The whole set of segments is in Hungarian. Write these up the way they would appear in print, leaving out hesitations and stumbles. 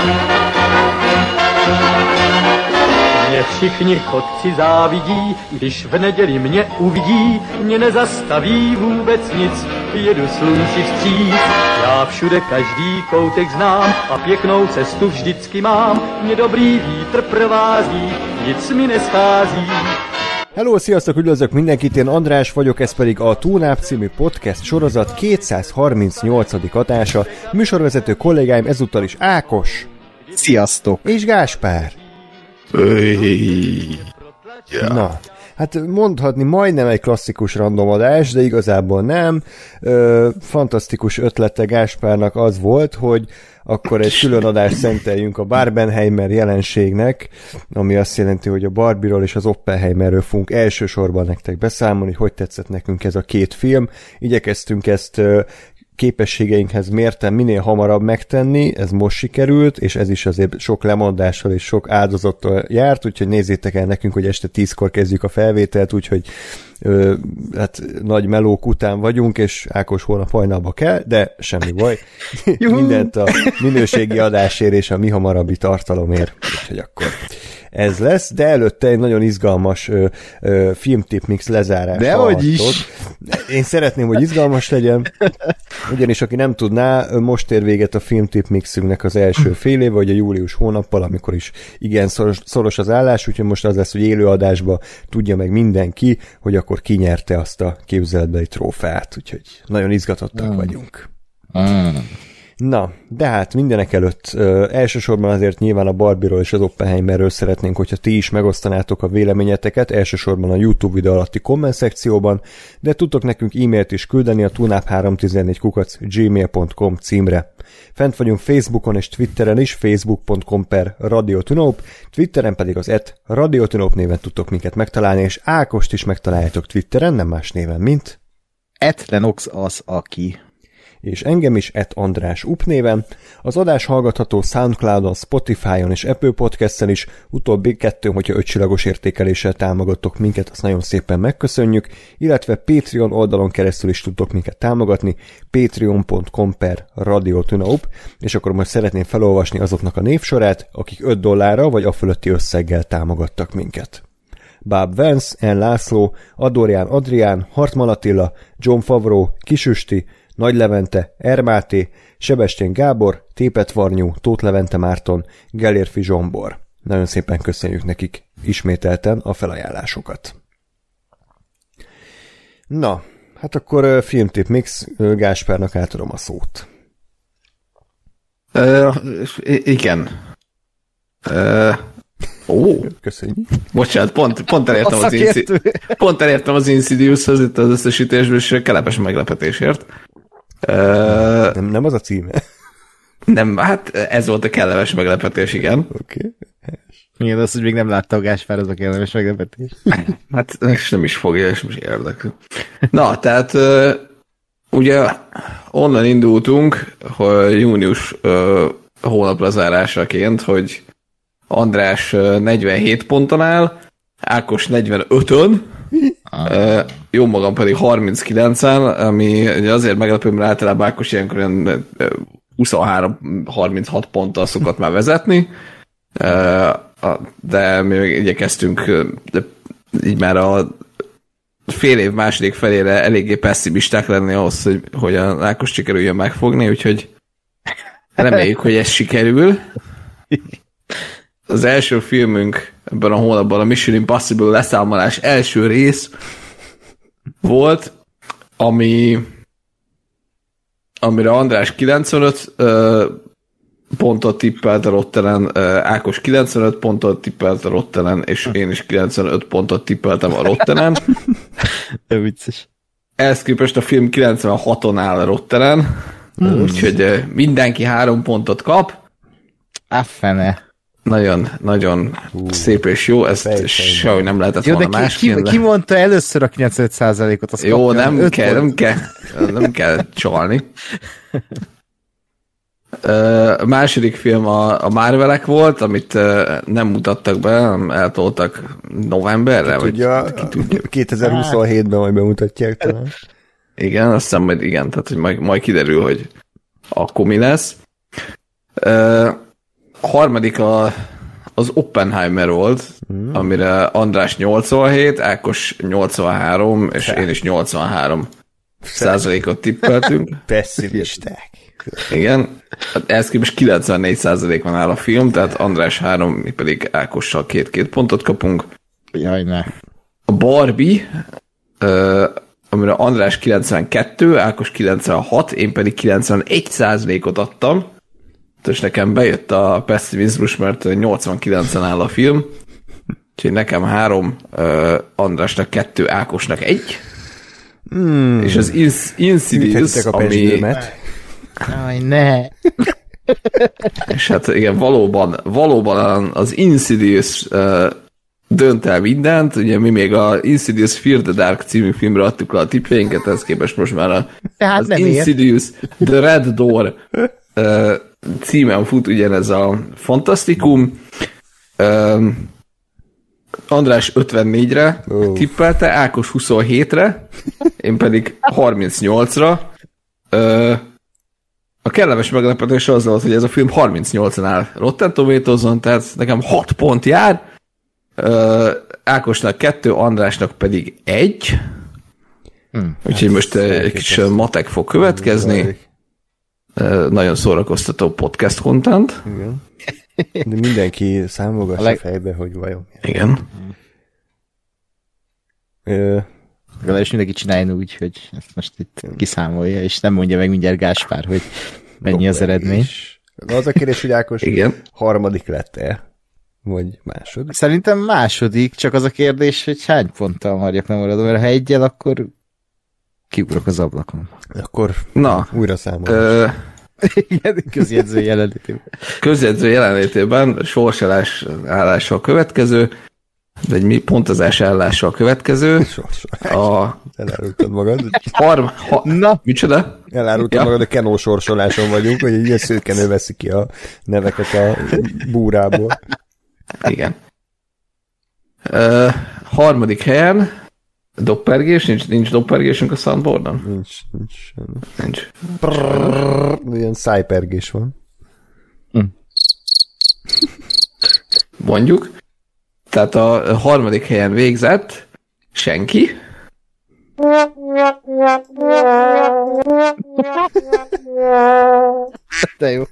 Mě všichni chodci závidí, když v neděli mě uvidí, mě nezastaví vůbec nic, jedu slunci vstříc. Já všude každý koutek znám a pěknou cestu vždycky mám, mě dobrý vítr provází, nic mi neschází. Hello, sziasztok, üdvözlök mindenkit, én András vagyok, ez pedig a Tónáp című podcast sorozat 238. adása. Műsorvezető kollégáim ezúttal is Ákos. Sziasztok! És Gáspár. Na, hát mondhatni majdnem egy klasszikus randomadás, de igazából nem. Fantasztikus ötlete Gáspárnak az volt, hogy akkor egy külön adást szenteljünk a Barbenheimer jelenségnek, ami azt jelenti, hogy a Barbie-ról és az Oppenheimerről fogunk elsősorban nektek beszámolni, hogy tetszett nekünk ez a két film. Igyekeztünk ezt képességeinkhez mérten minél hamarabb megtenni, ez most sikerült, és ez is azért sok lemondással és sok áldozattal járt, úgyhogy nézzétek el nekünk, hogy este 10-kor kezdjük a felvételt, úgyhogy hát nagy melók után vagyunk, és Ákos holnap hajnalba kell, de semmi baj. Mindent a minőségi adásért és a mi hamarabbi tartalomért, úgyhogy akkor ez lesz, de előtte egy nagyon izgalmas filmtipmix lezárása. Dehogy is! Én szeretném, hogy izgalmas legyen, ugyanis aki nem tudná, most ér véget a filmtipmixünknek az első fél év, vagy a július hónappal, amikor is igen szoros az állás, úgyhogy most az lesz, hogy élő adásba tudja meg mindenki, hogy akkor kinyerte azt a képzeletbeli trófeát, úgyhogy nagyon izgatottak vagyunk. Na, de hát mindenek előtt elsősorban azért nyilván a Barbie-ról és az Oppenheimerről szeretnénk, hogyha ti is megosztanátok a véleményeteket, elsősorban a YouTube videó alatti komment szekcióban, de tudtok nekünk e-mailt is küldeni a tunap314@gmail.com címre. Fent vagyunk Facebookon és Twitteren is, facebook.com/radiotunop, Twitteren pedig az @radiotunop néven tudtok minket megtalálni, és Ákost is megtaláljátok Twitteren, nem más néven, mint @Lenox az, aki... és engem is @András Up néven. Az adás hallgatható Soundcloudon, Spotify-on és Apple Podcast-en is, utóbbi kettőn, hogyha 5 csillagos értékeléssel támogattok minket, azt nagyon szépen megköszönjük, illetve Patreon oldalon keresztül is tudtok minket támogatni, patreon.com/radiotunaup, és akkor most szeretném felolvasni azoknak a névsorát, akik $5 vagy a fölötti összeggel támogattak minket. Báb Vance, N. László, Adorján Adrián, Hartman Attila, John Favreau, Kisüsti, Nagy Levente, Ermáté, Sebestyén Gábor, Tépet Varnyú, Tóth Levente Márton, Gellérfi Zsombor. Nagyon szépen köszönjük nekik ismételten a felajánlásokat. Na, hát akkor filmtip mix, Gáspárnak átadom a szót. Igen. Köszönjük. Bocsánat, pont elértem az Insidious-hoz itt az összesítésből, és kellemes meglepetésért. Nem az a címe? Nem, hát ez volt a kellemes meglepetés, igen. Oké. Igen, az, hogy még nem látta a Gáspár, az a kellemes meglepetés. Hát nem is fogja, és most érdekel. Na, tehát ugye onnan indultunk, hogy június hónapra zárásaként, hogy András 47 ponton áll, Ákos 45-ön, jó magam pedig 39-en, ami azért meglepő, mert általában Ákos ilyenkor 23-36 ponttal szokott már vezetni, de mi még igyekeztünk így már a fél év második felére eléggé pessimisták lenni ahhoz, hogy a Ákos sikerüljön megfogni, úgyhogy reméljük, hogy ez sikerül. Az első filmünk ebben a hónapban a Mission Impossible leszámolás első rész volt, amire András 95 pontot tippelt a Rottenen, Ákos 95 pontot tippelt a Rottenen, és én is 95 pontot tippeltem a Rottenen. Vicces. Ehhez képest a film 96-on áll a Rottenen, úgyhogy mindenki 3 pontot kap. Affene. Nagyon, nagyon szép és jó, ezt sehogy nem lehetett volna másként. Ki mondta először a 95%-ot? Jó, nem kell csalni. A második film a Marvelek volt, amit nem mutattak be, hanem eltoltak novemberre. Tudja, 2027-ben majd bemutatják talán. Igen, azt hiszem majd igen, tehát hogy majd kiderül, hogy akkor mi lesz. harmadik az Oppenheimer volt, amire András 87, Ákos 83, és én is 83 százalékot tippeltünk. Pessimisták. Igen. Ehhez képest 94% van áll a film, tehát András 3, mi pedig Ákossal 2 pontot kapunk. Jaj, ne. A Barbie, amire András 92, Ákos 96, én pedig 91%-ot adtam. És nekem bejött a pessimizmus, mert 89-en áll a film. Úgyhogy nekem 3, Andrásnak 2, Ákosnak 1. És az Insidious, ami... Jaj, ne. És hát igen, valóban az Insidious dönt el mindent. Ugye mi még a Insidious Fear the Dark című filmre adtuk le a tippjeinket, ez képest most már az Insidious The Red Door címen fut ugyanez a fantasztikum. András 54-re tippelte, Ákos 27-re, én pedig 38-ra. A kellemes meglepetés az volt, hogy ez a film 38-an áll Rotten Tomatoes-on, tehát nekem 6 pont jár, Ákosnak 2, Andrásnak pedig 1. Úgyhogy most egy kis matek fog következni. Nagyon szórakoztató podcast content. Igen. De mindenki számolgassa fejbe, hogy vajon. Igen. Legalábbis mindenki csináljon úgy, hogy ezt most itt kiszámolja, és nem mondja meg mindjárt Gáspár, hogy mennyi az eredmény. Az a kérdés, hogy Ákos igen. harmadik lett-e? Vagy második? Szerintem második, csak az a kérdés, hogy hány ponttal marjak nem maradom, mert ha egyel, akkor kiugrok az ablakon. Akkor újra számolom. Igen, közjegyző jelenlétében. Közjegyző jelenlétében sorsolás állással következő, de egy pontozás állással következő. Elárultad magad. Na, micsoda? Elárultad magad, a Kenó sorsoláson vagyunk, hogy egy ilyen szőkenő veszi ki a neveket a búrából. Igen. Harmadik helyen doppergés, nincs doppergésünk a soundboardon? Nincs. Ilyen szájpergés van. Mondjuk. Tehát a harmadik helyen végzett senki. De jó.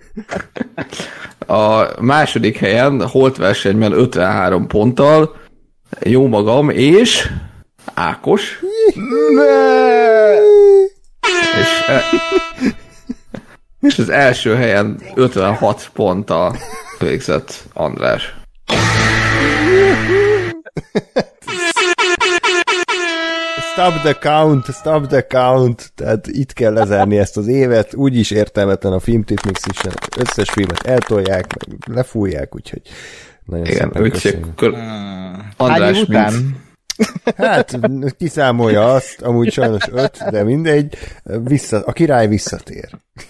A második helyen holt versenyben 53 ponttal jó magam és Ákos. És az első helyen 56 ponttal végzett András. Stop the count. Tehát itt kell lezárni ezt az évet. Úgyis értelmetlen a filmtipmix is. Összes filmet eltolják, meg lefújják, úgyhogy nagyon szépen köszönjük. András után? Hát, kiszámolja azt, amúgy sajnos 5, de mindegy. A király visszatér.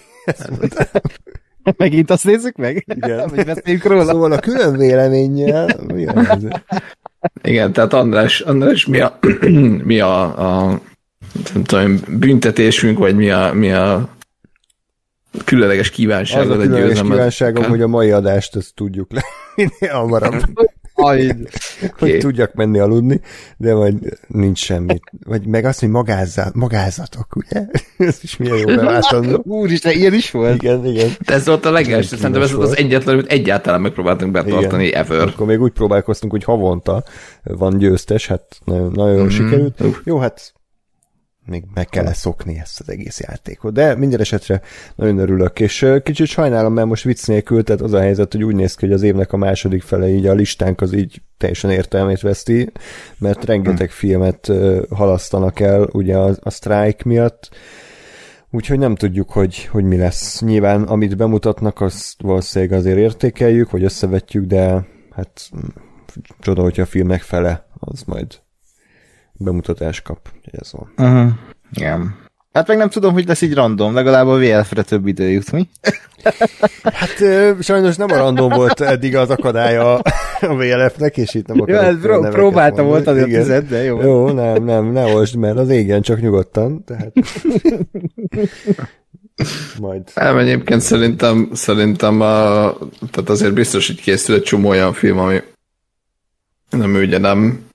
Megint azt nézzük meg? Igen. Vagy beszéljünk róla? Szóval a külön véleménnyel... Igen, tehát András mi a nem tudom, büntetésünk, vagy mi a különleges kívánságod? Az a különleges kívánságom, hogy a mai adást ezt tudjuk le minél hamarabb. Hogy tudjak menni aludni, de majd nincs semmit. Vagy meg azt, hogy magázatok, ugye? Ez is milyen jó beváltandó. Úristen, ilyen is volt? Igen. De ez volt a legelső, szerintem ez volt az egyetlen, amit egyáltalán megpróbáltunk betartani ever. Akkor még úgy próbálkoztunk, hogy havonta van győztes, hát nagyon jól sikerült. Jó, hát még meg kell szokni ezt az egész játékot. De minden esetre nagyon örülök, és kicsit sajnálom, mert most vicc nélkül, tehát az a helyzet, hogy úgy néz ki, hogy az évnek a második fele így a listánk az így teljesen értelmét veszti, mert rengeteg filmet halasztanak el ugye a sztrájk miatt, úgyhogy nem tudjuk, hogy mi lesz. Nyilván, amit bemutatnak, azt valószínűleg azért értékeljük, vagy összevetjük, de hát csoda, hogyha a filmnek fele, az majd bemutatás kap. Ez van. Igen. Hát meg nem tudom, hogy lesz így random, legalább a VLF-re több idő jut, mi? Hát sajnos nem a random volt eddig az akadálya a VLF-nek, és itt nem akarok próbáltam volt azért tüzet, de jó. Jó, nem, ne olsd, mert az égen csak nyugodtan. Tehát... majd. Nem, egyébként szerintem tehát azért biztos, hogy készül egy csomó olyan film, ami nem ugye nem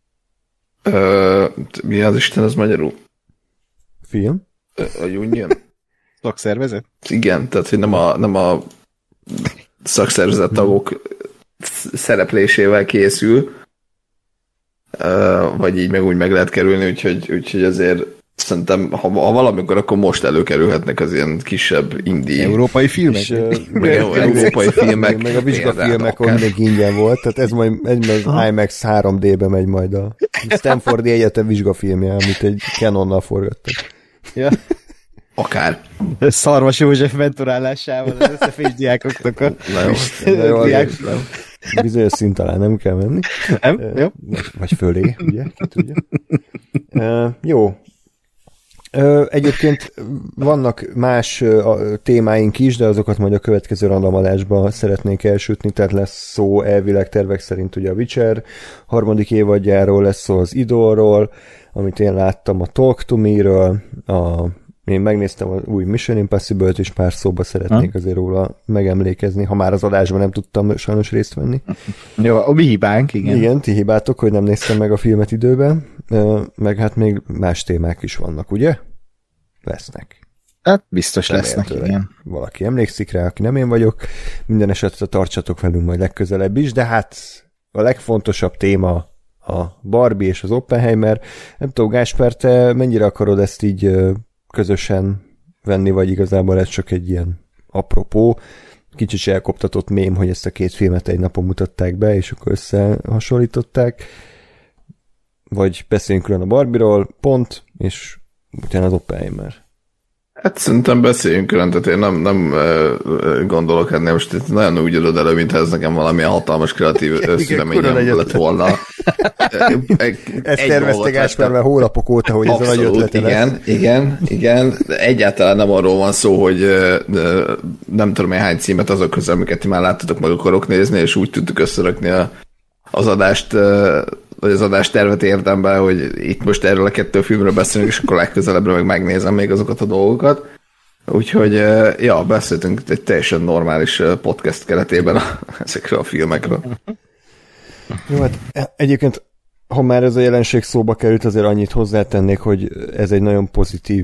mi az Isten, az magyarul? Film? A Union? Szakszervezet? Igen, tehát hogy nem a szakszervezet tagok szereplésével készül, vagy így meg úgy meg lehet kerülni, úgyhogy azért szerintem, ha valamikor, akkor most előkerülhetnek az ilyen kisebb indie. Európai filmek? Európai filmek. Meg a vizsgafilmek, ahol még ingyen volt, tehát ez majd az IMAX 3D-be megy majd a Stanfordi Egyetem vizsgafilmje, amit egy Canonnal forgattak. Ja. Akár. Szarvas József mentorálásával az összefés diákoknak a bizonyos szint alá nem kell menni. Nem? Jó. Vagy fölé, ugye? Ki tudja. Jó. Egyébként vannak más témáink is, de azokat majd a következő randomadásban szeretnénk elsütni, tehát lesz szó elvileg tervek szerint ugye a Witcher 3. évadjáról, lesz szó az Idolról, amit én láttam, a Talk to Me-ről, én megnéztem az új Mission Impossible-t, és pár szóba szeretnék azért róla megemlékezni, ha már az adásban nem tudtam sajnos részt venni. Jó, a mi hibánk, igen. Igen, ti hibátok, hogy nem néztem meg a filmet időben, meg hát még más témák is vannak, ugye? Lesznek. Hát biztos lesznek, igen. Valaki emlékszik rá, aki nem én vagyok. Minden esetre tartsatok velünk majd legközelebb is, de hát a legfontosabb téma a Barbie és az Oppenheimer. Nem tudom, Gáspár, te mennyire akarod ezt így közösen venni, vagy igazából ez csak egy ilyen apropó, kicsit elkoptatott mém, hogy ezt a két filmet egy napon mutatták be, és akkor összehasonlították, vagy beszéljünk külön a Barbie-ról, pont, és utána az Oppenheimer. Hát szerintem beszéljünk külön, tehát én nem gondolok ennél, most itt nagyon úgy adod elő, mintha ez nekem valamilyen hatalmas kreatív szüleményem lett volna. Ezt tervezte Gáspár már hónapok óta, hogy abszolút, ez a nagy ötlete igen. Egyáltalán nem arról van szó, hogy nem tudom én hány címet azok közül, amiket ti már láttatok, meg akarok nézni, és úgy tudtuk összerakni az adást, vagy az adástervet érdemben, hogy itt most erről a 2 filmről beszélünk, és akkor legközelebbre meg megnézem még azokat a dolgokat. Úgyhogy, ja, beszéltünk egy teljesen normális podcast keretében ezekről a filmekről. Jó, hát egyébként, ha már ez a jelenség szóba került, azért annyit hozzátennék, hogy ez egy nagyon pozitív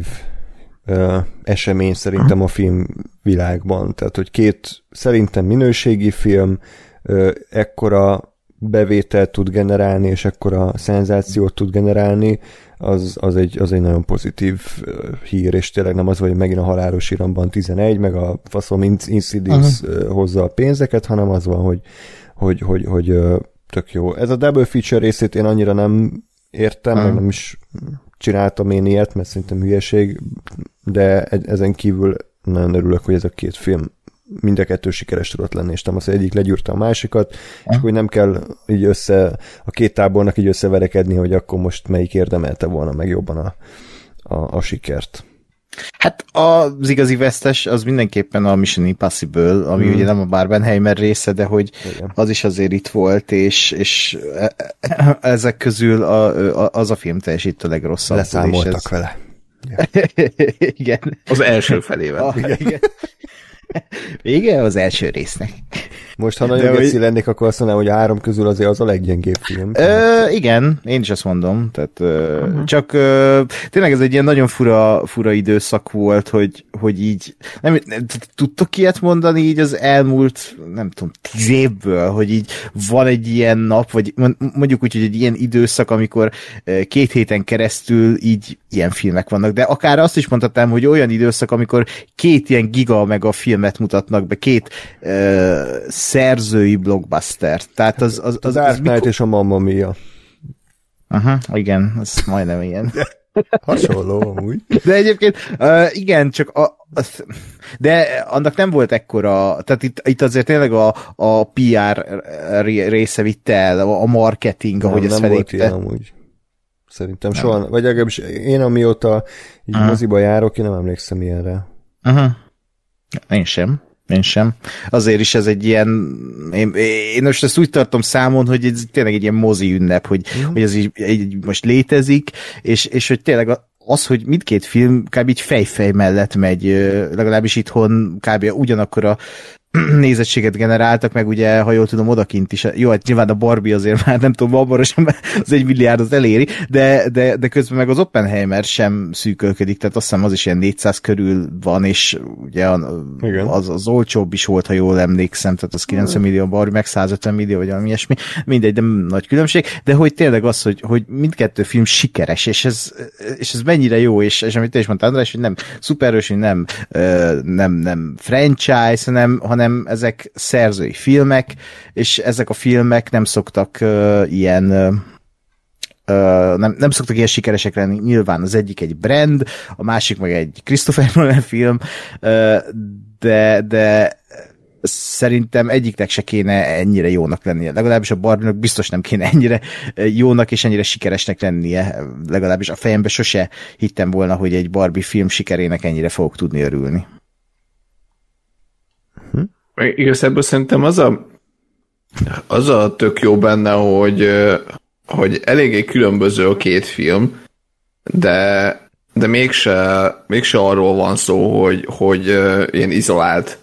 esemény szerintem a filmvilágban. Tehát, hogy 2 szerintem minőségi film ekkora bevételt tud generálni, és ekkora szenzációt tud generálni, az egy nagyon pozitív hír, és tényleg nem az, hogy megint a halálos iramban 11, meg a faszom Insidious hozza a pénzeket, hanem az van, hogy tök jó. Ez a double feature részét én annyira nem értem, meg nem is csináltam én ilyet, mert szerintem hülyeség, de ezen kívül nagyon örülök, hogy ez a 2 film mind a 2 sikeres tudott lenni, és nem az egyik legyűrte a másikat, és hogy nem kell így a 2 tábornak így összeverekedni, hogy akkor most melyik érdemelte volna meg jobban a sikert. Hát az igazi vesztes az mindenképpen a Mission Impossible, ami ugye nem a Barbenheimer része, de hogy igen, az is azért itt volt, és ezek közül az a film teljesít a legrosszabb. Leszámoltak vele. Ja. Igen. Az első felével. Igen. Vége az első résznek. Most, ha nagyon geci lennék, akkor azt mondanám, hogy a 3 közül azért az a leggyengébb film. Igen, én is azt mondom. Tehát, csak tényleg ez egy ilyen nagyon fura időszak volt, hogy így nem tudtok ilyet mondani így az elmúlt, nem tudom, 10 évből, hogy így van egy ilyen nap, vagy mondjuk úgy, hogy egy ilyen időszak, amikor 2 héten keresztül így ilyen filmek vannak, de akár azt is mondhatnám, hogy olyan időszak, amikor 2 ilyen giga meg a filmet mutatnak be, 2 szerzői blockbuster. Tehát az Dark Knight és a Mamma Mia. Aha, igen, az majdnem ilyen. Hasonló amúgy. De egyébként, igen, csak de annak nem volt ekkora, tehát itt azért tényleg a PR része vitte el, a marketing, ahogy ezt felépte. Nem volt ilyen amúgy. Szerintem nem. Soha, vagy legalábbis én amióta így moziba járok, én nem emlékszem ilyenre. Én sem. Azért is ez egy ilyen, én most ezt úgy tartom számon, hogy ez tényleg egy ilyen mozi ünnep, hogy ez így most létezik, és hogy tényleg az, hogy mindkét film kb. Így fejfej mellett megy, legalábbis itthon kb. Ugyanakkor a nézettséget generáltak, meg ugye, ha jól tudom, odakint is. Jó, hát nyilván a Barbie azért már nem tudom, hamarosan az 1 milliárdot eléri, de közben meg az Oppenheimer sem szűkölködik, tehát azt hiszem az is ilyen 400 körül van, és ugye az olcsóbb is volt, ha jól emlékszem, tehát az 90 millió, a Barbie meg 150 millió, vagy valami ilyesmi, mindegy, de nagy különbség, de hogy tényleg az, hogy mindkettő film sikeres, és ez mennyire jó, és amit te is mondtál, András, hogy nem szuperhős, hogy nem franchise, hanem ezek szerzői filmek, és ezek a filmek nem szoktak nem szoktak ilyen sikeresek lenni. Nyilván az egyik egy brand, a másik meg egy Christopher Nolan film, de szerintem egyiknek se kéne ennyire jónak lennie. Legalábbis a Barbie-nak biztos nem kéne ennyire jónak és ennyire sikeresnek lennie. Legalábbis a fejembe sose hittem volna, hogy egy Barbie film sikerének ennyire fogok tudni örülni. Igazából szerintem az a tök jó benne, hogy eléggé különböző a két film, de mégse arról van szó, hogy ilyen izolált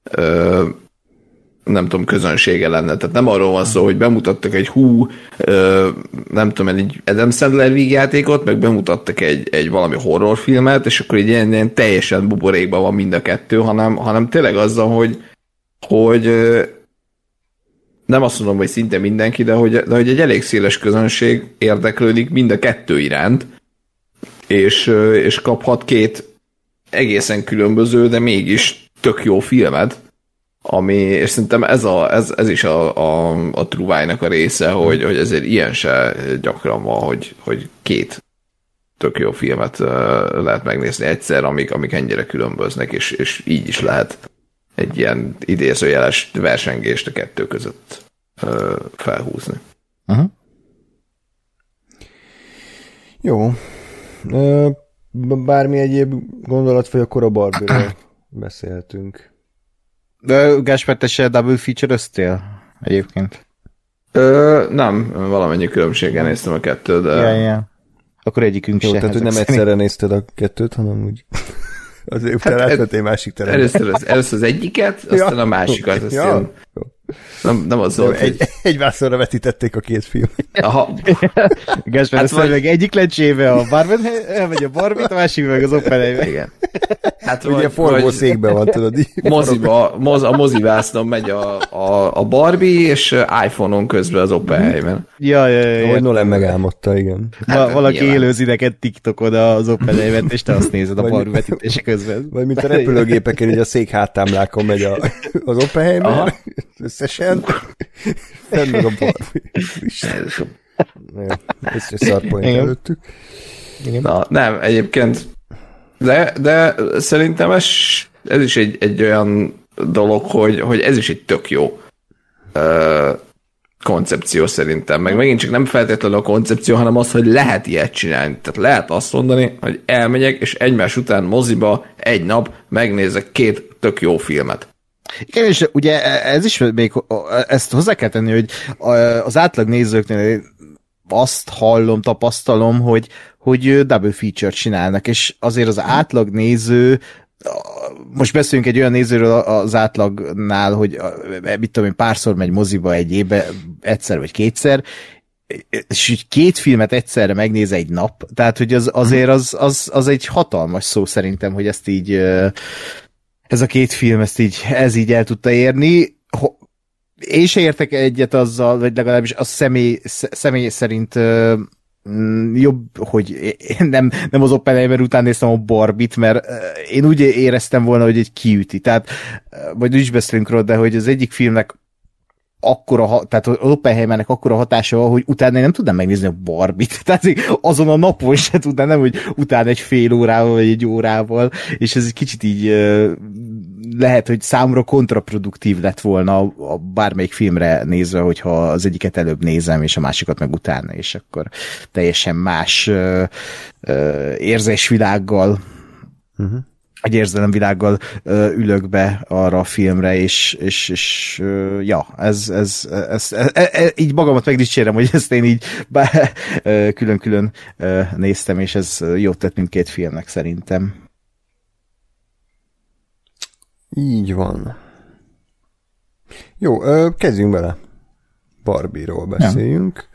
nem tudom, közönsége lenne. Tehát nem arról van szó, hogy bemutattak egy nem tudom, egy Adam Sandler vígjátékot, meg bemutattak egy valami horrorfilmet, és akkor így ilyen teljesen buborékban van mind a kettő, hanem tényleg azzal, hogy nem azt mondom, hogy szinte mindenki, de hogy egy elég széles közönség érdeklődik mind a kettő iránt, és kaphat két egészen különböző, de mégis tök jó filmet, és szerintem ez is a trúvájnak a része, hogy ezért ilyen se gyakran van, hogy két tök jó filmet lehet megnézni egyszer, amik ennyire különböznek, és így is lehet egy ilyen idézőjeles versengést a kettő között felhúzni. Uh-huh. Jó. Bármi egyéb gondolat, vagy akkor a Barbie-ről beszéltünk. De Gáspár, te se double feature-öztél egyébként? Nem, valamennyi különbséggel néztem a kettőt, de... Ja. Akkor egyikünk jó, se. Tehát, hogy nem egyszerre nézted a kettőt, hanem úgy... Azért utána átvettél másik teremben. Először az egyiket, aztán a másikat. Ja. Nem az volt, egy vászonra vetítették a két filmet. Aha. Gáspár, hát meg egyik lencsébe a elmegy a Barbie-t, a másik meg az Oppenheimer. Igen. Hát ugye forgó székben van, tudod. A mozivásznon megy a Barbie, és iPhone-on közben az Oppenheimer. Ja. Ahogy Nolan megálmodta, igen. Valaki élőzi neked TikTokon az Oppenheimert, és te azt nézed a Barbie vetítése közben. Vagy mint a repülőgépeken, így a szék háttámlákon megy az Oppenheimer, összesen, fenn meg a Barbie. Ez egy szarpoint előttük. Na, nem, egyébként de szerintem ez is egy olyan dolog, hogy ez is egy tök jó koncepció szerintem. Meg megint csak nem feltétlenül a koncepció, hanem az, hogy lehet ilyet csinálni. Tehát lehet azt mondani, hogy elmegyek, és egymás után moziba egy nap megnézek két tök jó filmet. Igen, és ugye ez is még, ezt hozzá kell tenni, hogy az átlag nézőknél azt hallom, tapasztalom, hogy double feature csinálnak, és azért az átlag néző, most beszélünk egy olyan nézőről az átlagnál, hogy mit tudom én, párszor megy moziba egy évbe, egyszer vagy kétszer, és így két filmet egyszerre megnéz egy nap, tehát hogy azért az egy hatalmas szó szerintem, hogy ezt így ez a két film, ez így el tudta érni. Én se értek egyet azzal, vagy legalábbis a személy szerint jobb, hogy nem az Oppenheimer után néztem a Barbie-t, mert én úgy éreztem volna, hogy egy kiüti. Tehát, vagy úgy is beszélünk róla, de hogy az egyik filmnek tehát az Oppenheimernek akkora hatása van, hogy utána nem tudnám megnézni a Barbie-t. Tehát azon a napon se tudnám, nem, hogy utána egy fél órával, vagy egy órával, és ez egy kicsit így lehet, hogy számomra kontraproduktív lett volna a bármelyik filmre nézve, hogyha az egyiket előbb nézem, és a másikat meg utána, és akkor teljesen más érzésvilággal egy érzelemvilággal ülök be arra a filmre, és ja, ez így magamat megdicsérem, hogy ezt én így külön-külön néztem, és ez jót tett mindkét filmnek szerintem. Így van. Jó, kezdjünk bele. Barbie-ról beszéljünk.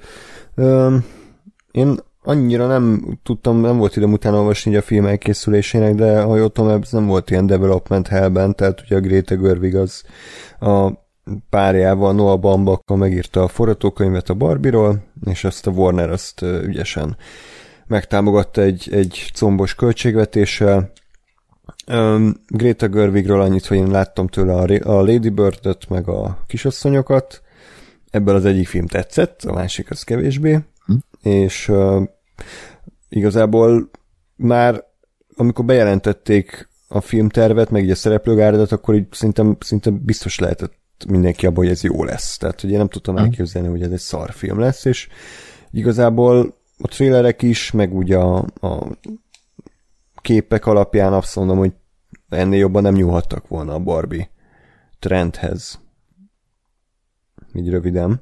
Én annyira nem tudtam, nem volt időm utána olvasni a film elkészülésének, de ha jól tudom, ez nem volt ilyen development hellben, tehát ugye a Greta Gerwig az a párjával, Noah Baumbach megírta a forgatókönyvet a Barbie-ról, és azt a Warner azt ügyesen megtámogatta egy combos költségvetéssel. Greta Gerwigről annyit, hogy én láttam tőle a Lady Bird-öt, meg a Kisasszonyokat. Ebből az egyik film tetszett, a másik az kevésbé. És igazából már amikor bejelentették a filmtervet, meg így a szereplőgáradat, akkor így szinte biztos lehetett mindenki abban, hogy ez jó lesz. Tehát, hogy én nem tudtam elképzelni, hogy ez egy szarfilm lesz, és igazából a trélerek is, meg ugye a képek alapján azt mondom, hogy ennél jobban nem nyúlhattak volna a Barbie trendhez. Így röviden.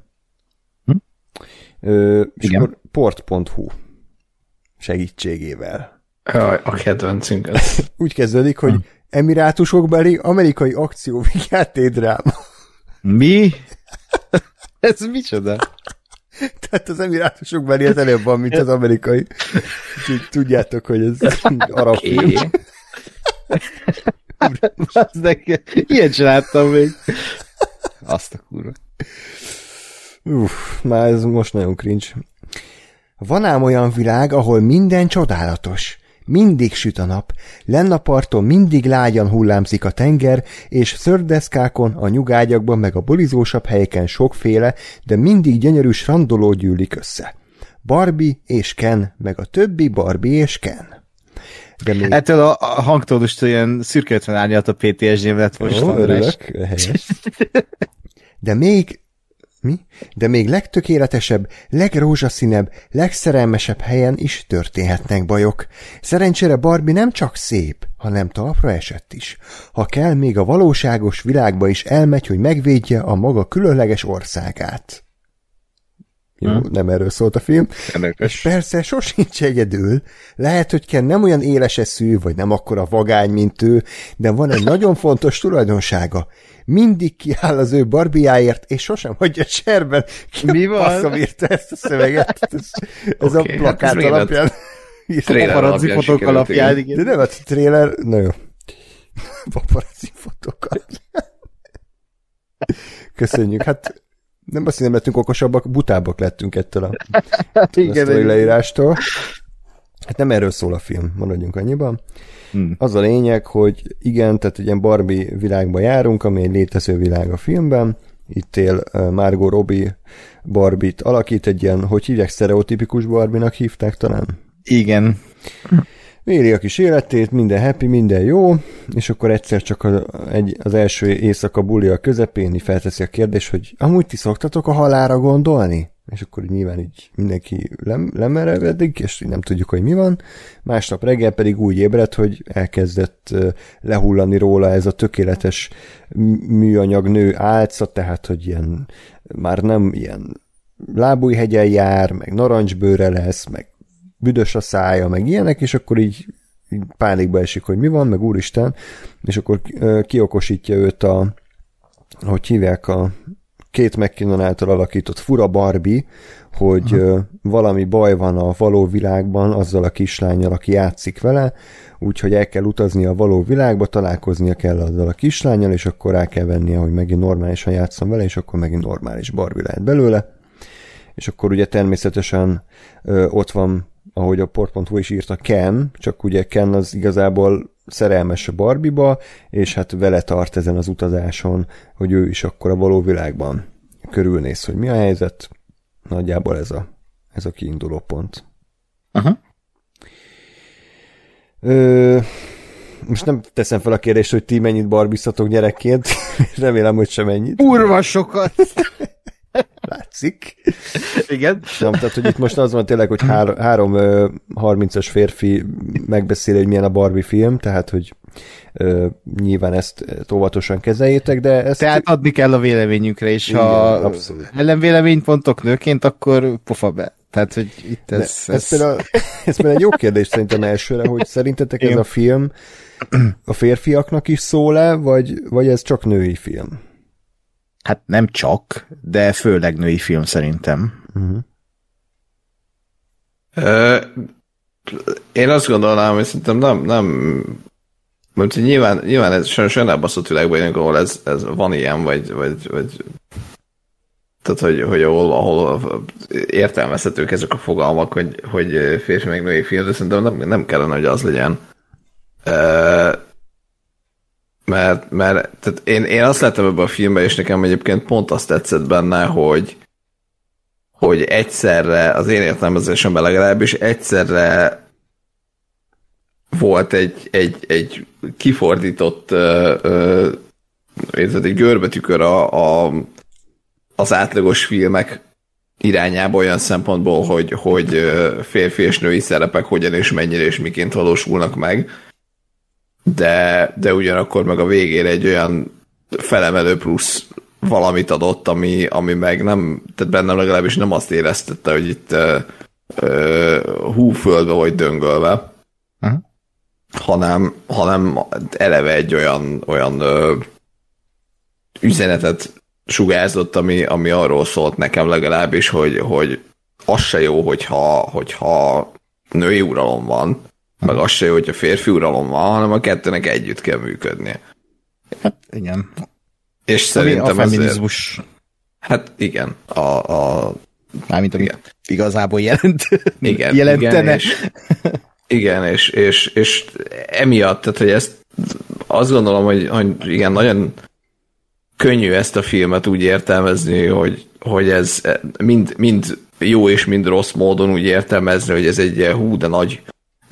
És akkor port.hu segítségével. A kedvencünket. Úgy kezdődik, hogy emirátusokbeli amerikai akciójátékdráma. Mi? Ez micsoda? Tehát az emirátusokbeli az előbb van, mint az amerikai. Úgyhogy tudjátok, hogy ez arab film. Ilyet sem láttam még. Azt a kurva. Már ez most nagyon cringe. Van ám olyan világ, ahol minden csodálatos. Mindig süt a nap, lenn a parton mindig lágyan hullámzik a tenger, és szördeszkákon, a nyugágyakban meg a bolizósabb helyeken sokféle, de mindig gyönyörű srandoló gyűlik össze. Barbie és Ken, meg a többi Barbie és Ken. De még... Ettől a hangtódustól ilyen szürke 50 árnyalt a PTSD-m lett most. Örülök, De még legtökéletesebb, legrózsaszínebb, legszerelmesebb helyen is történhetnek bajok. Szerencsére Barbie nem csak szép, hanem talpra esett is. Ha kell, még a valóságos világba is elmegy, hogy megvédje a maga különleges országát. Jó, nem erről szólt a film. És persze sosincs egyedül. Lehet, hogy Ken nem olyan éles eszű, vagy nem akkora vagány, mint ő, de van egy nagyon fontos tulajdonsága. Mindig kiáll az ő Barbiáért, és sosem hagyja cserben. Mi van? Passzom írta ezt a szöveget. Ez a plakát hát alapján. Paparazzi fotók alapján. Igen. De nem a trailer. Na jó. Paparazzi fotók alapján. Köszönjük. Hát nem azt nem lettünk okosabbak, butábbak lettünk ettől a leírástól. Hát nem erről szól a film, maradjunk annyiban. Az a lényeg, hogy igen, tehát egy ilyen Barbie világba járunk, ami egy létező világ a filmben. Itt él Margot Robbie Barbie-t alakít, egy ilyen, hogy hívják, sztereotipikus Barbie-nak hívták talán? Igen. Éli a kis életét, minden happy, minden jó, és akkor egyszer csak az első éjszaka buli a közepén így felteszi a kérdést, hogy amúgy ti szoktatok a halálra gondolni? És akkor nyilván így mindenki lemerevedik, és nem tudjuk, hogy mi van. Másnap reggel pedig úgy ébredt, hogy elkezdett lehullani róla ez a tökéletes műanyag nő álca, tehát, hogy ilyen, már nem ilyen lábújhegyen jár, meg narancsbőre lesz, meg büdös a szája, meg ilyenek, és akkor így pánikba esik, hogy mi van, meg úristen, és akkor kiokosítja őt hogy hívják, a Kate McKinnon által alakított fura Barbie, hogy valami baj van a való világban azzal a kislánnyal, aki játszik vele, úgyhogy el kell utazni a való világba, találkoznia kell azzal a kislánnyal, és akkor rá kell vennie, hogy megint normálisan játszom vele, és akkor megint normális Barbie lehet belőle. És akkor ugye természetesen ott van, ahogy a port.hu is írta, Ken, csak ugye Ken az igazából szerelmes a Barbie-ba, és hát vele tart ezen az utazáson, hogy ő is akkor a való világban körülnéz, hogy mi a helyzet. Nagyjából ez a kiinduló pont. Aha. Most nem teszem fel a kérdést, hogy ti mennyit barbiztatok gyerekként. Remélem, hogy sem ennyit. Kurva sokat! Látszik. Igen. Nem, tehát, hogy itt most az van tényleg, hogy három 30-as férfi megbeszél, hogy milyen a Barbie film, tehát, hogy nyilván ezt óvatosan kezeljétek, de ezt... Tehát adni kell a véleményünkre, és igen, ha abszolút. ellenvéleménypontok nőként, akkor pofa be. Tehát, hogy itt ez például egy jó kérdés szerintem elsőre, hogy szerintetek ez a film a férfiaknak is szól-e, vagy ez csak női film? Hát nem csak, de főleg női film szerintem. Én azt gondolnám, hogy szerintem nem mert nyilván ez sajnos olyan elbaszott világban élünk, ahol ez van ilyen, vagy tehát, hogy ahol értelmezhetők ezek a fogalmak, hogy férfi meg női film, de szerintem nem kellene, hogy az legyen. Mert tehát én azt láttam ebben a filmben, és nekem egyébként pont azt tetszett benne, hogy egyszerre, az én értelmezésemben legalábbis egyszerre volt egy kifordított egy görbetükör az átlagos filmek irányába olyan szempontból, hogy férfi és női szerepek hogyan és mennyire és miként valósulnak meg, de ugyanakkor meg a végére egy olyan felemelő plusz valamit adott, ami meg nem, tehát bennem legalábbis nem azt éreztette, hogy itt húföldbe vagy döngölve, hanem eleve egy olyan üzenetet sugárzott, ami arról szólt nekem legalábbis, hogy az se jó, hogyha női uralom van, meg az se jó, hogyha férfi uralom van, hanem a kettőnek együtt kell működnie. Hát igen. És szerintem a feminizmus. Hát igen. Mármint ami igen. igazából jelent. Igen, jelentene. Igen, és emiatt, tehát hogy ezt azt gondolom, hogy igen, nagyon könnyű ezt a filmet úgy értelmezni, hogy ez mind jó és mind rossz módon úgy értelmezni, hogy ez egy hú, de nagy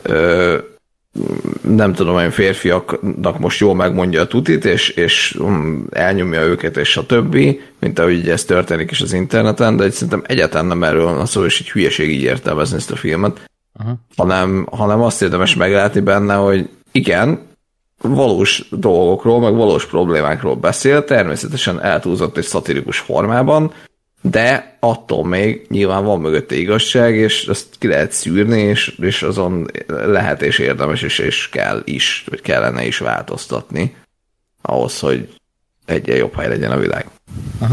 nem tudom, hogy férfiaknak most jól megmondja a tutit, és elnyomja őket, és a többi, mint ahogy ez történik is az interneten, de szerintem egyáltalán nem erről van szó, és egy hülyeség így értelmezni ezt a filmet, hanem azt érdemes meglátni benne, hogy igen, valós dolgokról, meg valós problémákról beszél, természetesen eltúlzott és szatirikus formában, de attól még nyilván van mögötte igazság, és azt ki lehet szűrni, és azon lehet és érdemes és kell is, vagy kellene is változtatni ahhoz, hogy egyre jobb hely legyen a világ. Aha.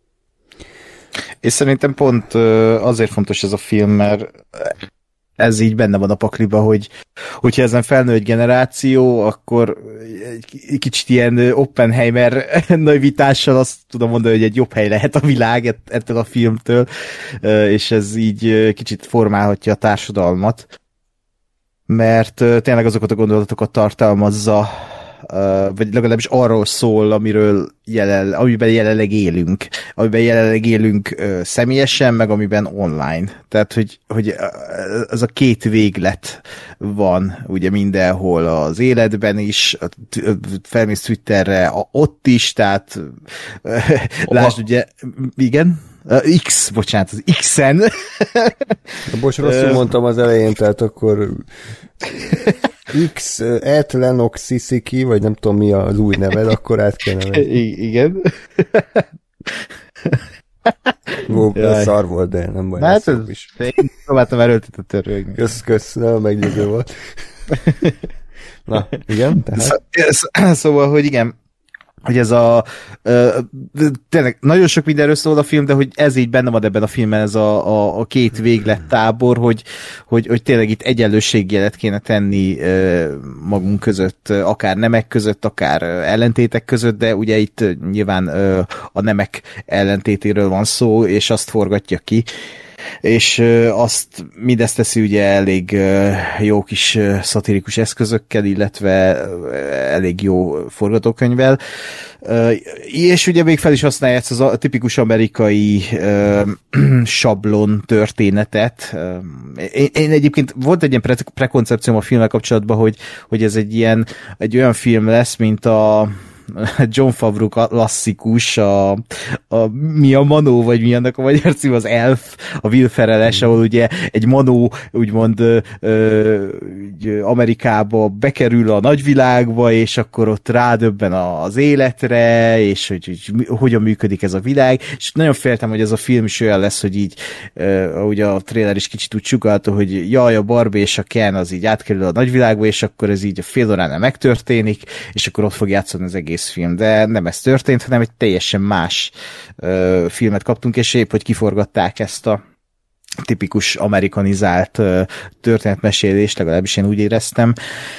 És szerintem pont azért fontos ez a film, mert ez így benne van a pakliba, hogyha ezen felnő egy generáció, akkor egy kicsit ilyen Oppenheimer naivitással azt tudom mondani, hogy egy jobb hely lehet a világ ettől a filmtől, és ez így kicsit formálhatja a társadalmat, mert tényleg azokat a gondolatokat tartalmazza, vagy legalábbis arról szól, amiben jelenleg élünk személyesen, meg amiben online. Tehát, hogy ez a két véglet van ugye mindenhol az életben is, felmész Twitterre ott is, tehát lásd ugye, igen? Bocsánat, az X-en. Bocs, rosszul mondtam az elején, tehát akkor X Lenoxisiki, vagy nem tudom mi az új neved, akkor át kell nevezni. Igen. Szar volt, de nem baj. Hát ez is. Én próbáltam erőltetett törvényni. Kösz, nem meggyőző volt. Na, igen, tehát. Szóval, hogy igen, hogy ez tényleg nagyon sok mindenről szól a film, de hogy ez így benne van ebben a filmben, ez a két véglet tábor, hogy tényleg itt egyenlőségjelet kéne tenni magunk között, akár nemek között, akár ellentétek között, de ugye itt nyilván a nemek ellentétéről van szó, és azt forgatja ki, és azt mindezt teszi ugye elég jó kis szatirikus eszközökkel, illetve elég jó forgatókönyvvel, és ugye még fel is használja ezt az a tipikus amerikai sablon történetet. Én egyébként volt egy ilyen prekoncepcióm a filmmel kapcsolatban, hogy ez egy olyan film lesz, mint John Favreau klasszikus, mi a Manó, vagy mi annak a magyar cím, az Elf, a Will Ferrell-es, ahol ugye egy Manó úgymond Amerikába bekerül a nagyvilágba, és akkor ott rádöbben az életre, és hogy hogyan működik ez a világ, és nagyon féltem, hogy ez a film is olyan lesz, hogy így, ahogy a trailer is kicsit úgy sugallta, hogy jaj, a Barbie és a Ken az így átkerül a nagyvilágba, és akkor ez így a fél óránál megtörténik, és akkor ott fog játszani az egész film. De nem ez történt, hanem egy teljesen más filmet kaptunk, és épp, hogy kiforgatták ezt a tipikus amerikanizált történetmesélést, legalábbis én úgy éreztem.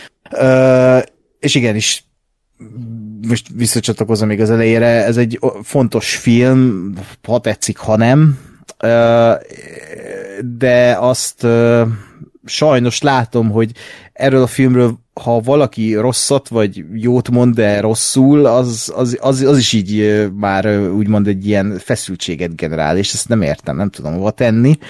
És igenis, most visszacsatlakozom még az elejére, ez egy fontos film, ha tetszik, ha nem, de azt sajnos látom, hogy erről a filmről, ha valaki rosszat vagy jót mond, de rosszul, az is így már úgymond egy ilyen feszültséget generál, és ezt nem értem, nem tudom hova tenni.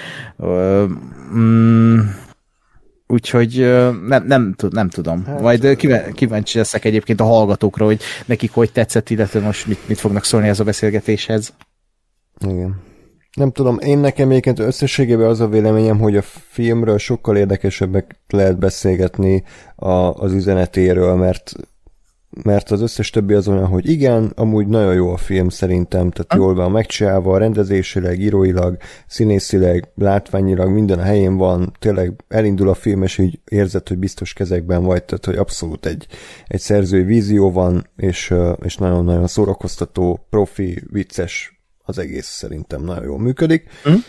Úgyhogy nem tudom. Hát, majd kíváncsi leszek egyébként a hallgatókra, hogy nekik hogy tetszett, illetve most mit fognak szólni ez a beszélgetéshez. Igen. Nem tudom, én nekem egyébként összességében az a véleményem, hogy a filmről sokkal érdekesebbek lehet beszélgetni az üzenetéről, mert az összes többi az olyan, hogy igen, amúgy nagyon jó a film szerintem, tehát jól van megcsinálva, rendezésileg, íróilag, színészileg, látványilag, minden a helyén van, tényleg elindul a film, és így érzed, hogy biztos kezekben vagy, tehát hogy abszolút egy szerzői vízió van, és nagyon-nagyon szórakoztató, profi, vicces az egész szerintem nagyon jól működik.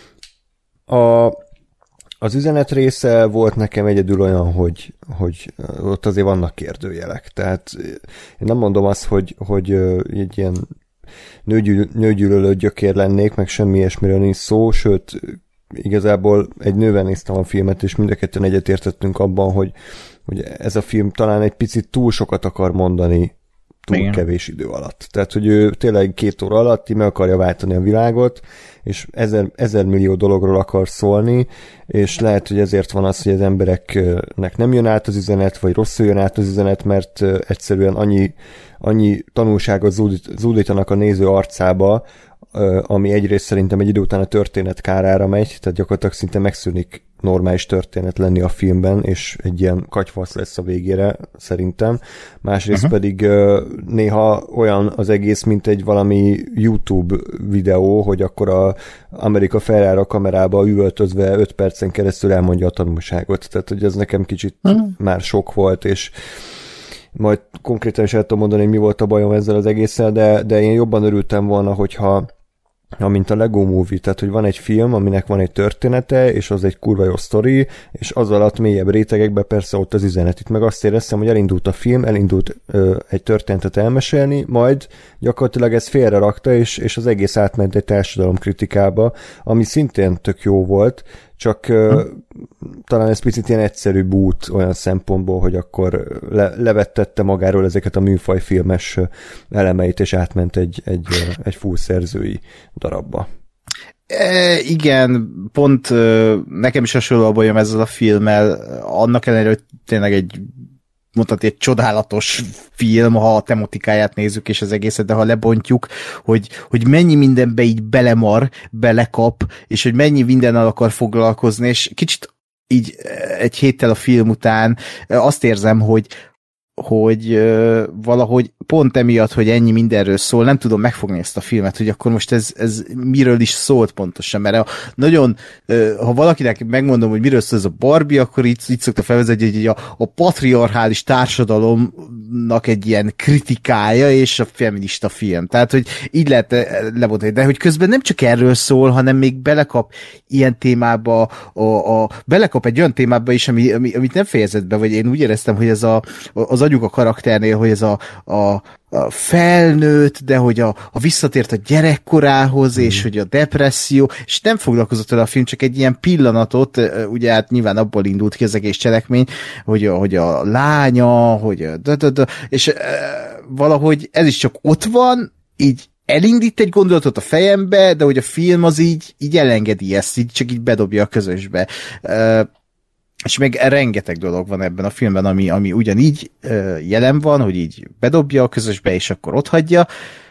Az üzenet része volt nekem egyedül olyan, hogy ott azért vannak kérdőjelek. Tehát én nem mondom azt, hogy egy ilyen nőgyűlölő gyökér lennék, meg semmi ilyesmiről nincs szó, sőt, igazából egy nővel néztem a filmet, és mind a ketten egyetértettünk abban, hogy ez a film talán egy picit túl sokat akar mondani túl kevés idő alatt. Tehát, hogy ő tényleg 2 óra alatt meg akarja váltani a világot, és 1000 millió dologról akar szólni, és lehet, hogy ezért van az, hogy az embereknek nem jön át az üzenet, vagy rosszul jön át az üzenet, mert egyszerűen annyi tanulságot zúdítanak a néző arcába, ami egyrészt szerintem egy idő után a történet kárára megy, tehát gyakorlatilag szinte megszűnik normális történet lenni a filmben, és egy ilyen katyfasz lesz a végére, szerintem. Másrészt pedig néha olyan az egész, mint egy valami YouTube videó, hogy akkor a Amerika feláll a kamerába üvöltözve 5 percen keresztül elmondja a tanulságot. Tehát, hogy ez nekem kicsit már sok volt, és majd konkrétan is el tudom mondani, hogy mi volt a bajom ezzel az egésszel, de én jobban örültem volna, hogyha mint a Lego Movie, tehát hogy van egy film, aminek van egy története, és az egy kurva jó sztori, és az alatt mélyebb rétegekben persze ott az üzenet. Itt meg azt éreztem, hogy elindult a film, elindult egy történetet elmesélni, majd gyakorlatilag ez félre rakta, és az egész átment egy társadalomkritikába, ami szintén tök jó volt, csak talán ez picit ilyen egyszerűbb út olyan szempontból, hogy akkor levettette magáról ezeket a műfajfilmes elemeit, és átment egy full szerzői darabba. Igen, pont nekem is hasonló a bajom ezzel a filmmel, annak ellenére, hogy tényleg mondhatni egy csodálatos film, ha a tematikáját nézzük és az egészet, de ha lebontjuk, hogy mennyi mindenbe így belekap, és hogy mennyi mindennel akar foglalkozni, és kicsit így egy héttel a film után azt érzem, hogy valahogy pont emiatt, hogy ennyi mindenről szól, nem tudom megfogni ezt a filmet, hogy akkor most ez miről is szólt pontosan, mert nagyon, ha valakinek megmondom, hogy miről szól ez a Barbie, akkor így szokta felvezetni, hogy a patriarchális társadalomnak egy ilyen kritikája, és a feminista film. Tehát, hogy így lehet lebontani, de hogy közben nem csak erről szól, hanem még belekap ilyen témába, belekap egy olyan témába is, amit nem fejezett be, vagy én úgy éreztem, hogy ez az agyuk a karakternél, hogy ez a felnőtt, de hogy a visszatért a gyerekkorához, és hogy a depresszió, és nem foglalkozott vele a film, csak egy ilyen pillanatot, ugye hát nyilván abból indult ki az egész cselekmény, hogy a lánya, és valahogy ez is csak ott van, így elindít egy gondolatot a fejembe, de hogy a film az így elengedi ezt, így csak így bedobja a közösbe. és még rengeteg dolog van ebben a filmben, ami ugyanígy jelen van, hogy így bedobja a közösbe, és akkor otthagyja.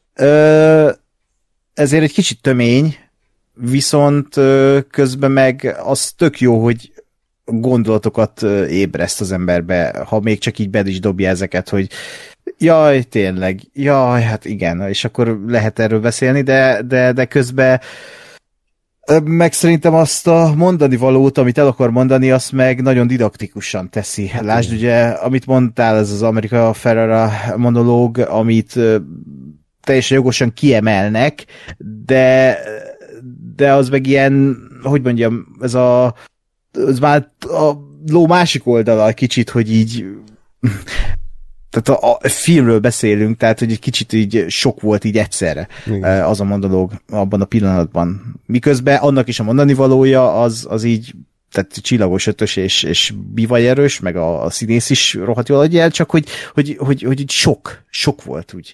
Ezért egy kicsit tömény, viszont közben meg az tök jó, hogy gondolatokat ébreszt az emberbe, ha még csak így is dobja ezeket, hogy jaj, tényleg, jaj, hát igen, és akkor lehet erről beszélni, de közben meg szerintem azt a mondani valót, amit el akar mondani, azt meg nagyon didaktikusan teszi. Lásd ugye, amit mondtál, ez az America Ferrera monológ, amit teljesen jogosan kiemelnek, de az meg ilyen, hogy mondjam, ez már a ló másik oldala kicsit, hogy így tehát a filmről beszélünk, tehát hogy egy kicsit így sok volt így egyszerre. Igen. Az a monológ abban a pillanatban. Miközben annak is a mondani valója az így, tehát csillagos ötös és bivajerős, meg a színész is rohadt jól adja el, csak hogy sok volt úgy.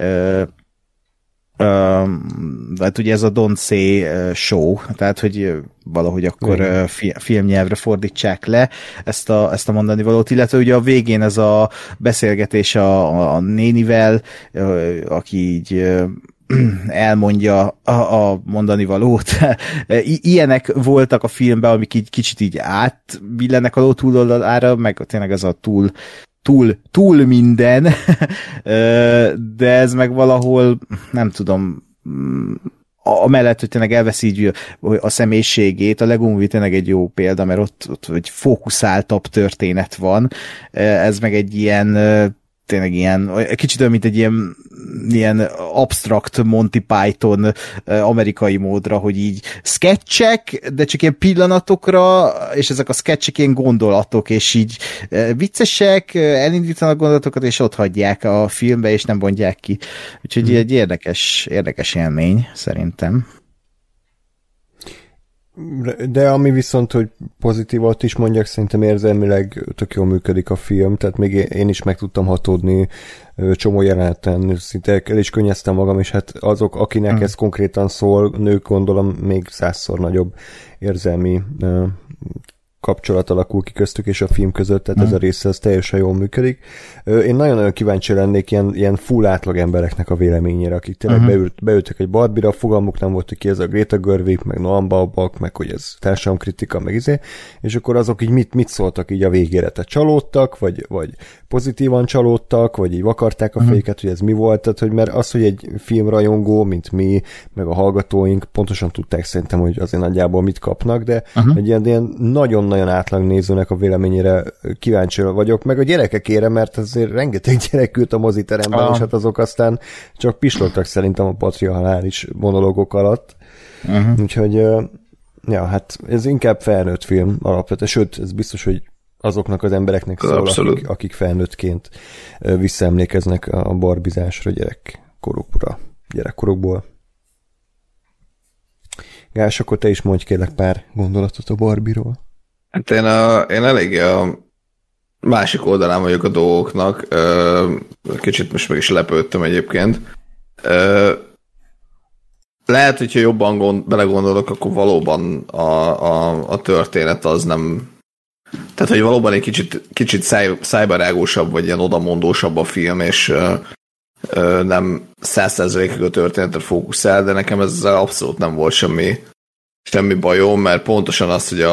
Hát ugye ez a Don't Say Show, tehát hogy valahogy akkor filmnyelvre fordítsák le ezt a mondani valót, illetve ugye a végén ez a beszélgetés a nénivel, aki így elmondja a mondani valót. Ilyenek voltak a filmben, amik így kicsit így átbillenek a ló túloldalára, meg tényleg ez a túl minden, de ez meg valahol, nem tudom, amellett, hogy tényleg elveszi így a személyiségét, a Lego Movie tényleg egy jó példa, mert ott egy fókuszáltabb történet van, ez meg egy ilyen tényleg ilyen, kicsit olyan, mint egy ilyen absztrakt Monty Python amerikai módra, hogy így sketchek, de csak ilyen pillanatokra, és ezek a sketchek ilyen gondolatok, és így viccesek, elindítanak gondolatokat, és ott hagyják a filmbe, és nem bontják ki. Úgyhogy egy érdekes élmény, szerintem. De ami viszont, hogy pozitívat is mondjak, szerintem érzelmileg tök jól működik a film, tehát még én is meg tudtam hatódni csomó jeleneten, szinte el is könnyeztem magam, és hát azok, akinek ez konkrétan szól, nők gondolom még 100-szor nagyobb érzelmi kapcsolat alakul ki köztük és a film között, tehát ez a része az teljesen jól működik. Én nagyon-nagyon kíváncsi lennék ilyen full átlag embereknek a véleményére, akik tényleg beültek egy Barbie-ra, fogalmuk nem volt, hogy ki ez a Greta Gerwig, meg Noam Baumbach, meg hogy ez társadalomkritika, meg és akkor azok így mit szóltak így a végére? Tehát csalódtak, vagy pozitívan csalódtak, vagy így vakarták a fejüket, hogy ez mi volt, tehát hogy mert az, hogy egy filmrajongó, mint mi, meg a hallgatóink pontosan tudták szerintem, hogy azért nagyjából mit kapnak, de egy ilyen nagyon-nagyon átlag nézőnek a véleményére kíváncsi vagyok, meg a gyerekekére, mert azért rengeteg gyerek ült a moziteremben, és hát azok aztán csak pislogtak szerintem a patriarchális monológok alatt. Úgyhogy ja, hát ez inkább felnőtt film alapvetően, sőt, ez biztos, hogy azoknak az embereknek szól, akik felnőttként visszaemlékeznek a barbizásra gyerekkorukból. Gás, akkor te is mondj kérlek pár gondolatot a Barbie-ról. Hát én elég a másik oldalán vagyok a dolgoknak. Kicsit most meg is lepődtem egyébként. Lehet, hogyha jobban belegondolok, akkor valóban a történet az nem... Tehát, hogy valóban egy kicsit szájbarágósabb, vagy ilyen odamondósabb a film, és nem 100%-ig a történetre fókuszál, de nekem ezzel abszolút nem volt semmi bajom, mert pontosan az, hogy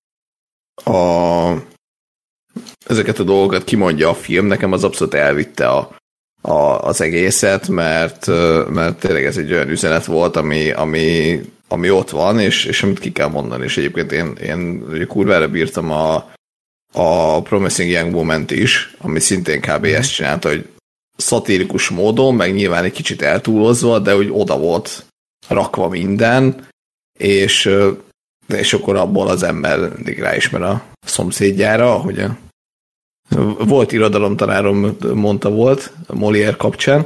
ezeket a dolgokat kimondja a film, nekem az abszolút elvitte az egészet, mert tényleg ez egy olyan üzenet volt, ami ott van, és amit ki kell mondani, és egyébként én kurvára bírtam a Promising Young Woman-t is, ami szintén kb. Ezt csinálta, hogy szatirikus módon, meg nyilván egy kicsit eltúlozva, de hogy oda volt rakva minden, és akkor abból az ember mindig ráismer a szomszédjára, ahogy volt irodalomtanárom mondta volt, Molière kapcsán.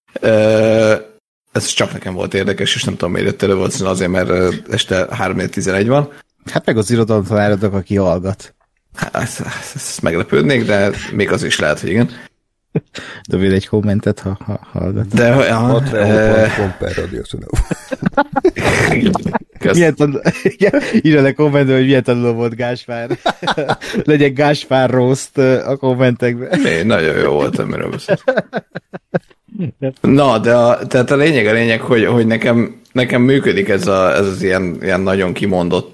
Ez csak nekem volt érdekes, és nem tudom, miért jött elő, valószínűleg azért, mert este 3:11 van. Hát meg az irodalomtanárodok, aki hallgat. Hát, ezt meglepődnék, de még az is lehet, hogy igen. Dobj egy kommentet, ha hallgat. Patreon.com/radioszunó. Írja le kommentben, hogy milyen tanuló volt Gáspár. Legyen Gáspár roast a kommentekben. Nagyon jó volt, amiről beszélt. Na, tehát a lényeg, hogy nekem működik ez az ilyen nagyon kimondott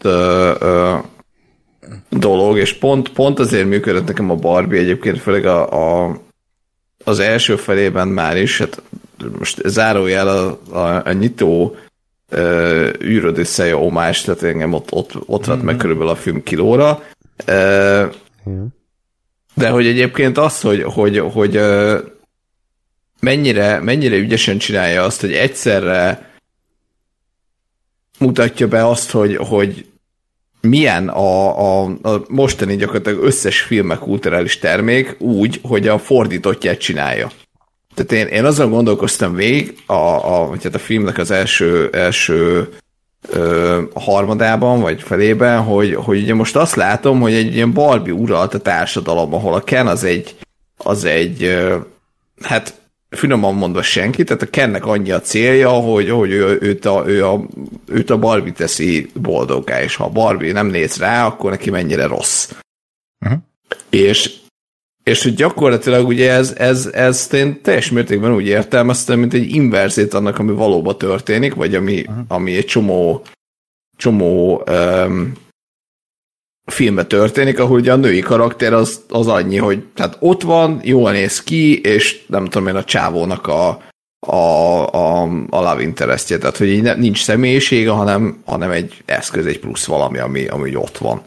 dolog, és pont azért működött nekem a Barbie egyébként, főleg az első felében már is, hát most zárójel a nyitó űrödösszeje omás, tehát engem ott vett meg körülbelül a film kilóra. De hogy egyébként az, hogy mennyire ügyesen csinálja azt, hogy egyszerre mutatja be azt, hogy milyen a mostani gyakorlatilag összes filmek kulturális termék úgy, hogy a fordítottját csinálja. Tehát én azon gondolkoztam végig, hát a filmnek az első harmadában, vagy felében, hogy ugye most azt látom, hogy egy ilyen Barbie uralt a társadalom, ahol a Ken az egy hát finoman mondva senki, tehát a Kennek annyi a célja, hogy őt a Barbie teszi boldoggá, és ha a Barbie nem néz rá, akkor neki mennyire rossz. Uh-huh. És hogy gyakorlatilag ugye ez én teljes mértékben úgy értelmeztem, mint egy inverzét annak, ami valóban történik, vagy ami egy csomó filmben történik, ahol ugye a női karakter az annyi, hogy tehát ott van, jól néz ki, és nem tudom én, a csávónak a love interestje, tehát hogy így nincs személyisége, hanem egy eszköz, egy plusz valami, ami ott van.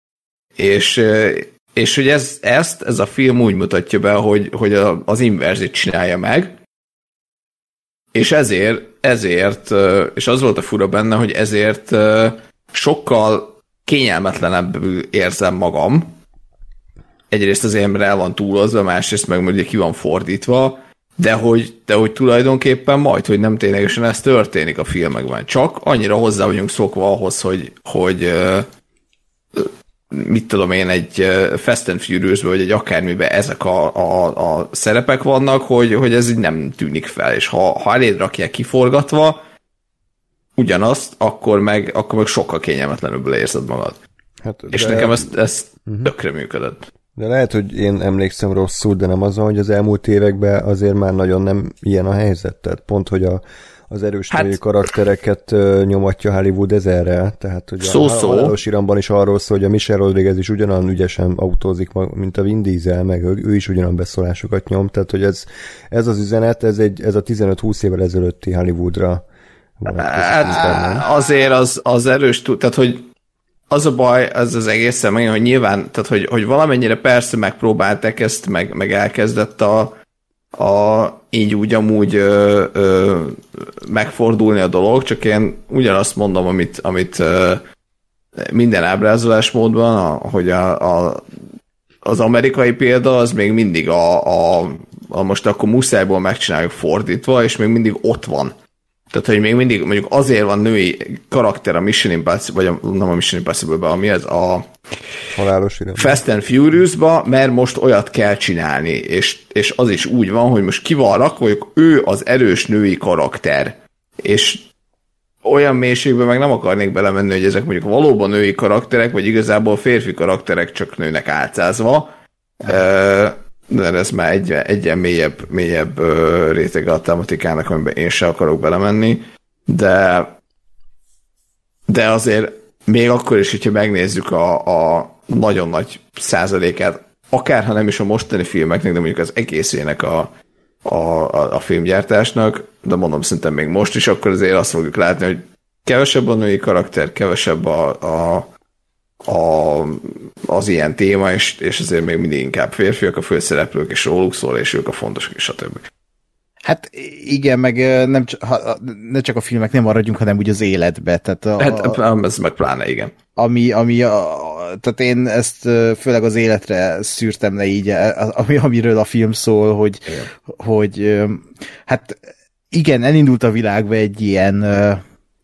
És hogy ez a film úgy mutatja be, hogy az inverzit csinálja meg, és ezért, és az volt a fura benne, hogy ezért sokkal kényelmetlenebbül érzem magam. Egyrészt az élmre el van túlozva, másrészt meg ugye ki van fordítva, de hogy tulajdonképpen majd, hogy nem ténylegesen ez történik a filmekben. Csak annyira hozzá vagyunk szokva ahhoz, hogy mit tudom én, egy Fast and Furious-ben, vagy egy akármiben ezek a szerepek vannak, hogy ez így nem tűnik fel, és ha eléd rakják kiforgatva ugyanazt, akkor meg sokkal kényelmetlenül érzed magad. Hát, és nekem ez tökre működött. De lehet, hogy én emlékszem rosszul, de nem azon, hogy az elmúlt években azért már nagyon nem ilyen a helyzet. Tehát pont, hogy az erős női karaktereket nyomatja Hollywood ezerrel. Tehát, hogy a Halálos Iramban is arról szól, hogy a Michelle Rodriguez is ugyanolyan ügyesen autózik, mint a Vin Diesel, meg ő is ugyanolyan beszólásokat nyom. Tehát, hogy ez az üzenet, ez a 15-20 évvel ezelőtti Hollywoodra. Hát azért az erős, tehát, hogy az a baj, az egészen meg, hogy nyilván, tehát, hogy valamennyire persze megpróbálták ezt, meg elkezdett így úgy amúgy megfordulni a dolog, csak én ugyanazt mondom, amit minden ábrázolásmódban, hogy az amerikai példa az még mindig most akkor muszájból megcsináljuk fordítva, és még mindig ott van. Tehát, hogy még mindig mondjuk azért van női karakter a Mission Impossible, vagy nem a Mission Impossible-ben, ami ez a Halálos Iram. Fast and Furious-ba, mert most olyat kell csinálni, és az is úgy van, hogy most ki van rakva, hogy ő az erős női karakter, és olyan mélységben meg nem akarnék belemenni, hogy ezek mondjuk valóban női karakterek, vagy igazából férfi karakterek csak nőnek álcázva, de ez már egy mélyebb rétege a tematikának, amiben én sem akarok belemenni, de azért még akkor is, hogyha megnézzük a nagyon nagy százalékát, akárha nem is a mostani filmeknek, de mondjuk az egészének a filmgyártásnak, de mondom szerintem még most is, akkor azért azt fogjuk látni, hogy kevesebb a női karakter, kevesebb az ilyen téma, és azért még mindig inkább férfiak a főszereplők, és róluk szól, és ők a fontosak, és a többi. Hát igen, meg ne csak a filmek, nem maradjunk, hanem úgy az életbe. Tehát ez meg pláne, igen. Tehát én ezt főleg az életre szűrtem le így, amiről a film szól, hogy hát igen, elindult a világba egy ilyen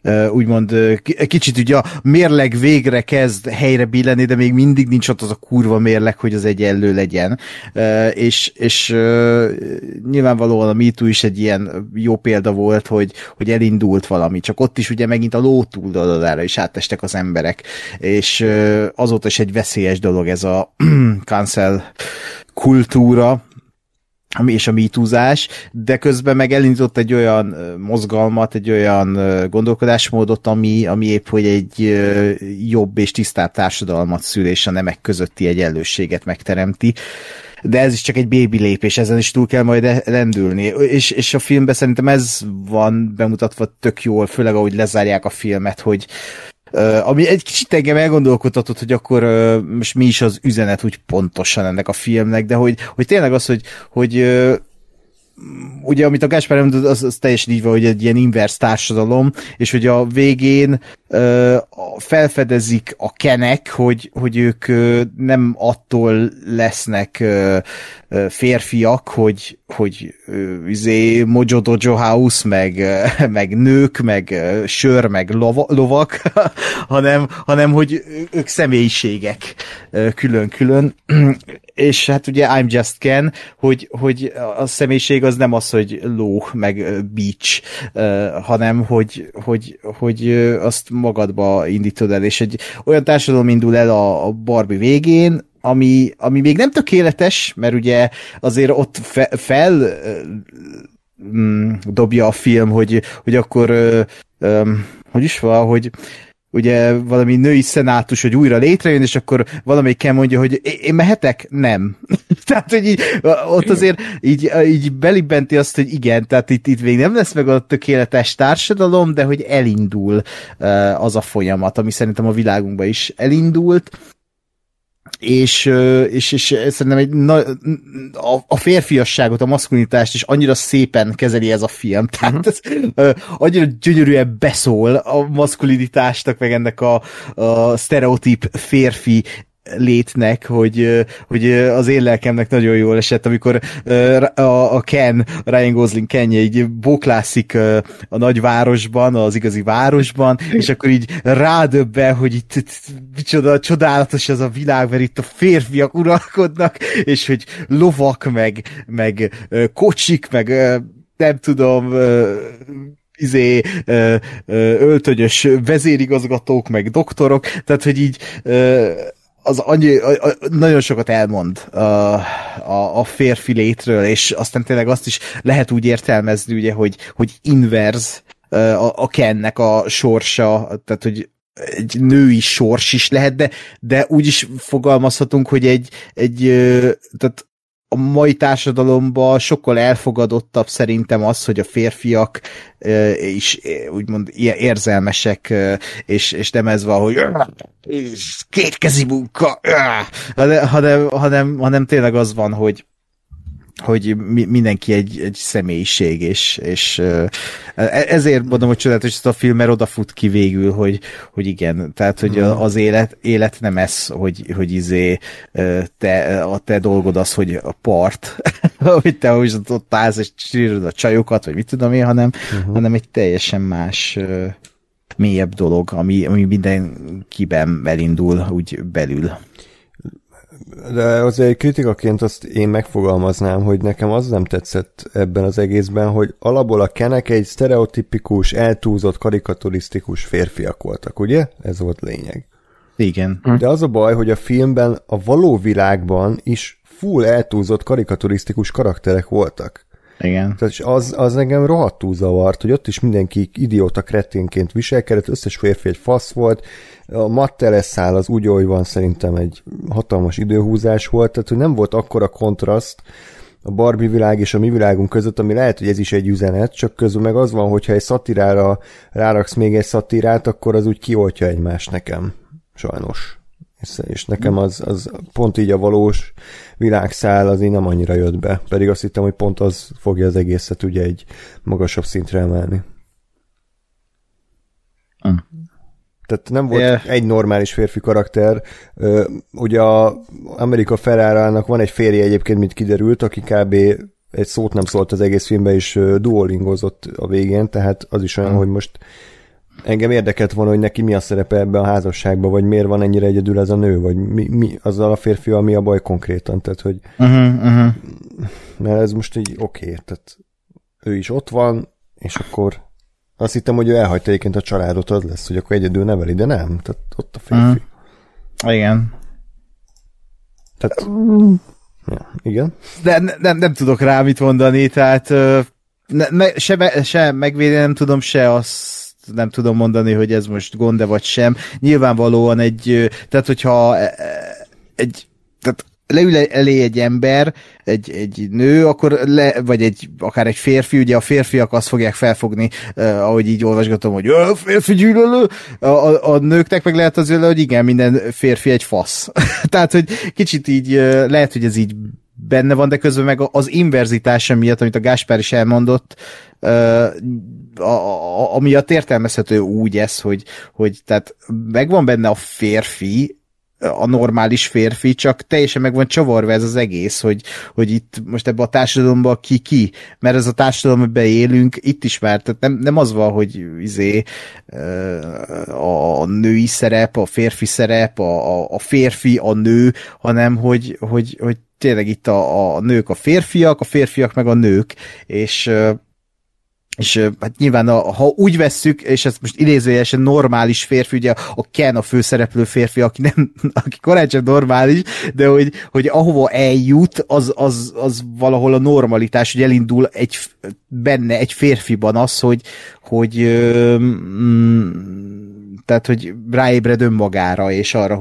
úgymond kicsit ugye a mérleg végre kezd helyre billenni, de még mindig nincs ott az a kurva mérleg, hogy az egyenlő legyen. És nyilvánvalóan a MeToo is egy ilyen jó példa volt, hogy elindult valami, csak ott is ugye megint a ló túloldalára is átestek az emberek, és azóta is egy veszélyes dolog ez a cancel kultúra, és a MeToo-zás, de közben meg elindított egy olyan mozgalmat, egy olyan gondolkodásmódot, ami épp, hogy egy jobb és tisztább társadalmat szül, és a nemek közötti egyenlőséget megteremti. De ez is csak egy baby lépés, ezen is túl kell majd lendülni. És a filmben szerintem ez van bemutatva tök jól, főleg ahogy lezárják a filmet, hogy ami egy kicsit engem elgondolkodtatott, hogy akkor most mi is az üzenet úgy pontosan ennek a filmnek, de hogy tényleg az, hogy ugye, amit a Gáspár mondott, az teljesen így van, hogy egy ilyen inverse társadalom, és hogy a végén felfedezik a kenek, hogy ők nem attól lesznek férfiak, hogy Mojo Dojo House, meg nők, meg sör, meg lovak, hanem hogy ők személyiségek külön-külön, és hát ugye I'm Just Ken, hogy a személyiség az nem az, hogy ló, meg beach, hanem hogy azt magadba indítod el, és egy olyan társadalom indul el a Barbie végén, ami még nem tökéletes, mert ugye azért ott dobja a film, hogy akkor hogy is van, hogy ugye valami női szenátus, hogy újra létrejön, és akkor valamelyikkel mondja, hogy én mehetek? Nem. Tehát, hogy így, ott azért így belibbenti azt, hogy igen, tehát itt még nem lesz meg a tökéletes társadalom, de hogy elindul az a folyamat, ami szerintem a világunkban is elindult, és szerintem a férfiasságot, a maszkulinitást is annyira szépen kezeli ez a film, tehát ez, annyira gyönyörűen beszól a maszkulinitásnak, meg ennek a sztereotíp férfi létnek, hogy az én lelkemnek nagyon jól esett, amikor a Ken, Ryan Gosling Kenje így bóklászik a nagyvárosban, az igazi városban, és akkor így rádöbben, hogy itt micsoda csodálatos ez a világ, mert itt a férfiak uralkodnak, és hogy lovak, meg kocsik, meg nem tudom, öltönyös vezérigazgatók, meg doktorok, tehát hogy így az nagyon sokat elmond a férfi létről, és aztán tényleg azt is lehet úgy értelmezni, ugye, hogy inverz a Kennek a sorsa, tehát hogy egy női sors is lehet, de úgy is fogalmazhatunk, hogy tehát a mai társadalomban sokkal elfogadottabb szerintem az, hogy a férfiak is úgymond érzelmesek, és nem ez van, hogy kétkezi munka, hanem tényleg az van, hogy mindenki egy személyiség, és ezért mondom, hogy csodálatos ezt a film, mert odafut ki végül, hogy igen, tehát, hogy az élet nem ez, hogy te dolgod az, hogy a part, hogy te ott állsz, és csírod a csajokat, vagy mit tudom én, hanem egy teljesen más mélyebb dolog, ami mindenkiben elindul úgy belül. De azért kritikaként azt én megfogalmaznám, hogy nekem az nem tetszett ebben az egészben, hogy alapból a Kenek egy sztereotipikus, eltúlzott, karikaturisztikus férfiak voltak, ugye? Ez volt lényeg. Igen. De az a baj, hogy a filmben, a való világban is full eltúlzott, karikaturisztikus karakterek voltak. Igen. Tehát az engem rohadtul zavart, hogy ott is mindenki idióta kreténként viselkedett, összes férfi egy fasz volt, a Matt Eleszál az úgy, ahogy van, szerintem egy hatalmas időhúzás volt, tehát hogy nem volt akkora kontraszt a Barbie világ és a mi világunk között, ami lehet, hogy ez is egy üzenet, csak közül meg az van, hogyha egy szatirára ráraksz még egy szatirát, akkor az úgy kioltja egymást nekem. Sajnos. És nekem az pont így a valós világszál az így nem annyira jött be. Pedig azt hittem, hogy pont az fogja az egészet ugye egy magasabb szintre emelni. Tehát nem volt egy normális férfi karakter. Ugye a America Ferrara-nak van egy férje egyébként, mint kiderült, aki kb. Egy szót nem szólt az egész filmben, és duolingozott a végén, tehát az is olyan, hogy most Engem érdekelt volna, hogy neki mi a szerepe ebben a házasságban, vagy miért van ennyire egyedül ez a nő, vagy mi azzal a férfival mi a baj konkrétan, tehát hogy mert ez most így oké, tehát ő is ott van, és akkor azt hittem, hogy ő elhagyta egyébként a családot, az lesz, hogy akkor egyedül neveli, de nem, tehát ott a férfi. Igen. Tehát, ja, igen. De nem tudok rá mit mondani, tehát se megvédeni nem tudom, se azt nem tudom mondani, hogy ez most gond-e vagy sem. Nyilvánvalóan tehát hogyha tehát leül elé egy ember, egy nő, akkor vagy akár egy férfi, ugye a férfiak azt fogják felfogni, ahogy így olvasgatom, hogy férfi gyűlölő, a nőknek meg lehet az hogy igen, minden férfi egy fasz. Tehát, hogy kicsit így lehet, hogy ez így benne van, de közben meg az inverzitása miatt, amit a Gáspár is elmondott, amiatt értelmezhető úgy ez, hogy tehát megvan benne a férfi, a normális férfi, csak teljesen meg van csavarva ez az egész, hogy itt most ebben a társadalomban ki, mert ez a társadalom, amiben élünk, itt is már, tehát nem az van, hogy a női szerep, a férfi szerep, a férfi a nő, hanem hogy tényleg itt a nők a férfiak meg a nők, és hát nyilván, ha úgy vesszük, és ezt most idézőjelesen normális férfi, ugye a Ken a főszereplő férfi, aki korán sem normális, de hogy ahova eljut, az valahol a normalitás, hogy elindul benne egy férfiban az, tehát, hogy ráébred önmagára, és arra,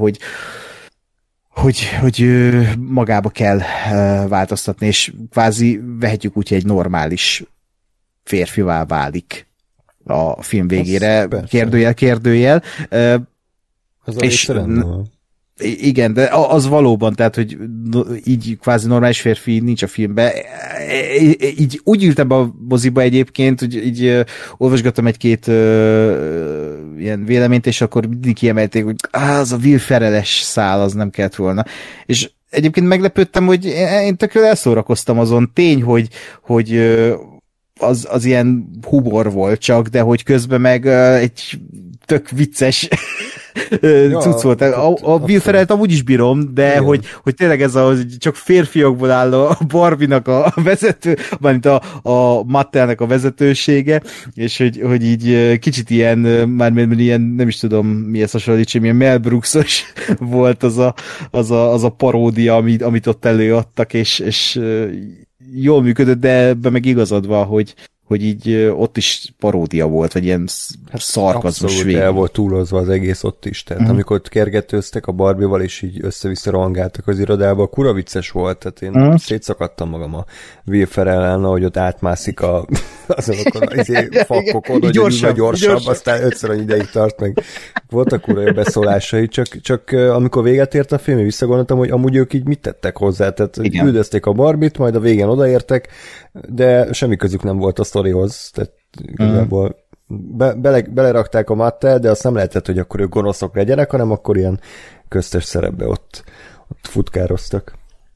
hogy magába kell változtatni, és kvázi vehetjük úgy, hogy egy normális férfivá válik a film végére. Kérdőjel. És igen, de az valóban, tehát, hogy így kvázi normális férfi nincs a filmben. Így úgy ültem be a moziba egyébként, hogy így olvasgattam egy-két ilyen véleményt, és akkor mindig kiemelték, hogy az a Will Ferrell-es szál, az nem kellett volna. És egyébként meglepődtem, hogy én tökről elszórakoztam azon. Tény, hogy az ilyen humor volt csak, de hogy közben meg egy tök vicces cucc volt. A Will Ferrellt amúgy is bírom, de hogy tényleg ez csak férfiakból áll a Barbie-nak a vezető, mármint a Mattelnek a vezetősége, és hogy így kicsit ilyen, mármint ilyen, nem is tudom mi ezt hasonlítsam, ilyen Mel Brooksos volt az a paródia, amit ott előadtak, és jól működött, de ebben meg igazad van, hogy így ott is paródia volt, vagy ilyen szarkazmus végig. El volt túlozva az egész ott is, tehát amikor ott kergetőztek a Barbie-val, és így össze-vissza rohangáltak az irodába, kura vicces volt, tehát én szétszakadtam magam a Will Ferrell-en, ahogy ott átmászik azokon a fakkokon, hogy gyorsabb, aztán 5-ször annyi ideig tart, meg voltak kura jó beszólásai, csak amikor véget ért a film, visszagondoltam, hogy amúgy ők így mit tettek hozzá, tehát üldözték a Barbie-t, majd a végén odaértek, de semmi közük nem volt a sztorihoz, tehát igazából belerakták a Mattel, de azt nem lehetett, hogy akkor ők gonoszok legyenek, hanem akkor ilyen köztes szerepbe ott futkároztak.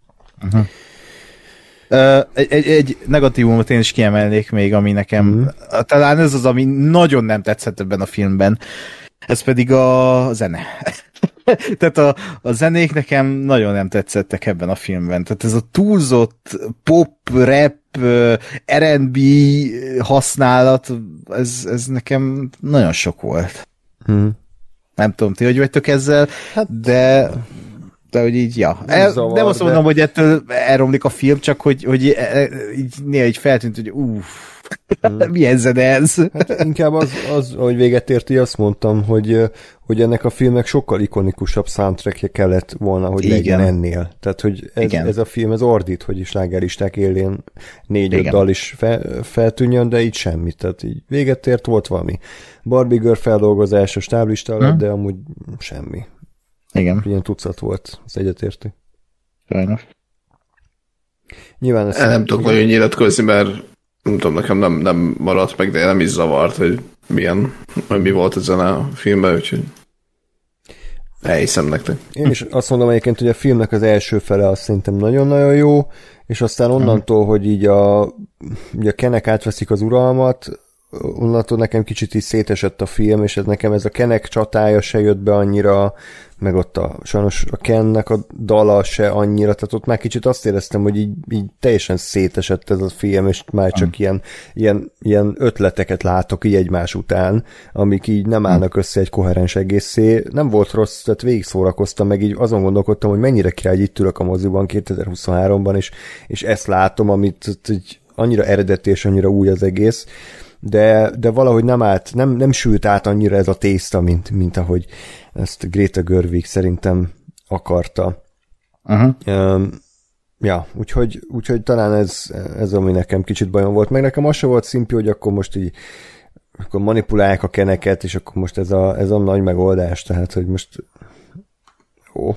Egy negatívumot én is kiemelnék még, ami nekem talán ez az, ami nagyon nem tetszett ebben a filmben. Ez pedig a zene. Tehát a zenék nekem nagyon nem tetszettek ebben a filmben. Tehát ez a túlzott pop, rap, R&B használat, ez nekem nagyon sok volt. Nem tudom, ti hogy vagytok ezzel, de hogy így, ja. Nem azt mondom, hogy ettől elromlik a film, csak hogy így néha így feltűnt, hogy milyen zene ez? Hát inkább az, ahogy véget érti, azt mondtam, hogy ennek a filmnek sokkal ikonikusabb soundtrackje kellett volna, hogy legyen ennél. Tehát, hogy ez a film, ez ordít, hogy is slágerlisták élén 4-5 dal is feltűnjön, de így semmit. Tehát így véget ért, volt valami Barbie Girl feldolgozás a stáblista alatt, de amúgy semmi. Igen. Ilyen tucat volt, az egyetértő. Sajnos. Nyilván ezt nem tudok nagyon nyilatkozni, mert nem tudom, nekem nem maradt meg, de nem is zavart, hogy mi volt a zene a filmben, úgyhogy elhiszem nektek. Én is azt mondom egyébként, hogy a filmnek az első fele azt szerintem nagyon-nagyon jó, és aztán onnantól, hogy így ugye a Kenek átveszik az uralmat, onnantól nekem kicsit is szétesett a film, és nekem ez a Kenek csatája se jött be annyira, meg ott sajnos a Kennek a dala se annyira, tehát ott már kicsit azt éreztem, hogy így teljesen szétesett ez a film, és már csak ilyen ötleteket látok így egymás után, amik így nem állnak össze egy koherens egészé. Nem volt rossz, tehát végig szórakoztam, meg így azon gondolkodtam, hogy mennyire király, hogy itt ülök a moziban 2023-ban, és ezt látom, amit így annyira eredeti és annyira új az egész, de valahogy nem sült át annyira ez a tészta, mint ahogy ezt Greta Gerwig szerintem akarta. Ja, úgyhogy talán ez ami nekem kicsit bajom volt. Meg nekem az se volt szimpi, hogy akkor most így akkor manipulálják a Keneket, és akkor most ez a nagy megoldás, tehát hogy most jó.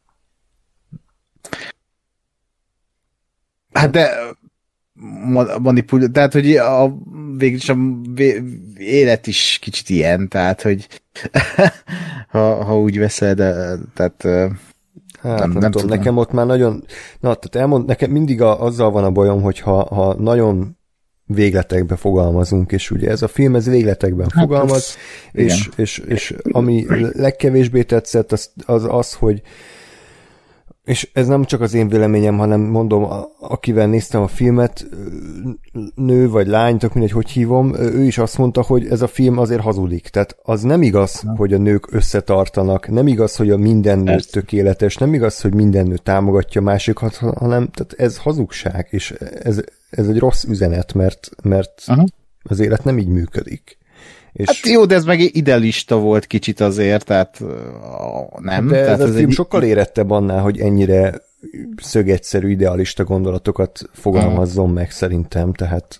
Hát de tehát, hogy végülis a élet is kicsit ilyen, tehát, hogy ha úgy veszed, tehát hát nem tudom, nekem ott már nagyon, tehát nekem mindig azzal van a bajom, hogy ha nagyon végletekbe fogalmazunk, és ugye ez a film, ez végletekben fogalmaz, és ami legkevésbé tetszett, az, hogy és ez nem csak az én véleményem, hanem mondom, akivel néztem a filmet, nő vagy lány, tök mindegy, hogy hívom, ő is azt mondta, hogy ez a film azért hazudik. Tehát az nem igaz, hogy a nők összetartanak, nem igaz, hogy a minden nő tökéletes, nem igaz, hogy minden nő támogatja a másikat, hanem tehát ez hazugság, és ez egy rossz üzenet, mert az élet nem így működik. És hát jó, de ez meg idealista volt kicsit azért, tehát nem. De tehát ez a film sokkal érettebb annál, hogy ennyire szögegyszerű idealista gondolatokat fogalmazzon meg szerintem, tehát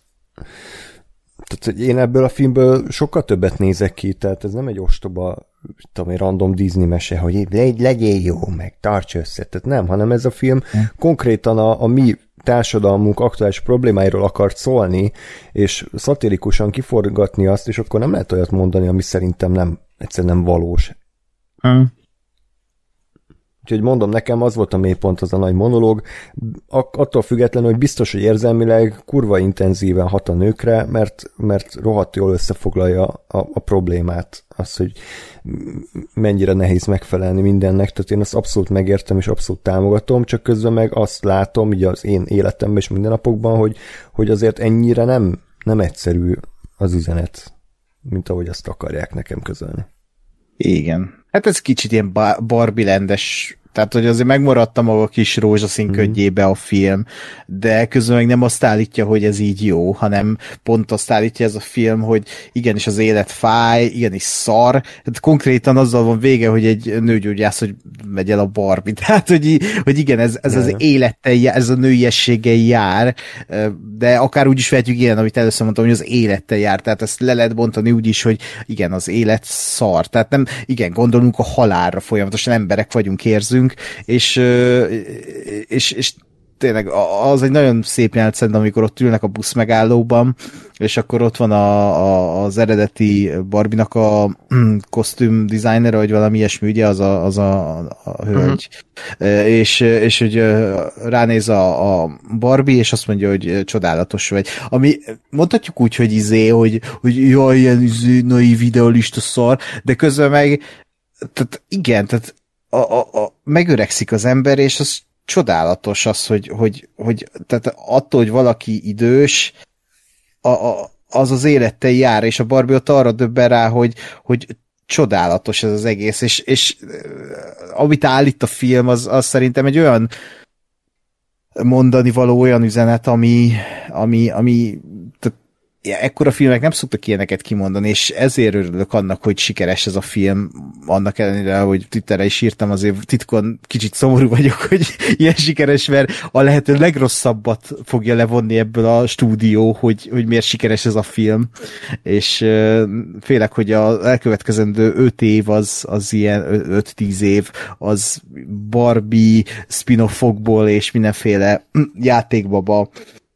én ebből a filmből sokkal többet nézek ki, tehát ez nem egy ostoba, egy random Disney mese, hogy legyél jó, meg tarts össze, tehát nem, hanem ez a film konkrétan a mi társadalmunk aktuális problémáiról akart szólni, és szatirikusan kiforgatni azt, és akkor nem lehet olyat mondani, ami szerintem egyszerűen nem valós. Úgyhogy mondom, nekem az volt a mélypont, az a nagy monológ, attól függetlenül, hogy biztos, hogy érzelmileg kurva intenzíven hat a nőkre, mert rohadt jól összefoglalja a problémát, az, hogy mennyire nehéz megfelelni mindennek, tehát én azt abszolút megértem, és abszolút támogatom, csak közben meg azt látom, így az én életemben és mindennapokban, hogy azért ennyire nem egyszerű az üzenet, mint ahogy azt akarják nekem közölni. Igen. Hát ez kicsit ilyen Barbie-landes, tehát hogy azért megmaradta maga a kis rózsaszín ködjébe a film, de közben meg nem azt állítja, hogy ez így jó, hanem pont azt állítja ez a film, hogy igenis az élet fáj, igenis szar, tehát konkrétan azzal van vége, hogy egy nőgyógyász, hogy megy el a Barbie, tehát hogy igen, ez az élettel, ez a nőiességgel jár, de akár úgy is vehetjük ilyen, amit először mondtam, hogy az élettel jár, tehát ezt le lehet bontani úgy is, hogy igen, az élet szar, tehát nem, igen, gondolunk a halálra folyamatosan, emberek vagyunk, érzünk, és tényleg az egy nagyon szép jelenet szerintem, amikor ott ülnek a busz megállóban, és akkor ott van az eredeti Barbie-nak a kosztüm designer, vagy valami ilyesmi, ugye, az a hölgy. És hogy ránéz a Barbie, és azt mondja, hogy csodálatos vagy. Ami mondhatjuk úgy, hogy jaj, ilyen naív idealista szar, de közben meg tehát igen, tehát megöregszik az ember, és az csodálatos az, hogy tehát attól, hogy valaki idős, az élettel jár, és a Barbie ott arra döbben rá, hogy csodálatos ez az egész, és amit állít a film, az szerintem egy olyan mondani való olyan üzenet, ami ekkora filmek nem szoktak ilyeneket kimondani, és ezért örülök annak, hogy sikeres ez a film, annak ellenére, hogy Twitterre is írtam, azért titkon kicsit szomorú vagyok, hogy ilyen sikeres, mert a lehető legrosszabbat fogja levonni ebből a stúdió, hogy miért sikeres ez a film, és félek, hogy az elkövetkezendő 5 év az ilyen 5-10 év, az Barbie spin-offokból és mindenféle játékbaba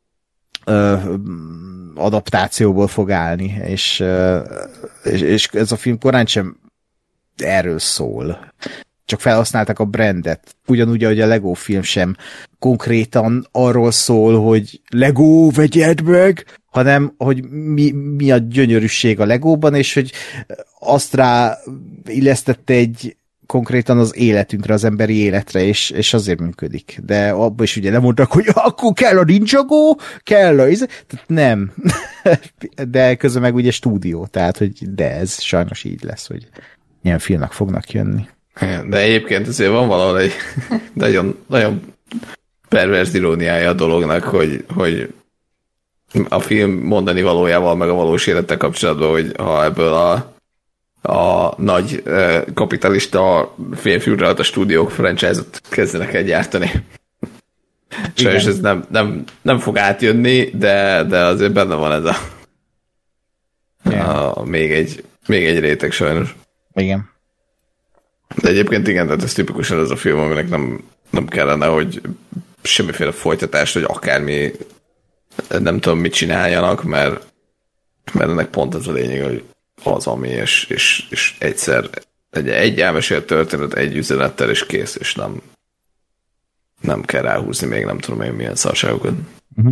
adaptációból fog állni, és ez a film korán sem erről szól. Csak felhasználták a brandet. Ugyanúgy, ahogy a Lego film sem konkrétan arról szól, hogy Lego, vegyed meg, hanem hogy mi a gyönyörűség a Legóban, és hogy azt rá illesztette konkrétan az életünkre, az emberi életre, és azért működik. De abban is ugye lemondtak, hogy akkor kell a Ninjago, kell a... Tehát nem. De közben meg ugye stúdió, tehát hogy de ez sajnos így lesz, hogy ilyen filmek fognak jönni. De egyébként azért van valahol egy nagyon, nagyon pervers iróniája a dolognak, hogy a film mondani valójával, meg a valós élettel kapcsolatban, hogy ha ebből a nagy kapitalista félfűrrel a stúdiók franchise-ot kezdenek el gyártani. Sajnos ez nem fog átjönni, de azért benne van ez még egy réteg sajnos. Igen. De egyébként igen, tehát ez tipikusan ez a film, aminek nem kellene, hogy semmiféle folytatást, hogy akármi nem tudom mit csináljanak, mert ennek pont ez a lényeg, hogy az, ami, és egyszer egy elmesélt történet, egy üzenettel, és kész, és nem kell ráhúzni még nem tudom én milyen szarságokat. Uh-huh.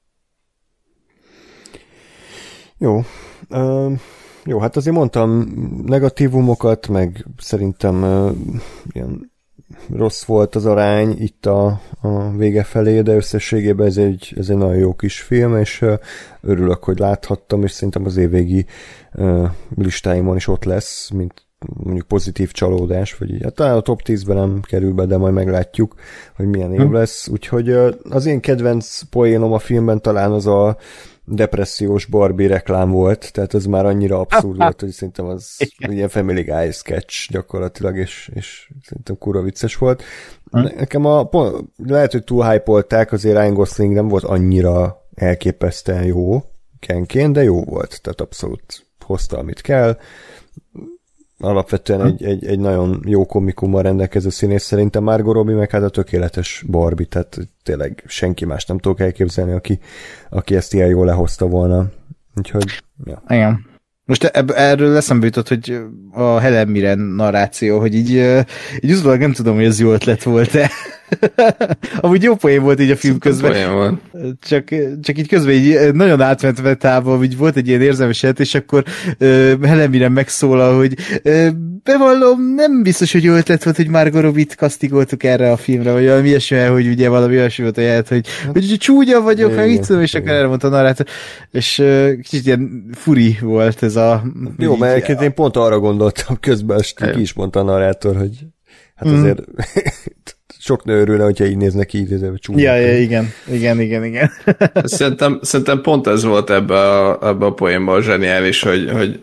Jó, hát azért mondtam negatívumokat, meg szerintem ilyen rossz volt az arány itt a vége felé, de összességében ez egy nagyon jó kis film, és örülök, hogy láthattam, és szerintem az évvégi listáimon is ott lesz, mint mondjuk pozitív csalódás, vagy így. Hát talán a top 10-ben nem kerül be, de majd meglátjuk, hogy milyen év lesz. Úgyhogy az én kedvenc poénom a filmben talán az a depressziós Barbie reklám volt, tehát az már annyira abszurd volt, hogy szerintem az ilyen Family Guy sketch gyakorlatilag, és szerintem kurva vicces volt. Nekem lehet, hogy túl hype-olták, azért Ryan Gosling nem volt annyira elképesztően jó Kenként, de jó volt, tehát abszolút hozta, amit kell. Alapvetően egy nagyon jó komikummal rendelkező színész, szerintem Margot Robbie meg hát a tökéletes Barbie, tehát tényleg senki más nem tudok elképzelni, aki ezt ilyen jól lehozta volna. Úgyhogy, ja. Igen. Most erről eszembe jutott, hogy a Helen Mirren narráció, hogy így utólag nem tudom, hogy ez jó ötlet volt-e. Amúgy jó poén volt így a film közben. Csak így közben így nagyon átment távol, hogy volt egy ilyen érzelmes jelet, és akkor Helen Mirren megszólal, hogy bevallom, nem biztos, hogy jó ötlet volt, hogy Margot Robbie-t kasztigoltuk erre a filmre, vagy valami ilyesmi, hogy ugye valami olyasmi volt a jelet, hogy csúnya vagyok, meg így tudom, és akkor erre mondta a narrátor. És kicsit ilyen furi volt ez a... Jó, mert én pont arra gondoltam közben, ki is mondta a narrátor, hogy hát azért sok nő örülne, hogyha így néznek ki, így csúnya. Ja, igen. Szerintem pont ez volt ebbe a poénban zseniális, hogy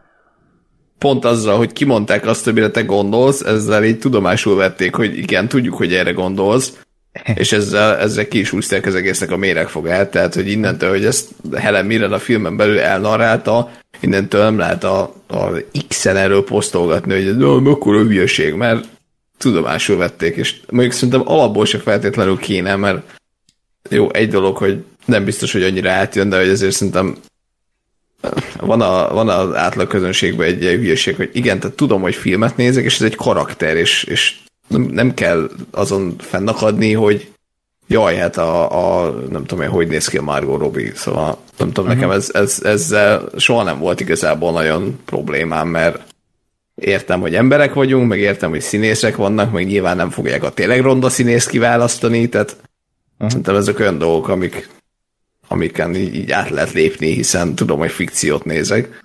pont azzal, hogy kimondták azt, amire te gondolsz, ezzel így tudomásul vették, hogy igen, tudjuk, hogy erre gondolsz, és ezzel ki is húzták az egésznek a méregfogát, tehát, hogy innentől, hogy ezt Helen Mirren a filmen belül elnarrálta, innentől nem lehet a X-en erről posztolgatni, hogy mekkora hülyeség, mert tudomásul vették, és mondjuk szerintem alapból se feltétlenül kéne, mert jó, egy dolog, hogy nem biztos, hogy annyira átjön, de hogy azért szerintem van az átlag közönségben egy ilyen hülyeség, hogy igen, tehát tudom, hogy filmet nézek, és ez egy karakter, és nem kell azon fennakadni, hogy jaj, hát nem tudom én, hogy néz ki a Margot Robbie, szóval nem tudom, nekem ezzel soha nem volt igazából nagyon problémám, mert értem, hogy emberek vagyunk, meg értem, hogy színészek vannak, meg nyilván nem fogják a tényleg ronda színészt kiválasztani, tehát szerintem ezek olyan dolgok, amiken így át lehet lépni, hiszen tudom, hogy fikciót nézek.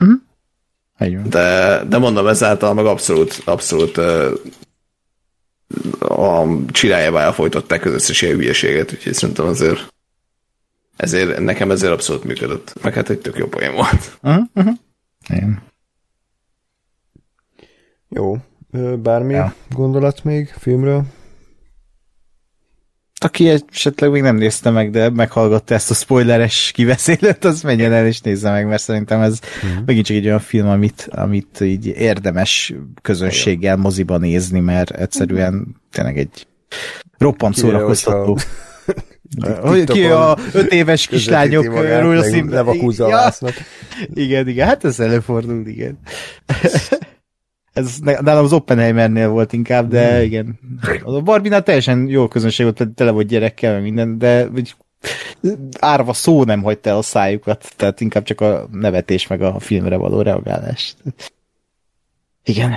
De mondom, ezáltal meg abszolút a csirájával elfolytották az összes ilyen hülyeséget, úgyhogy szerintem nekem ezért abszolút működött. Meg hát egy tök jó poén volt. Igen. Jó. Bármi gondolat még filmről? Aki esetleg még nem nézte meg, de meghallgatta ezt a spoileres kiveszélőt, az menjen el és nézze meg, mert szerintem ez megint csak egy olyan film, amit így érdemes közönséggel moziba nézni, mert egyszerűen tényleg egy roppant szórakoztató. Ki a 5 éves kislányokról színben. Levakúzza a vásznak. Igen, hát ez előfordul, igen. Ez nálam az Oppenheimernél volt inkább, de igen. A Barbie-nál teljesen jó közönség volt, tele volt gyerekkel, minden, de árva szó nem hagyta el a szájukat, tehát inkább csak a nevetés meg a filmre való reagálás. Igen.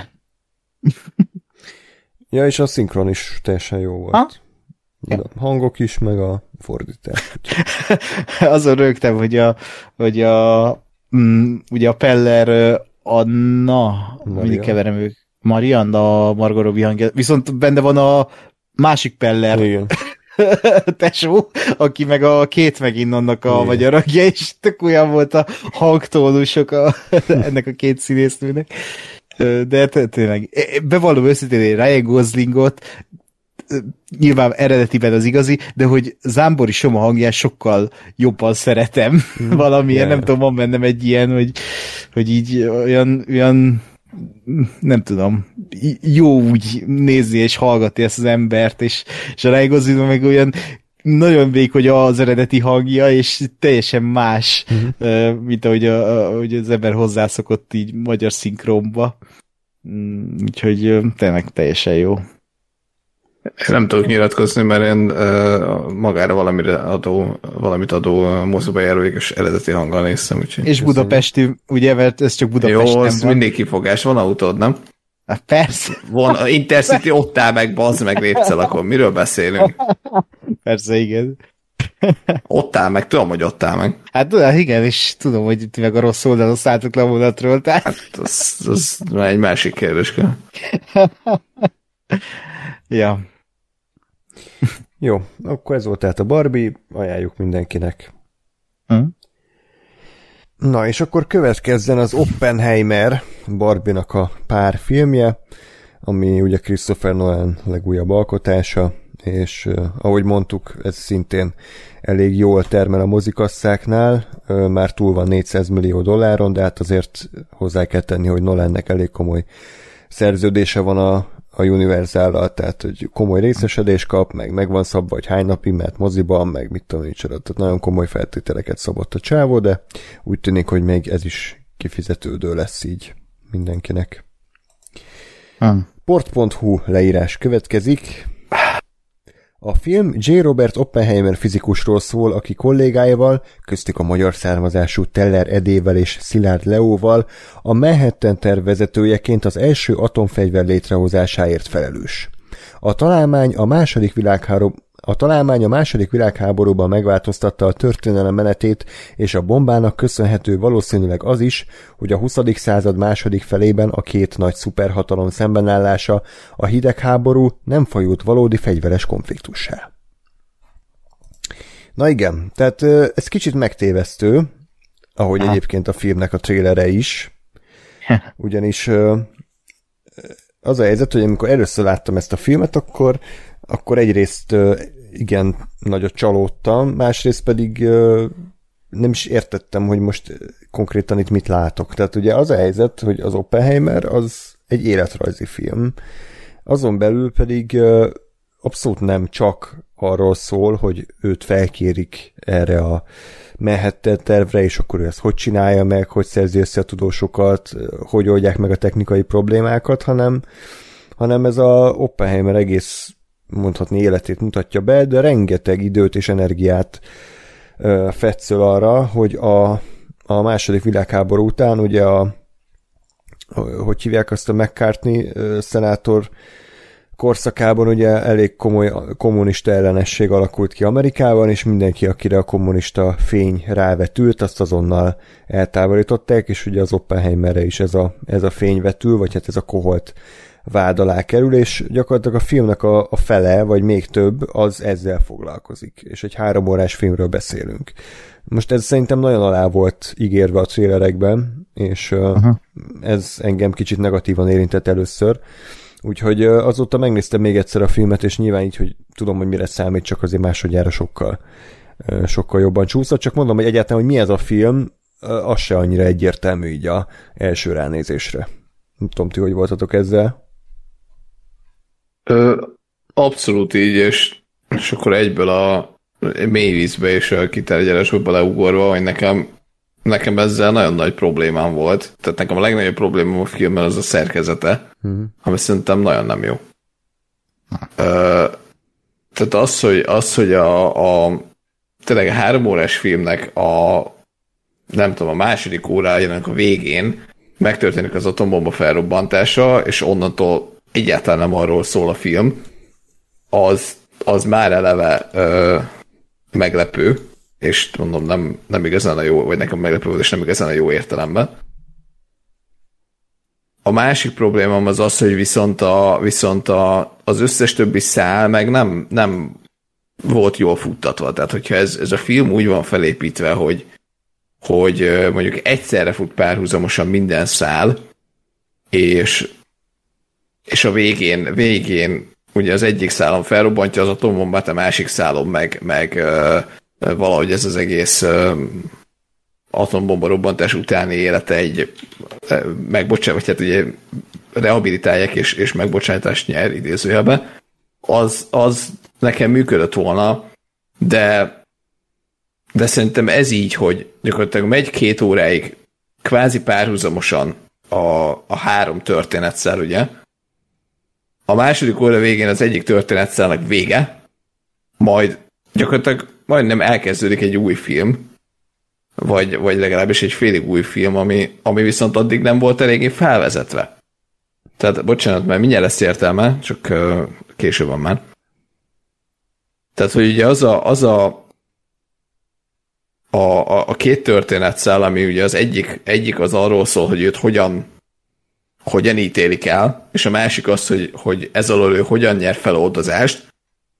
Ja, és a szinkron is teljesen jó volt. Ha? A hangok is, meg a fordítás. Azon rögtem, hogy ugye a Peller Anna, mindig keverem ők, Marianna, Margot Robbie hangja, viszont benne van a másik Peller. Igen. Tesó, aki meg a két meginnannak a magyaragja, és tök olyan volt a hangtónusok ennek a két színésznőnek. De tényleg, bevallom őszintén, Ryan Goslingot nyilván eredetiben az igazi, de hogy Zámbori Soma hangján sokkal jobban szeretem valamilyen, nem tudom, van bennem egy ilyen, hogy így olyan nem tudom, jó úgy nézni és hallgatni ezt az embert, és a Ryan Gosling meg olyan nagyon vékony az eredeti hangja, és teljesen más, mint ahogy az ember hozzászokott így magyar szinkronba. Úgyhogy tényleg teljesen jó. Én nem tudok nyilatkozni, mert én magára valamit adó moziba járó és eredeti hanggal néztem. Úgyhogy és budapesti, ugye, mert ez csak Budapesten jó, van. az mindig kifogás. Van autód, nem? Hát persze. Van Intercity, ott áll meg, bazd meg Lépcelakon. Miről beszélünk? Persze, igen. Ott áll meg, tudom, hogy ott áll meg. Hát igen, és tudom, hogy ti meg a rossz oldalon szálltok le a vonatról, tehát... Hát az már egy másik kérdéskör. Ja. Jó, akkor ez volt tehát a Barbie, ajánljuk mindenkinek. Na, és akkor következzen az Oppenheimer, Barbie-nak a pár filmje, ami ugye Christopher Nolan legújabb alkotása, és ahogy mondtuk, ez szintén elég jól termel a mozikasszáknál, már túl van $400 millió, de hát azért hozzá kell tenni, hogy Nolannek elég komoly szerződése van a Universal-al, tehát hogy komoly részesedés kap, meg van szabva, hogy hány napig mehet moziban, meg mit tudom, tehát nagyon komoly feltételeket szabott a csávó, de úgy tűnik, hogy még ez is kifizetődő lesz így mindenkinek. Port.hu leírás következik. A film J. Robert Oppenheimer fizikusról szól, aki kollégáival, köztük a magyar származású Teller Edével és Szilárd Leóval a Manhattan terv vezetőjeként az első atomfegyver létrehozásáért felelős. A találmány a második világháborúban megváltoztatta a történelem menetét, és a bombának köszönhető valószínűleg az is, hogy a 20. század második felében a két nagy szuperhatalom szembenállása, a hidegháború nem fajult valódi fegyveres konfliktussá. Na igen, tehát ez kicsit megtévesztő, ahogy egyébként a filmnek a trélere is, ugyanis az a helyzet, hogy amikor először láttam ezt a filmet, akkor egyrészt igen, nagyot csalódtam, másrészt pedig nem is értettem, hogy most konkrétan itt mit látok. Tehát ugye az a helyzet, hogy az Oppenheimer az egy életrajzi film, azon belül pedig abszolút nem csak arról szól, hogy őt felkérik erre a Manhattan tervre, és akkor ő ezt hogy csinálja meg, hogy szerzi össze a tudósokat, hogy oldják meg a technikai problémákat, hanem ez a Oppenheimer egész mondhatni életét mutatja be, de rengeteg időt és energiát fetszöl arra, hogy a második világháború után ugye hogy hívják azt a McCartney szenátor korszakában ugye elég komoly kommunista ellenesség alakult ki Amerikában, és mindenki, akire a kommunista fény rávetült, azt azonnal eltávolították, és ugye az Oppenheimerre is ez a fény vetül, vagy hát ez a koholt vád alá kerül, és gyakorlatilag a filmnek a fele, vagy még több, az ezzel foglalkozik, és egy 3 órás filmről beszélünk. Most ez szerintem nagyon alá volt ígérve a trélerekben, és ez engem kicsit negatívan érintett először, úgyhogy azóta megnéztem még egyszer a filmet, és nyilván így, hogy tudom, hogy mire számít, csak azért másodjára sokkal jobban csúszott, csak mondom, hogy egyáltalán, hogy mi ez a film, az se annyira egyértelmű így a első ránézésre. Nem tudom, ti hogy voltatok ezzel? Abszolút így, és akkor egyből a mély vízbe és a kitárgyalásokba leugorva, hogy nekem ezzel nagyon nagy problémám volt. Tehát nekem a legnagyobb problémám a filmben az a szerkezete, ami szerintem nagyon nem jó. Tehát az, hogy tényleg a 3 órás filmnek nem tudom, a második órájának a végén megtörténik az atombomba felrobbantása, és onnantól egyáltalán nem arról szól a film, az már eleve meglepő, és mondom, nem igazán a jó, vagy nekem meglepő volt, és nem igazán a jó értelemben. A másik problémám az, hogy viszont az összes többi szál meg nem volt jól futtatva. Tehát, hogyha ez a film úgy van felépítve, hogy mondjuk egyszerre fut párhuzamosan minden szál, és a végén ugye az egyik szálon felrobbantja az atombombát, a másik szálon meg valahogy ez az egész atombomba robbantás utáni élete vagy hát ugye rehabilitálják és megbocsátást nyer idézőjelben, az nekem működött volna, de szerintem ez így, hogy gyakorlatilag megy 2 óráig kvázi párhuzamosan a 3 történetszál, ugye? A második óra végén az egyik történetszálnak vége, majd gyakorlatilag majdnem elkezdődik egy új film, vagy legalábbis egy félig új film, ami viszont addig nem volt eléggé felvezetve. Tehát, bocsánat, mert mindjárt lesz értelme, csak késő van már. Tehát, hogy ugye az a 2 történetszál, ami ugye az egyik az arról szól, hogy őt hogyan ítélik el, és a másik az, hogy ez alól ő hogyan nyer feloldozást,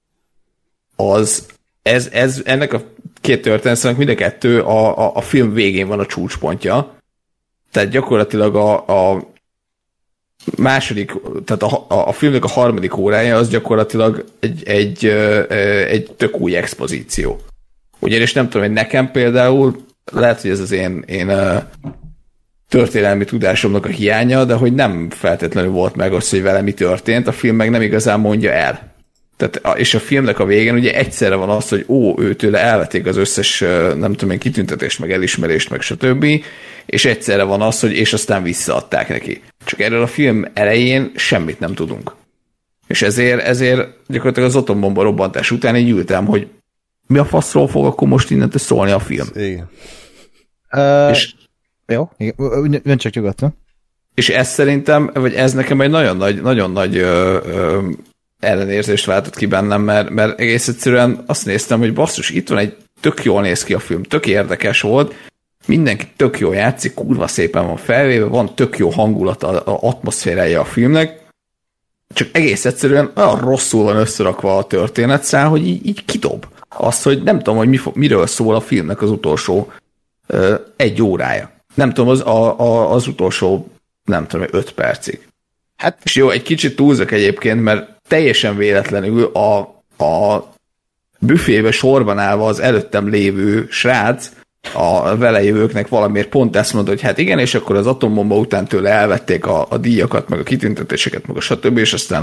ennek a 2 történetszálnak mind a 2 a film végén van a csúcspontja. Tehát gyakorlatilag a második, tehát a filmnek a 3. órája az gyakorlatilag egy tök új expozíció. Ugyanis nem tudom, hogy nekem például, lehet, hogy ez az én történelmi tudásomnak a hiánya, de hogy nem feltétlenül volt meg az, hogy vele mi történt, a film meg nem igazán mondja el. Tehát, és a filmnek a végén ugye egyszerre van az, hogy őtőle elvették az összes, nem tudom én, kitüntetést, meg elismerést, meg stb., és egyszerre van az, hogy és aztán visszaadták neki. Csak erről a film elején semmit nem tudunk. És ezért gyakorlatilag az atombomba robbantás után így ültem, hogy mi a faszról fog akkor most innentől szólni a film. Igen. És, jó, nem csak nyugodtan. És ez szerintem, vagy ez nekem egy nagyon nagy ellenérzést váltott ki bennem, mert egész egyszerűen azt néztem, hogy basszus, itt van egy tök jól néz ki a film, tök érdekes volt, mindenki tök jól játszik, kurva szépen van felvéve, van tök jó hangulata, atmoszférája a filmnek, csak egész egyszerűen olyan rosszul van összerakva a történetszál, hogy így kidob. Azt, hogy nem tudom, hogy miről szól a filmnek az utolsó 1 órája. Nem tudom, az utolsó, nem tudom, 5 percig. Hát, és jó, egy kicsit túlzok egyébként, mert teljesen véletlenül a büfébe sorban állva az előttem lévő srác a vele jövőknek valamiért pont ezt mondta, hogy hát igen, és akkor az atombomba után tőle elvették a díjakat, meg a kitüntetéseket, meg a stb., és aztán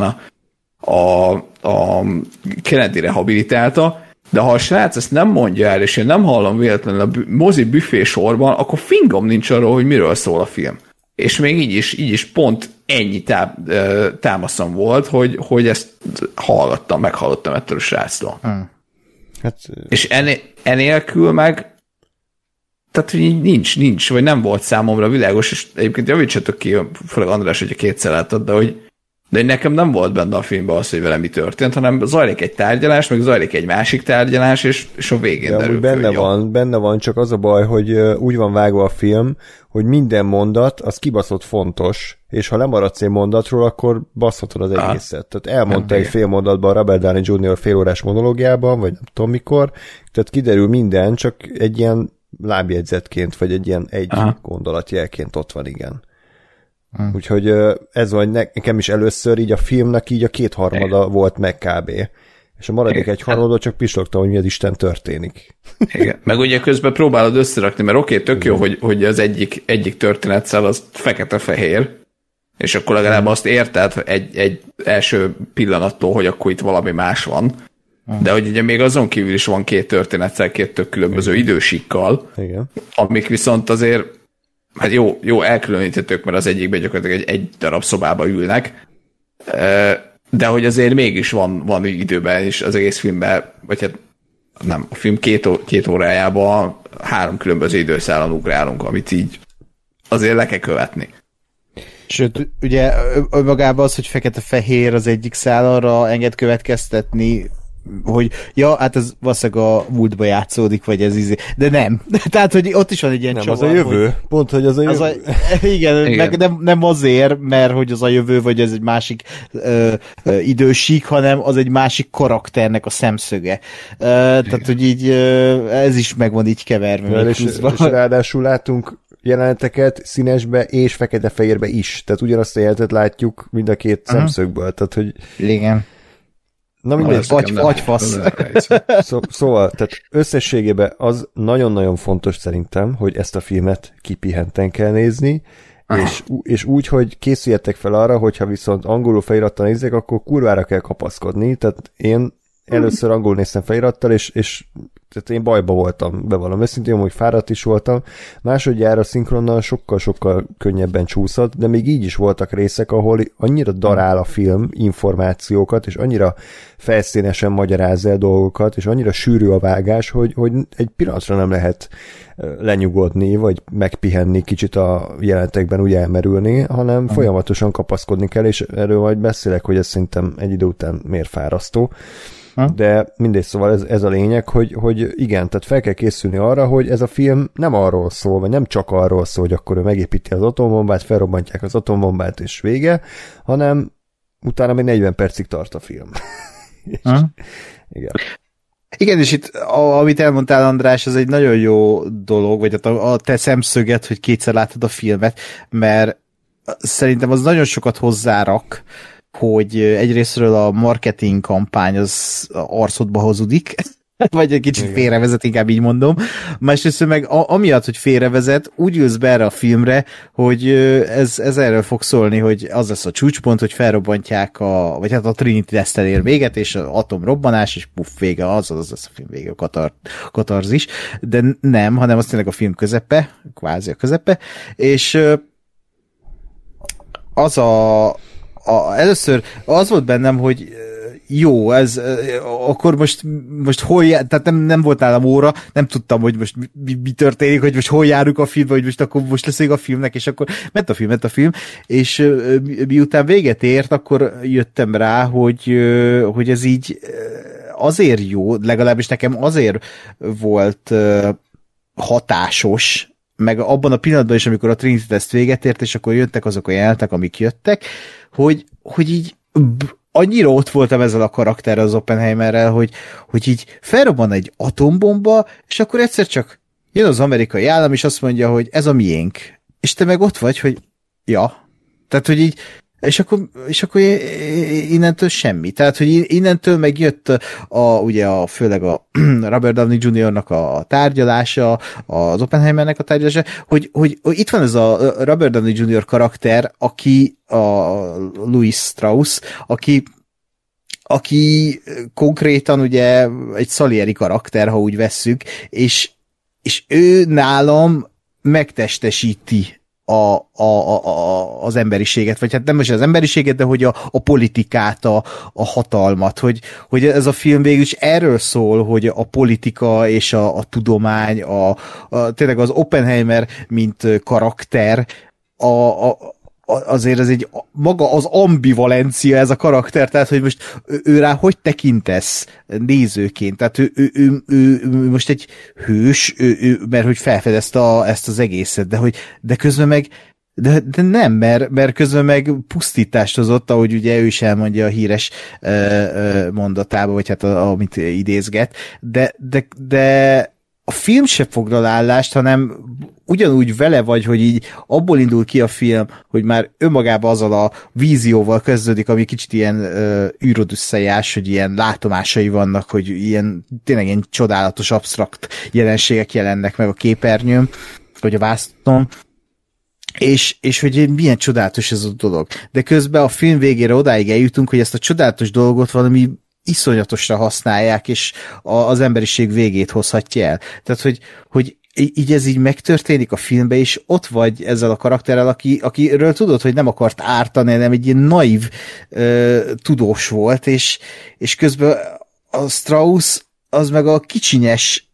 a Kennedy rehabilitálta, de ha a srác ezt nem mondja el, és én nem hallom véletlenül a mozi büfé sorban, akkor fingom nincs arról, hogy miről szól a film. És még így is pont ennyi támaszom volt, hogy ezt meghallottam ettől a sráctól. Hát, és enélkül meg tehát, hogy nincs, vagy nem volt számomra világos, és egyébként javítsatok ki, főleg András, hogyha 2-szer láttad, de hogy nekem nem volt benne a filmben az, hogy vele mi történt, hanem zajlik egy tárgyalás, meg zajlik egy másik tárgyalás, és a végén derül ki, benne van, csak az a baj, hogy úgy van vágva a film, hogy minden mondat, az kibaszott fontos, és ha lemaradsz egy mondatról, akkor baszhatod az egészet. Tehát elmondta egy fél mondatban Robert Downey Jr. félórás monológiában, vagy nem tudom mikor, tehát kiderül minden, csak egy ilyen lábjegyzetként, vagy egy ilyen gondolatjelként ott van, igen. Úgyhogy ez van, nekem is először így a filmnek így a 2/3 volt meg kb. És a maradék 1/3 csak pislogtam, hogy mi az Isten történik. Igen. Meg ugye közben próbálod összerakni, mert oké, tök jó, hogy az egyik történetszál az fekete-fehér, és akkor legalább azt érted egy első pillanattól, hogy akkor itt valami más van. De hogy ugye még azon kívül is van 2 történetszál, 2 tök különböző idősikkal, amik viszont azért hát jó elkülöníthetők, mert az egyikben gyakorlatilag egy darab szobába ülnek, de hogy azért mégis van időben is az egész filmben, vagy hát a film két órájában 3 különböző időszálon ugrálunk, amit így azért le kell követni. Sőt, ugye önmagában az, hogy fekete-fehér az egyik szál, arra enged következtetni, hogy ja, hát ez valószínűleg a múltba játszódik, vagy ez izé. De nem. Tehát, hogy ott is van egy ilyen csavar. Nem, az a jövő. Hogy... Pont, hogy az a jövő. Igen. Meg nem azért, mert hogy az a jövő, vagy ez egy másik idősík, hanem az egy másik karakternek a szemszöge. Tehát, hogy így ez is meg van így keverve. És ráadásul látunk jeleneteket színesbe és fekete-fehérbe is. Tehát ugyanazt a jelenetet látjuk mind a két szemszögből. Tehát, hogy... Igen. Na mindegy. Agyfasz. Szóval, tehát összességében az nagyon-nagyon fontos szerintem, hogy ezt a filmet kipihenten kell nézni, és úgy, hogy készüljetek fel arra, hogyha viszont angolul felirattal nézzek, akkor kurvára kell kapaszkodni. Tehát én először angolul néztem felirattal, és tehát én bajba voltam, bevallom őszintén, hogy fáradt is voltam. Másodjára szinkronnal sokkal-sokkal könnyebben csúszott, de még így is voltak részek, ahol annyira darál a film információkat, és annyira felszínesen magyaráz el dolgokat, és annyira sűrű a vágás, hogy egy pillanatra nem lehet lenyugodni, vagy megpihenni, kicsit a jelenetekben úgy elmerülni, hanem folyamatosan kapaszkodni kell, és erről majd beszélek, hogy ez szerintem egy idő után miért fárasztó. De mindegy, szóval ez a lényeg, hogy igen, tehát fel kell készülni arra, hogy ez a film nem arról szól, vagy nem csak arról szól, hogy akkor ő megépíti az atombombát, felrobbantják az atombombát, és vége, hanem utána még 40 percig tart a film. Igen. Igen, és itt, amit elmondtál, András, ez egy nagyon jó dolog, vagy a te szemszöget, hogy kétszer látod a filmet, mert szerintem az nagyon sokat hozzárak, hogy egyrésztről a marketing kampány az arcodba hozudik, vagy egy kicsit félrevezet, inkább így mondom. Másrészt meg amiatt, hogy félrevezet, úgy ülsz be erre a filmre, hogy ez erről fog szólni, hogy az lesz a csúcspont, hogy felrobbantják vagy hát a Trinity Tesztel ér véget, és az atomrobbanás, és puff, vége, az lesz a film vége, katarzis. De nem, hanem az tényleg a film közepe, kvázi a közepe, és először az volt bennem, hogy jó, ez akkor most hol tehát nem volt nálam óra, nem tudtam, hogy most mi történik, hogy most hol járunk a filmbe, hogy most akkor most lesz a filmnek, és akkor ment a film, és miután véget ért, akkor jöttem rá, hogy ez így azért jó, legalábbis nekem azért volt hatásos, meg abban a pillanatban is, amikor a Trinity Test véget ért, és akkor jöttek azok a jelenetek, amik jöttek, hogy így annyira ott voltam ezzel a karakterrel, az Oppenheimerrel, hogy így felrobban egy atombomba, és akkor egyszer csak jön az amerikai állam, és azt mondja, hogy ez a miénk. És te meg ott vagy, hogy ja. Tehát, hogy így és akkor innentől semmi. Tehát, hogy innentől megjött ugye főleg a Robert Downey Jr.-nak a tárgyalása, az Oppenheimernek a tárgyalása, hogy itt van ez a Robert Downey Jr. karakter, aki a Louis Strauss, aki konkrétan ugye egy Salieri karakter, ha úgy vesszük, és ő nálam megtestesíti az emberiséget, vagy hát nem most az emberiséget, de hogy a politikát, a hatalmat, hogy ez a film végül is erről szól, hogy a politika és a tudomány, tényleg az Oppenheimer, mint karakter, azért ez egy maga az ambivalencia ez a karakter, tehát hogy most ő rá hogy tekintesz nézőként, tehát ő most egy hős, mert hogy felfedezte ezt az egészet, de közben meg de nem, mert közben meg pusztítást hozott, ahogy ugye ő is elmondja a híres mondatába, vagy hát amit idézget, de a film se foglal állást, hanem ugyanúgy vele vagy, hogy így abból indul ki a film, hogy már önmagában azzal a vízióval kezdődik, ami kicsit ilyen űrodüsszejás, hogy ilyen látomásai vannak, hogy tényleg ilyen csodálatos, absztrakt jelenségek jelennek meg a képernyőn, vagy a vásznon, és hogy milyen csodálatos ez a dolog. De közben a film végére odáig eljutunk, hogy ezt a csodálatos dolgot valami iszonyatosra használják, és az emberiség végét hozhatja el. Tehát, hogy így ez így megtörténik a filmben, és ott vagy ezzel a karakterrel, akiről tudod, hogy nem akart ártani, hanem egy ilyen naív tudós volt, és közben a Strauss az meg a kicsinyes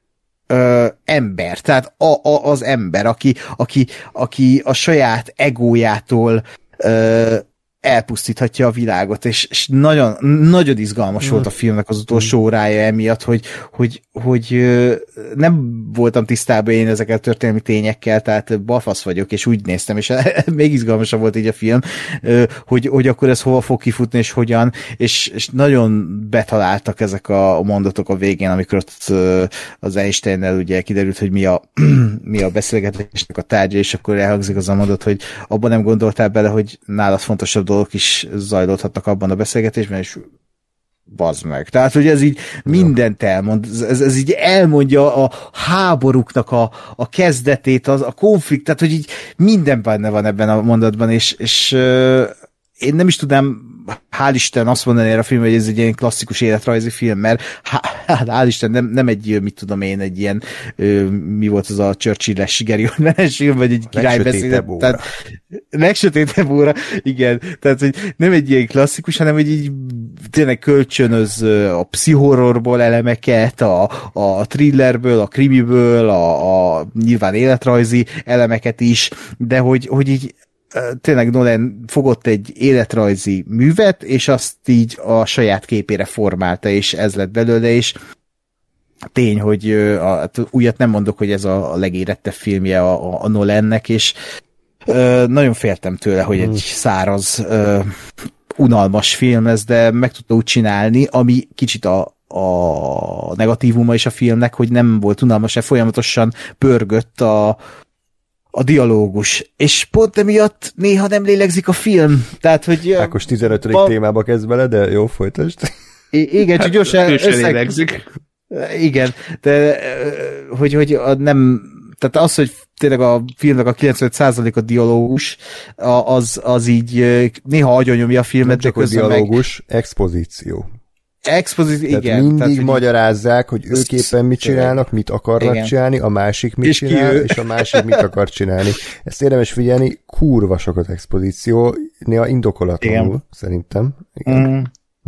ember, tehát az ember, aki a saját egójától elpusztíthatja a világot, és nagyon, nagyon izgalmas volt a filmnek az utolsó órája emiatt, hogy nem voltam tisztában én ezekkel a történelmi tényekkel, tehát balfasz vagyok, és úgy néztem, és még izgalmasabb volt így a film, hogy akkor ez hova fog kifutni, és hogyan, és nagyon betaláltak ezek a mondatok a végén, amikor ott az Einsteinnel ugye kiderült, hogy mi a beszélgetésnek a tárgya, és akkor elhangzik az a mondat, hogy abban nem gondoltál bele, hogy nálad fontosabb dolgok is zajlódhatnak abban a beszélgetésben, és bazd meg. Tehát, hogy ez így mindent elmond, ez így elmondja a háborúknak a kezdetét, a konflikt, tehát, hogy így minden benne van ebben a mondatban, és én nem is tudnám, hál' Isten azt mondani erre a film, hogy ez egy ilyen klasszikus életrajzi film, mert hál' Isten nem egy, mit tudom én, egy ilyen, mi volt az a Churchill-es Gary Oldman-es film, vagy egy királybeszéd. Legsötétebb óra, igen. Tehát, hogy nem egy ilyen klasszikus, hanem hogy így tényleg kölcsönöz a pszichorrorból elemeket, a thrillerből, a krimiből, a nyilván életrajzi elemeket is, de hogy így tényleg Nolan fogott egy életrajzi művet, és azt így a saját képére formálta, és ez lett belőle, és tény, hogy újat nem mondok, hogy ez a legérettebb filmje a Nolannek, és nagyon féltem tőle, hogy egy száraz, unalmas film ez, de meg tudta úgy csinálni, ami kicsit a negatívuma is a filmnek, hogy nem volt unalmas, folyamatosan pörgött a dialógus, és pont emiatt néha nem lélegzik a film. Tehát, hogy... Ákos 15. témába kezd bele, de jó, folytasd. Igen, csak gyorsan lélegzik. Igen, de hogy nem... Tehát az, hogy tényleg a filmnek a 95% a dialógus, az így néha agyonnyomja a filmet, de közben dialógus, expozíció. Igen. Mindig tehát, magyarázzák, hogy ők éppen mit csinálnak, mit akarnak csinálni, a másik mit csinál, és a másik mit akar csinálni. Ezt érdemes figyelni, kurva sokat expozíció, néha indokolatlanul, szerintem. Igen.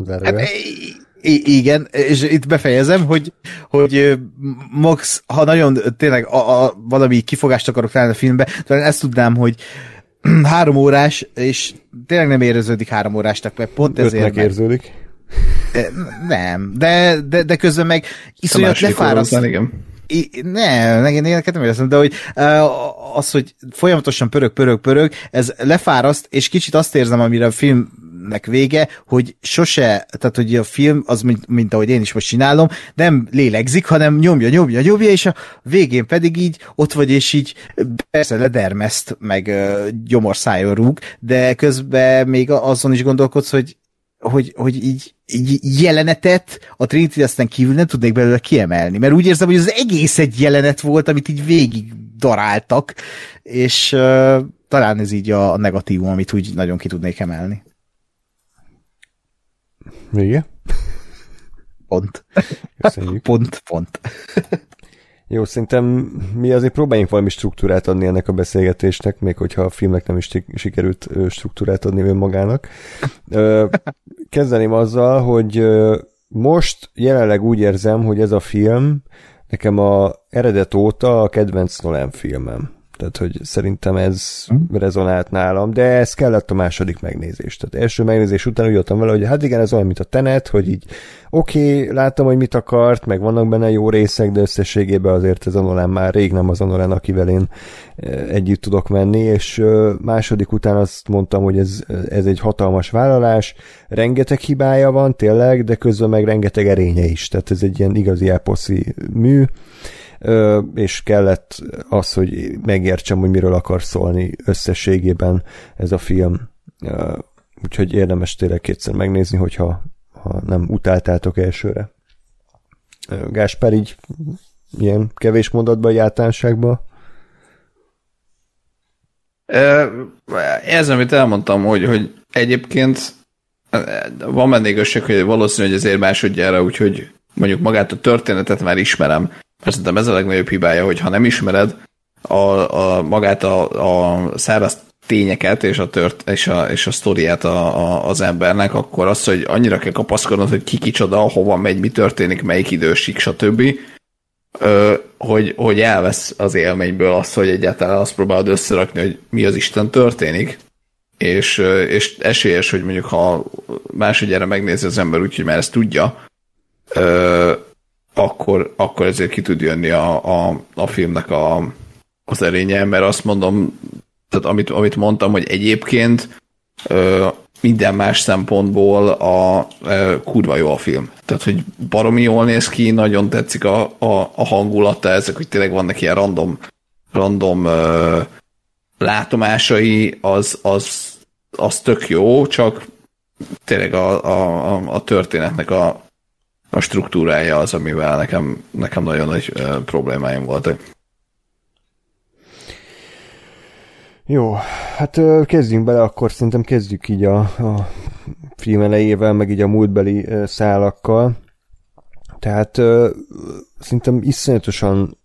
Igen, és itt befejezem, hogy max, ha nagyon tényleg valami kifogást akarok találni a filmbe, talán ezt tudnám, hogy 3 órás, és tényleg nem éreződik 3 órásnak, mert pont ezért... érződik. Nem, de közben meg iszonyat lefáraszt. Nem, neked nem érzem, de hogy az, hogy folyamatosan pörög, ez lefáraszt, és kicsit azt érzem, amire a filmnek vége, hogy sose, tehát hogy a film, az mint ahogy én is most csinálom, nem lélegzik, hanem nyomja, és a végén pedig így ott vagy, és így persze ledermeszt, meg gyomorszájon rúg, de közben még azon is gondolkodsz, hogy így jelenetet a Trinity aztán kívül nem tudnék belőle kiemelni, mert úgy érzem, hogy az egész egy jelenet volt, amit így végig daráltak, és talán ez így a negatívum, amit úgy nagyon ki tudnék emelni. Igen? Pont. Köszönjük. Pont. Jó, szerintem mi azért próbáljunk valami struktúrát adni ennek a beszélgetésnek, még hogyha a filmnek nem is sikerült struktúrát adni önmagának. Kezdeném azzal, hogy most jelenleg úgy érzem, hogy ez a film nekem a eredet óta a kedvenc Nolan filmem. Tehát, hogy szerintem ez rezonált nálam, de ez kellett a második megnézés. Tehát első megnézés után úgy jöttem vele, hogy hát igen, ez olyan, mint a Tenet, hogy így oké, láttam, hogy mit akart, meg vannak benne jó részek, de összességében azért ez a Nolan már rég nem az a Nolan, akivel én együtt tudok menni, és második után azt mondtam, hogy ez egy hatalmas vállalás, rengeteg hibája van tényleg, de közben meg rengeteg erénye is. Tehát ez egy ilyen igazi eposzi mű, és kellett az, hogy megértsem, hogy miről akar szólni összességében ez a film. Úgyhogy érdemes tényleg kétszer megnézni, hogyha nem utáltátok elsőre. Gáspár, így ilyen kevés mondatban, egy általánosságban? Ez, amit elmondtam, hogy egyébként van benne igazság, hogy valószínű, hogy ezért másodjára, úgyhogy mondjuk magát a történetet már ismerem. Szerintem ez a legnagyobb hibája, hogy ha nem ismered magát a száraz tényeket és a sztoriát az embernek, akkor az, hogy annyira kell kapaszkodnod, hogy ki kicsoda, hova megy, mi történik, melyik idősig, stb., hogy elvesz az élményből az, hogy egyáltalán azt próbálod összerakni, hogy mi az Isten történik, és esélyes, hogy mondjuk ha másodjára megnézi az ember úgy, hogy már ezt tudja, akkor ezért ki tud jönni a filmnek az erénye, mert azt mondom, tehát amit mondtam, hogy egyébként minden más szempontból kurva jó a film. Tehát, hogy baromi jól néz ki, nagyon tetszik a hangulata, ezek, hogy tényleg vannak ilyen random látomásai, az tök jó, csak tényleg a történetnek a struktúrája az, amivel nekem nagyon nagy problémáim voltak. Jó, hát kezdjünk bele, akkor szerintem kezdjük így a film elejével, meg így a múltbeli szálakkal. Tehát szerintem iszonyatosan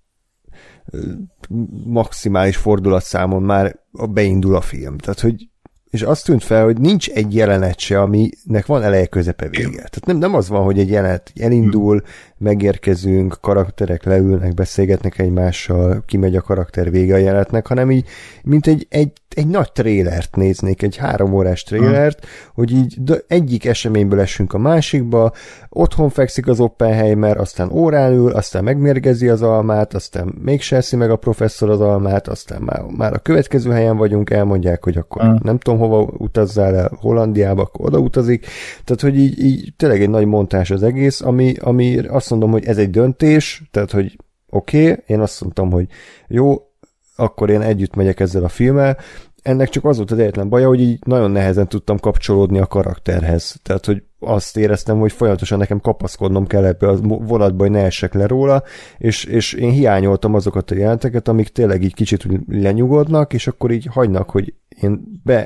maximális fordulatszámon már beindul a film. Tehát, hogy és azt tűnt fel, hogy nincs egy jelenet se, aminek van eleje, közepe, vége. Tehát nem az van, hogy egy jelenet elindul, megérkezünk, karakterek leülnek, beszélgetnek egymással, kimegy a karakter, vége a jelenetnek, hanem így, mint egy nagy trélert néznék, egy 3 órás trélert, hogy így egyik eseményből esünk a másikba, otthon fekszik az Oppenheimer, aztán órán ül, aztán megmérgezi az almát, aztán mégse eszi meg a professzor az almát, aztán már a következő helyen vagyunk, elmondják, hogy akkor nem tudom, hova utazzál el, Hollandiába, akkor oda utazik. Tehát, hogy így tényleg egy nagy montás az egész, ami azt mondom, hogy ez egy döntés, tehát, hogy oké, én azt mondtam, hogy jó, akkor én együtt megyek ezzel a filmmel. Ennek csak az volt az egyetlen baja, hogy így nagyon nehezen tudtam kapcsolódni a karakterhez. Tehát, hogy azt éreztem, hogy folyamatosan nekem kapaszkodnom kell ebbe a vonatba, hogy ne essek le róla, és én hiányoltam azokat a jelenteket, amik tényleg így kicsit lenyugodnak, és akkor így hagynak, hogy én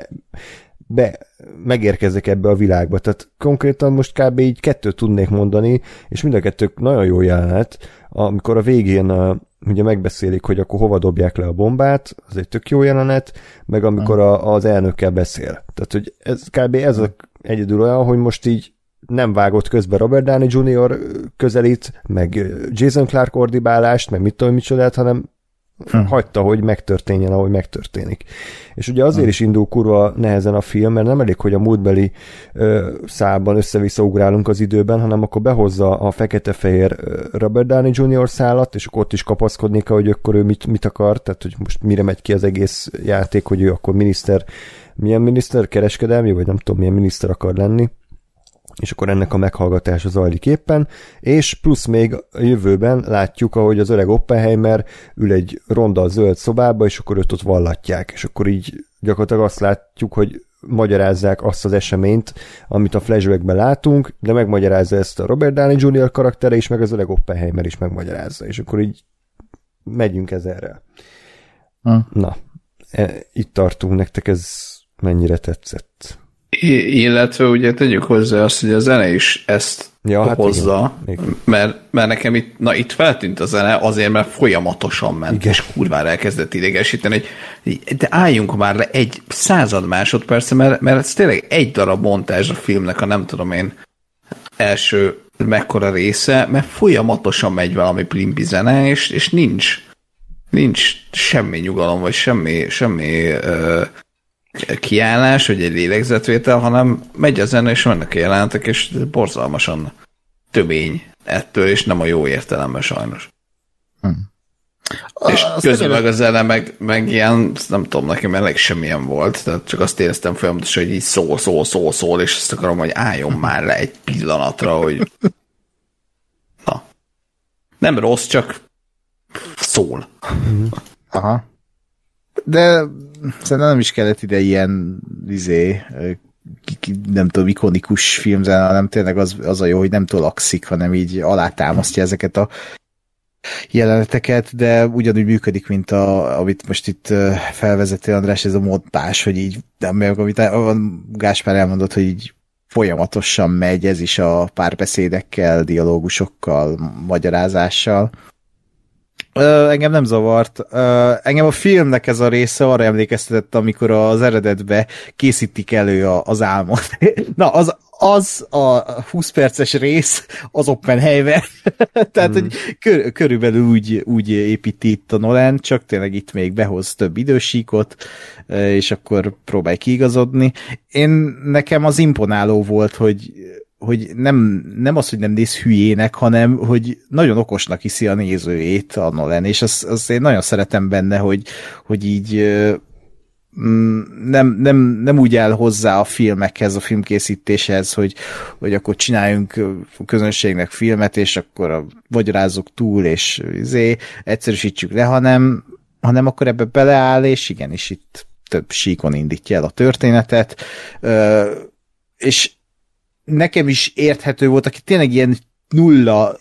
megérkezzek ebbe a világba. Tehát konkrétan most kb. Így 2 tudnék mondani, és mind a 2 nagyon jó jelenet, amikor a végén ugye megbeszélik, hogy akkor hova dobják le a bombát, az egy tök jó jelenet, meg amikor az elnökkel beszél. Tehát, hogy ez egyedül olyan, hogy most így nem vágott közben Robert Downey Jr. közelít, meg Jason Clarke ordibálást, meg mit tudom, micsodát, hanem hagyta, hogy megtörténjen, ahogy megtörténik. És ugye azért is indul kurva nehezen a film, mert nem elég, hogy a múltbeli szálban össze-vissza ugrálunk az időben, hanem akkor behozza a fekete-fehér Robert Downey Jr. szálat, és akkor ott is kapaszkodni kell, hogy akkor ő mit akar, tehát hogy most mire megy ki az egész játék, hogy ő akkor milyen miniszter, kereskedelmi, vagy nem tudom, milyen miniszter akar lenni, és akkor ennek a meghallgatása zajlik éppen, és plusz még a jövőben látjuk, ahogy az öreg Oppenheimer ül egy ronda zöld szobába, és akkor őt ott vallatják, és akkor így gyakorlatilag azt látjuk, hogy magyarázzák azt az eseményt, amit a flashbackben látunk, de megmagyarázza ezt a Robert Downey Jr. karaktere is, meg az öreg Oppenheimer is megmagyarázza, és akkor így megyünk ezerrel. Na, itt tartunk, nektek ez mennyire tetszett? Illetve ugye tegyük hozzá azt, hogy a zene is ezt hozza, igen. Mert nekem itt feltűnt a zene azért, mert folyamatosan ment, igen. És kurvára elkezdett idegesíteni, hogy de álljunk már le egy 100 másodperce, mert ez tényleg egy darab montázs a filmnek, a nem tudom én első mekkora része, mert folyamatosan megy valami plimpi zene, és nincs semmi nyugalom, vagy semmi kiállás, vagy egy lélegzetvétel, hanem megy a zene, és mennek a jelenetek, és borzalmasan tömény ettől, és nem a jó értelemben sajnos. És közben meg a zene, meg ilyen, nem tudom, nekem elég semmilyen volt, tehát csak azt éreztem folyamatosan, hogy így szól, és azt akarom, hogy álljon már le egy pillanatra, hogy na. Nem rossz, csak szól. Aha. De szerintem nem is kellett ide ilyen nem tudom, ikonikus filmzene, hanem tényleg az a jó, hogy nem tolakszik, hanem így alátámasztja ezeket a jeleneteket, de ugyanúgy működik, mint amit most itt felvezető András, ez a montás, hogy így, amit Gáspár elmondott, hogy így folyamatosan megy, ez is a párbeszédekkel, dialógusokkal, magyarázással, Engem nem zavart. Engem a filmnek ez a része arra emlékeztetett, amikor az eredetbe készítik elő az álmot. Na, az a 20 perces rész az Oppenheimer. Tehát, hogy körülbelül úgy építi itt a Nolan, csak tényleg itt még behoz több idősíkot, és akkor próbálj kiigazodni. Nekem az imponáló volt, hogy nem az, hogy nem néz hülyének, hanem hogy nagyon okosnak hiszi a nézőjét a Nolan, és azt én nagyon szeretem benne, hogy így nem úgy áll hozzá a filmekhez, a filmkészítéshez, hogy akkor csináljunk a közönségnek filmet, és akkor magyarázzuk túl, és egyszerűsítsük le, hanem akkor ebbe beleáll, és igenis itt több síkon indítja el a történetet, és nekem is érthető volt, aki tényleg ilyen nulla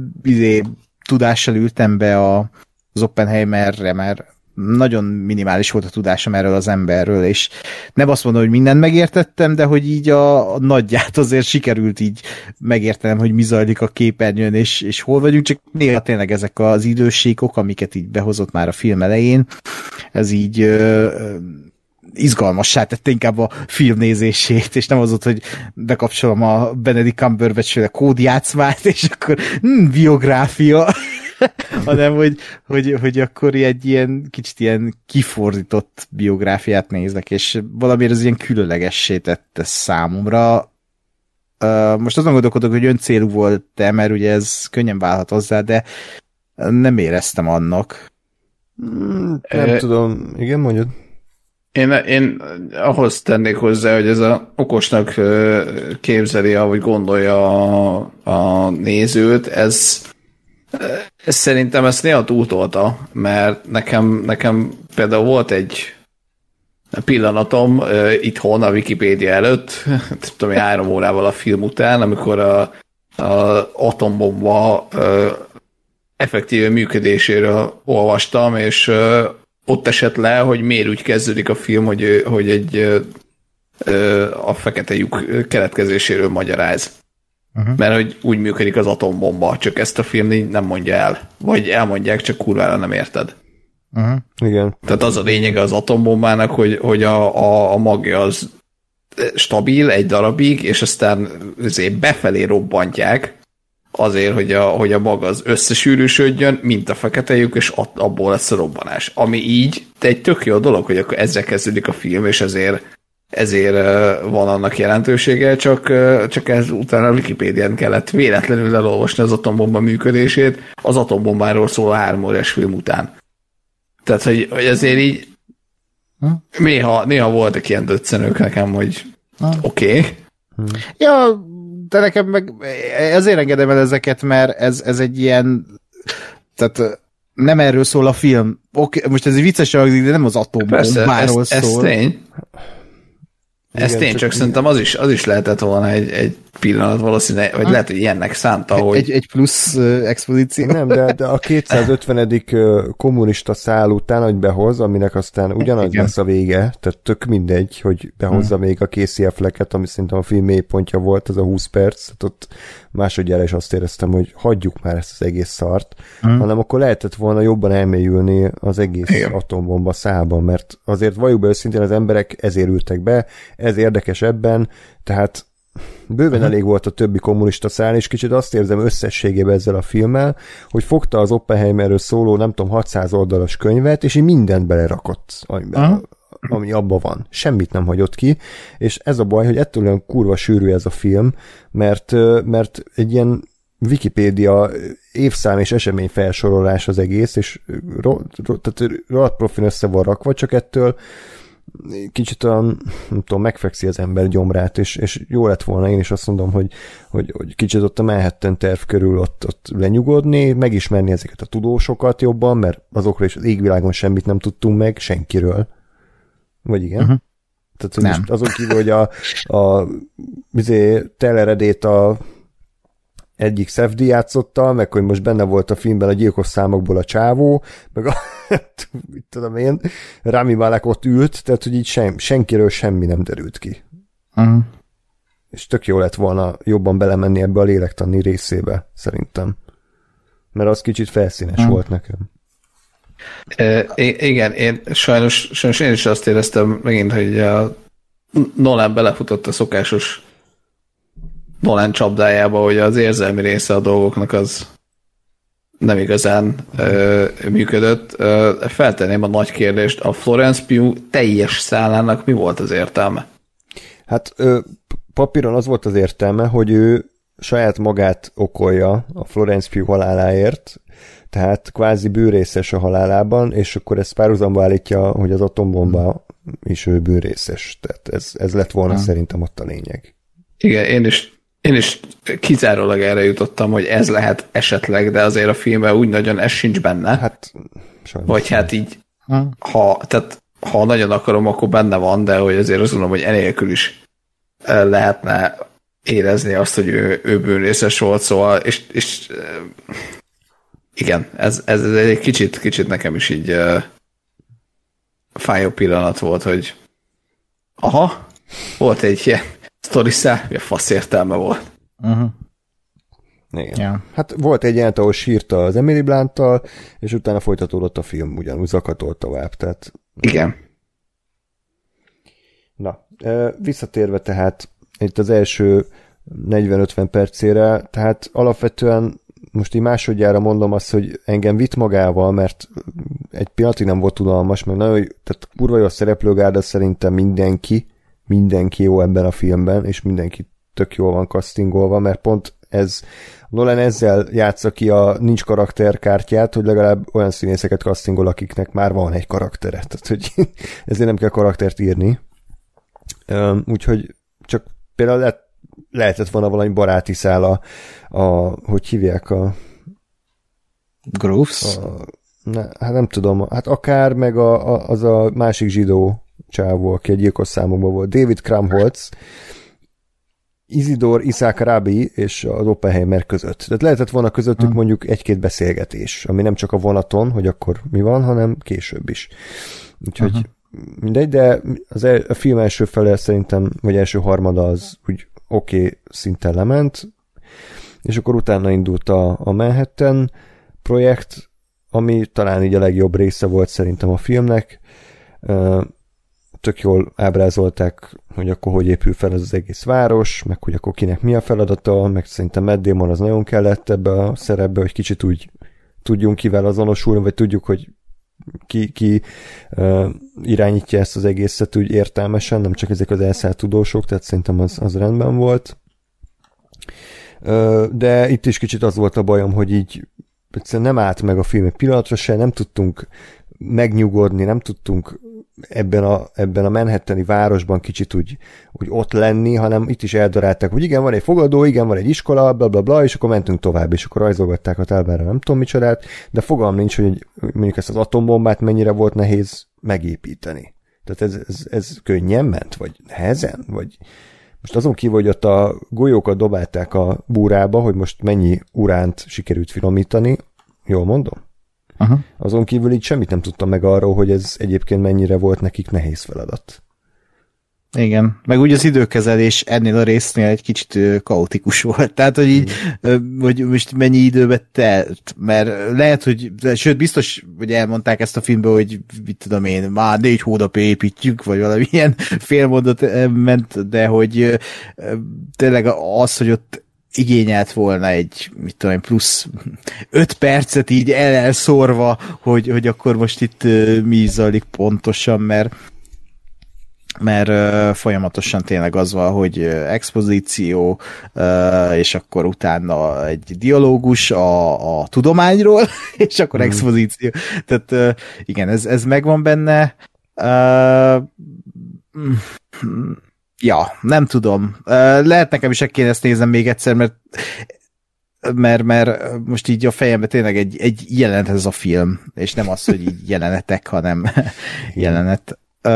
tudással ültem be az Oppenheimerre, mert nagyon minimális volt a tudásom erről az emberről, és nem azt mondom, hogy mindent megértettem, de hogy így a nagyját azért sikerült így megértenem, hogy mi zajlik a képernyőn, és hol vagyunk, csak néha tényleg ezek az idősíkok, amiket így behozott már a film elején, ez így izgalmassá tette inkább a filmnézését, és nem az ott, hogy bekapcsolom a Benedict Cumberbatch-féle kódjátszmát, és akkor biográfia, hanem hogy akkor egy ilyen kicsit ilyen kifordított biográfiát néznek, és valamiért ez ilyen különlegessé tette számomra. Most azon gondolkodok, hogy öncélú volt-e, mert ugye ez könnyen válhat hozzá, de nem éreztem annak. Nem tudom. Igen, mondjad? Én ahhoz tennék hozzá, hogy ez a okosnak képzeli, ahogy gondolja a nézőt, ez szerintem ezt néha túltolta, mert nekem például volt egy pillanatom itthon a Wikipédia előtt, tudom, 3 órával a film után, amikor a atombomba effektíve működéséről olvastam, és ott esett le, hogy miért úgy kezdődik a film, hogy a fekete lyuk keletkezéséről magyaráz. Mert hogy úgy működik az atombomba, csak ezt a film nem mondja el. Vagy elmondják, csak kurvára nem érted. Igen. Tehát az a lényege az atombombának, hogy a magja az stabil egy darabig, és aztán azért befelé robbantják, azért, hogy a mag az összesűrűsödjön, mint a fekete lyuk, és abból lesz a robbanás. Ami így egy tök jó dolog, hogy akkor ezzel kezdődik a film, és ezért van annak jelentősége, csak ez utána a Wikipédián kellett véletlenül elolvasni az atombomba működését az atombombáról szóló 3 órás film után. Tehát, hogy ezért így néha voltak ilyen döccenők nekem, hogy oké. Ja, de nekem meg ezért engedem el ezeket, mert ez egy ilyen, tehát nem erről szól a film. Oké, most ez egy vicces hangzik, de nem az atombombáról szól. Ez tény. Ez tény, csak szerintem az is lehetett volna egy pillanat valószínűleg, vagy lehet, hogy ilyennek szánta, hogy... Egy plusz expozíció. Nem, de a 250. kommunista szál után, hogy behoz, aminek aztán ugyanaz lesz a vége, tehát tök mindegy, hogy behozza még a Casey Afflecket, ami szerintem a film mélypontja volt, az a 20 perc, tehát ott másodjára is azt éreztem, hogy hagyjuk már ezt az egész szart, hanem akkor lehetett volna jobban elmélyülni az egész atombomba szálban, mert azért valljuk be őszintén, az emberek ezért ültek be, ez érdekes ebben, tehát bőven elég volt a többi kommunista szál, és kicsit azt érzem összességében ezzel a filmmel, hogy fogta az Oppenheimerről szóló, nem tudom, 600 oldalas könyvet, és így mindent belerakott, ami abban van. Semmit nem hagyott ki, és ez a baj, hogy ettől olyan kurva sűrű ez a film, mert egy ilyen Wikipédia évszám és esemény felsorolás az egész, és rohadt profin össze van rakva, csak ettől kicsit nem tudom, megfekszi az ember gyomrát, és jó lett volna, én is azt mondom, hogy kicsit ott a Manhattan terv körül ott lenyugodni, megismerni ezeket a tudósokat jobban, mert azokról is az égvilágon semmit nem tudtunk meg, senkiről. Vagy igen? Tehát most azon kívül, hogy a Telleredét a egyik Safdie játszotta, meg hogy most benne volt a filmben a gyilkos számokból a csávó, meg mit tudom én, Rami Malek ott ült, tehát hogy így senkiről semmi nem derült ki. És tök jó lett volna jobban belemenni ebbe a lélektani részébe, szerintem. Mert az kicsit felszínes volt nekem. Igen, én sajnos én is azt éreztem megint, hogy a Nolan belefutott a szokásos Nolan csapdájába, hogy az érzelmi része a dolgoknak az nem igazán működött. Feltenném a nagy kérdést, a Florence Pugh teljes szálának mi volt az értelme? Hát papíron az volt az értelme, hogy ő saját magát okolja a Florence Pugh haláláért, tehát kvázi bűnrészes a halálában, és akkor ezt párhuzamba állítja, hogy az atombomba is ő bűnrészes. Tehát ez lett volna szerintem ott a lényeg. Igen, én is kizárólag erre jutottam, hogy ez lehet esetleg, de azért a filmben úgy nagyon ez sincs benne. Hát sajnos. Vagy hát így, ha nagyon akarom, akkor benne van, de hogy azért azt mondom, hogy enélkül is lehetne érezni azt, hogy ő bűnrészes volt, szóval, és igen, ez egy kicsit nekem is így fájó pillanat volt, hogy aha, volt egy ilyen sztoriszál, mi a fasz értelme volt. Igen. Yeah. Hát volt egy jelent, ahol sírta az Emily Blunttal, és utána folytatódott a film, ugyanúgy zakatolt tovább, tehát... Igen. Na, visszatérve tehát itt az első 40-50 percére, tehát alapvetően most így másodjára mondom azt, hogy engem vitt magával, mert egy pillanatig nem volt tudalmas, meg nagyon, tehát kurva jó a szereplőgárda, szerintem mindenki jó ebben a filmben, és mindenki tök jól van castingolva, mert pont ez, Nolan ezzel játsza ki a nincs karakterkártyát, hogy legalább olyan színészeket castingol, akiknek már van egy karaktere, tehát hogy ezért nem kell karaktert írni. Úgyhogy csak például lehetett volna valami baráti szál hogy hívják Groves? Hát nem tudom, hát akár meg az a másik zsidó csávó, aki egy gyilkos számokban volt, David Krumholtz, Isidor Isaac Rabi és az Oppenheimer között. Tehát lehetett volna közöttük mondjuk egy-két beszélgetés, ami nem csak a vonaton, hogy akkor mi van, hanem később is. Úgyhogy mindegy, de a film első fele szerintem, vagy első harmada az úgy oké szinten lement, és akkor utána indult a Manhattan projekt, ami talán így a legjobb része volt szerintem a filmnek. Tök jól ábrázolták, hogy akkor hogy épül fel ez az egész város, meg hogy akkor kinek mi a feladata, meg szerintem Matt Damon az nagyon kellett ebbe a szerepbe, hogy kicsit úgy tudjunk kivel azonosulni, vagy tudjuk, hogy ki irányítja ezt az egészet úgy értelmesen, nem csak ezek az elszállt tudósok, tehát szerintem az rendben volt. De itt is kicsit az volt a bajom, hogy így egyszerűen nem állt meg a film egy pillanatra se, nem tudtunk megnyugodni, nem tudtunk ebben a Manhattani városban kicsit úgy ott lenni, hanem itt is eldarálták, hogy igen, van egy fogadó, igen, van egy iskola, bla bla bla, és akkor mentünk tovább, és akkor rajzolgatták a táblára nem tudom micsodát, de fogalmam nincs, hogy mondjuk ezt az atombombát mennyire volt nehéz megépíteni. Tehát ez könnyen ment, vagy nehezen, vagy most azon kívül, hogy ott a golyókat dobálták a búrába, hogy most mennyi uránt sikerült finomítani, jól mondom? Aha. Azon kívül így semmit nem tudtam meg arról, hogy ez egyébként mennyire volt nekik nehéz feladat. Igen, meg úgy az időkezelés ennél a résznél egy kicsit kaotikus volt. Tehát, hogy így, hogy most mennyi időbe telt, mert lehet, hogy, sőt, biztos, hogy elmondták ezt a filmben, hogy mit tudom én, már 4 hónapja építjük, vagy valami ilyen félmondat ment, de hogy tényleg az, hogy ott igényelt volna egy, mit tudom én, plusz 5 percet így elszórva, hogy akkor most itt mi zajlik pontosan, mert folyamatosan tényleg az van, hogy expozíció, és akkor utána egy dialógus a tudományról, és akkor expozíció. Tehát igen, ez megvan benne. Ja, nem tudom. Lehet nekem is kéne ezt nézem még egyszer, mert most így a fejemben tényleg egy jelenet ez a film, és nem az, hogy így jelenetek, hanem jelenet.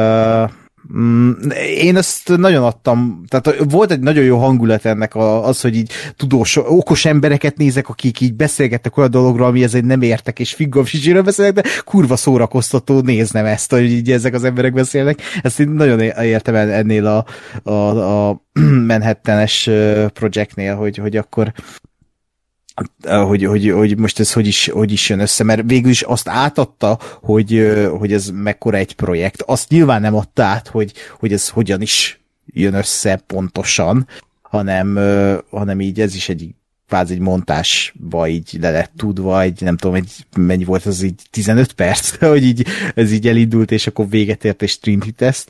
Én ezt nagyon adtam, tehát volt egy nagyon jó hangulat ennek az, hogy így tudós, okos embereket nézek, akik így beszélgettek olyan dologról, ami ezért nem értek, és figgam-sicsiről beszélnek, de kurva szórakoztató néznem ezt, hogy így ezek az emberek beszélnek. Ezt én nagyon értem ennél a Manhattan-es projektnél, hogy akkor hogy most ez hogy is jön össze, mert végül is azt átadta, hogy ez mekkora egy projekt. Azt nyilván nem adta át, hogy ez hogyan is jön össze pontosan, hanem így ez is egy montásba így le lett tudva, nem tudom, mennyi volt az így 15 perc, hogy így ez így elindult, és akkor véget ért, és stream test.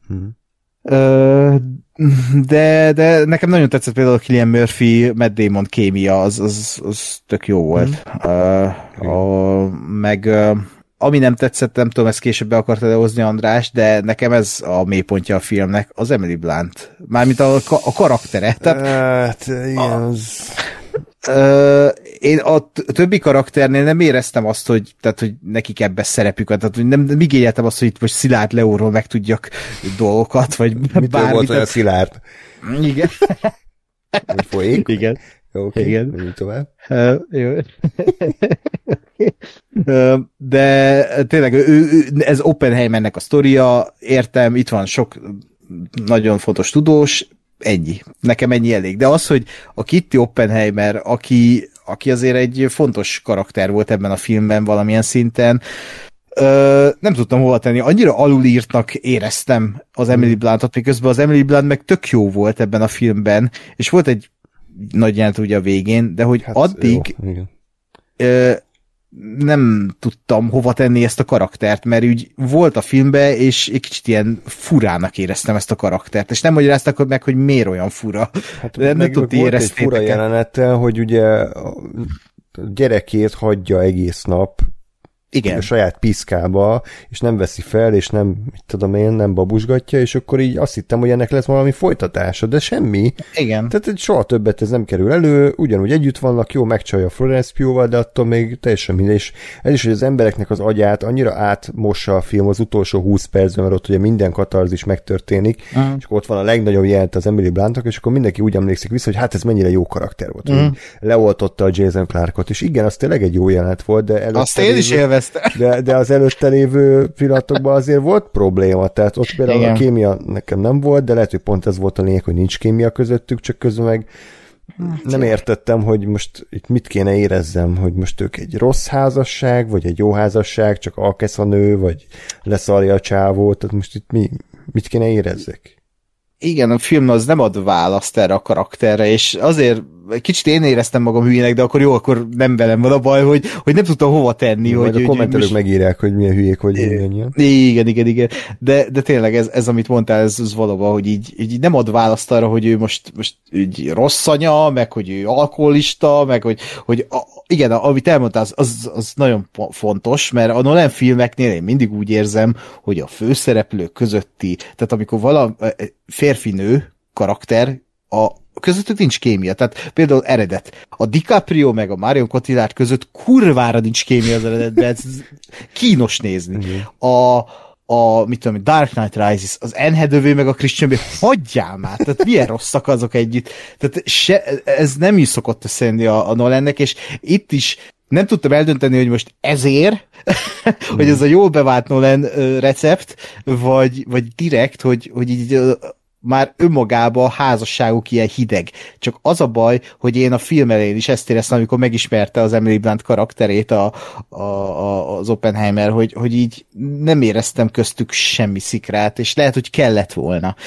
De nekem nagyon tetszett például a Cillian Murphy, Matt Damon kémia, az tök jó volt. Meg ami nem tetszett, nem tudom, ezt később be akartad hozni, András, de nekem ez a mélypontja a filmnek, az Emily Blunt. Mármint a karaktere. Tehát, igen, én a többi karakternél nem éreztem azt, hogy nekik ebbe szerepük van, tehát hogy nem igényeltem azt, hogy itt most Szilárd Leóról megtudjak dolgokat, vagy mitől volt olyan Szilárd? Igen. Hogy folyik? Igen. Okay, igen. Menjünk tovább. Jó. De tényleg ez Oppenheimernek a sztoria, értem, itt van sok nagyon fontos tudós, ennyi. Nekem ennyi elég. De az, hogy a Kitty Oppenheimer, aki azért egy fontos karakter volt ebben a filmben valamilyen szinten, nem tudtam hova tenni. Annyira alulírtnak éreztem az Emily Bluntot, miközben az Emily Blunt meg tök jó volt ebben a filmben, és volt egy nagy jelent ugye a végén, de hogy addig nem tudtam hova tenni ezt a karaktert, mert úgy volt a filmben, és egy kicsit ilyen furának éreztem ezt a karaktert, és nem magyaráztak meg, hogy miért olyan fura. Hát nem tudti éreztétek. Volt egy fura jelenettel, hogy ugye a gyerekét hagyja egész nap, igen, a saját piszkába, és nem veszi fel, és nem, mit tudom én, nem babusgatja, és akkor így azt hittem, hogy ennek lesz valami folytatása, de semmi. Igen. Tehát soha többet ez nem kerül elő, ugyanúgy együtt vannak, jó, megcsalja Florence Pugh-val, de attól még teljesen mindegy. És ez is, hogy az embereknek az agyát annyira átmossa a film az utolsó 20 percben, mert ott ugye minden katarzis megtörténik, és akkor ott van a legnagyobb jelent az Emily Bluntnak, és akkor mindenki úgy emlékszik vissza, hogy hát ez mennyire jó karakter volt, hogy leoltotta a Jason Clarkot, és igen, az tényleg egy jó jelenet volt, de azt én is élveztem. De az előtte lévő pillanatokban azért volt probléma, tehát ott például a kémia nekem nem volt, de lehet, hogy pont ez volt a lényeg, hogy nincs kémia közöttük, csak közben meg nem értettem, hogy most itt mit kéne érezzem, hogy most ők egy rossz házasság, vagy egy jó házasság, csak alkesz a nő, vagy leszarja a csávót, tehát most itt mit kéne érezzek? Igen, a film az nem ad választ erre a karakterre, és azért kicsit én éreztem magam hülyének, de akkor jó, akkor nem velem van a baj, hogy nem tudtam hova tenni. Majd hogy, a kommentelők megírják, hogy milyen hülyék vagyunk mindannyian. Igen. De tényleg ez amit mondtál, ez valóban, hogy így nem ad választ arra, hogy ő most így rossz anya, meg hogy ő alkoholista, meg hogy igen, amit elmondtál, az nagyon fontos, mert a Nolan filmeknél én mindig úgy érzem, hogy a főszereplők közötti, tehát amikor férfi-nő karakter, közöttük nincs kémia. Tehát például Eredet. A DiCaprio meg a Marion Cotillard között kurvára nincs kémia az Eredetben. Ez kínos nézni. Mit tudom, Dark Knight Rises, az Anne Hathaway meg a Christian Bale, hagyjál már! Tehát milyen rosszak azok együtt. Tehát ez nem is szokott összejönni a Nolannek, és itt is nem tudtam eldönteni, hogy most ezért, hogy ez a jól bevált Nolan recept, vagy direkt, hogy így már önmagában a házasságuk ilyen hideg. Csak az a baj, hogy én a film elején is ezt éreztem, amikor megismerte az Emily Blunt karakterét az Oppenheimer, hogy így nem éreztem köztük semmi szikrát, és lehet, hogy kellett volna.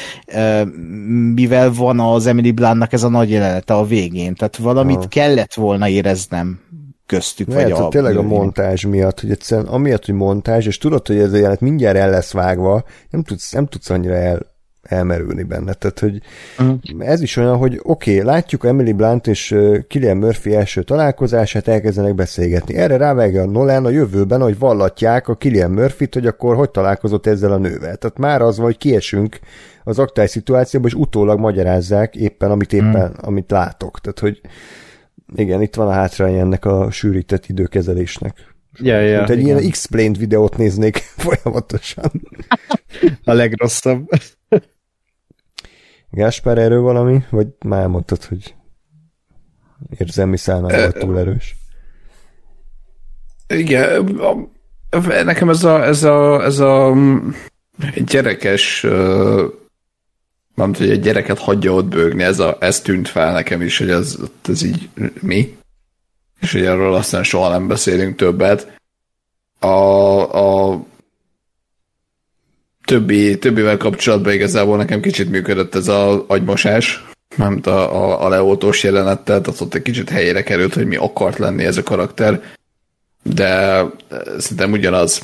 Mivel van az Emily Bluntnak ez a nagy jelenete a végén, tehát valamit kellett volna éreznem köztük. Lehet, vagy tényleg a montázs miatt, hogy egyszerűen amiatt, hogy montázs, és tudod, hogy ez a jelenet mindjárt el lesz vágva, nem tudsz annyira elmerülni benne. Tehát, hogy ez is olyan, hogy oké, látjuk Emily Blunt és Cillian Murphy első találkozását, elkezdenek beszélgetni. Erre rávágja a Nolan a jövőben, hogy vallatják a Cillian Murphyt, hogy akkor hogy találkozott ezzel a nővel. Tehát már az van, hogy kiesünk az aktuális szituációba, és utólag magyarázzák amit látok. Tehát, hogy igen, itt van a hátrány ennek a sűrített időkezelésnek. Mint egy ilyen explained videót néznék folyamatosan. A legrosszabb. Gáspár, erről valami? Vagy már elmondtad, hogy érzelmi szálnál volt túl erős? Igen, nekem ez a gyerekes, nem tudom, hogy egy gyereket hagyja ott bőgni, ez tűnt fel nekem is, hogy ez így mi? és hogy erről aztán soha nem beszélünk többet. A többivel kapcsolatban igazából nekem kicsit működött ez az agymosás, nem a leoltós jelenettel, tehát ott egy kicsit helyére került, hogy mi akart lenni ez a karakter, de szerintem ugyanaz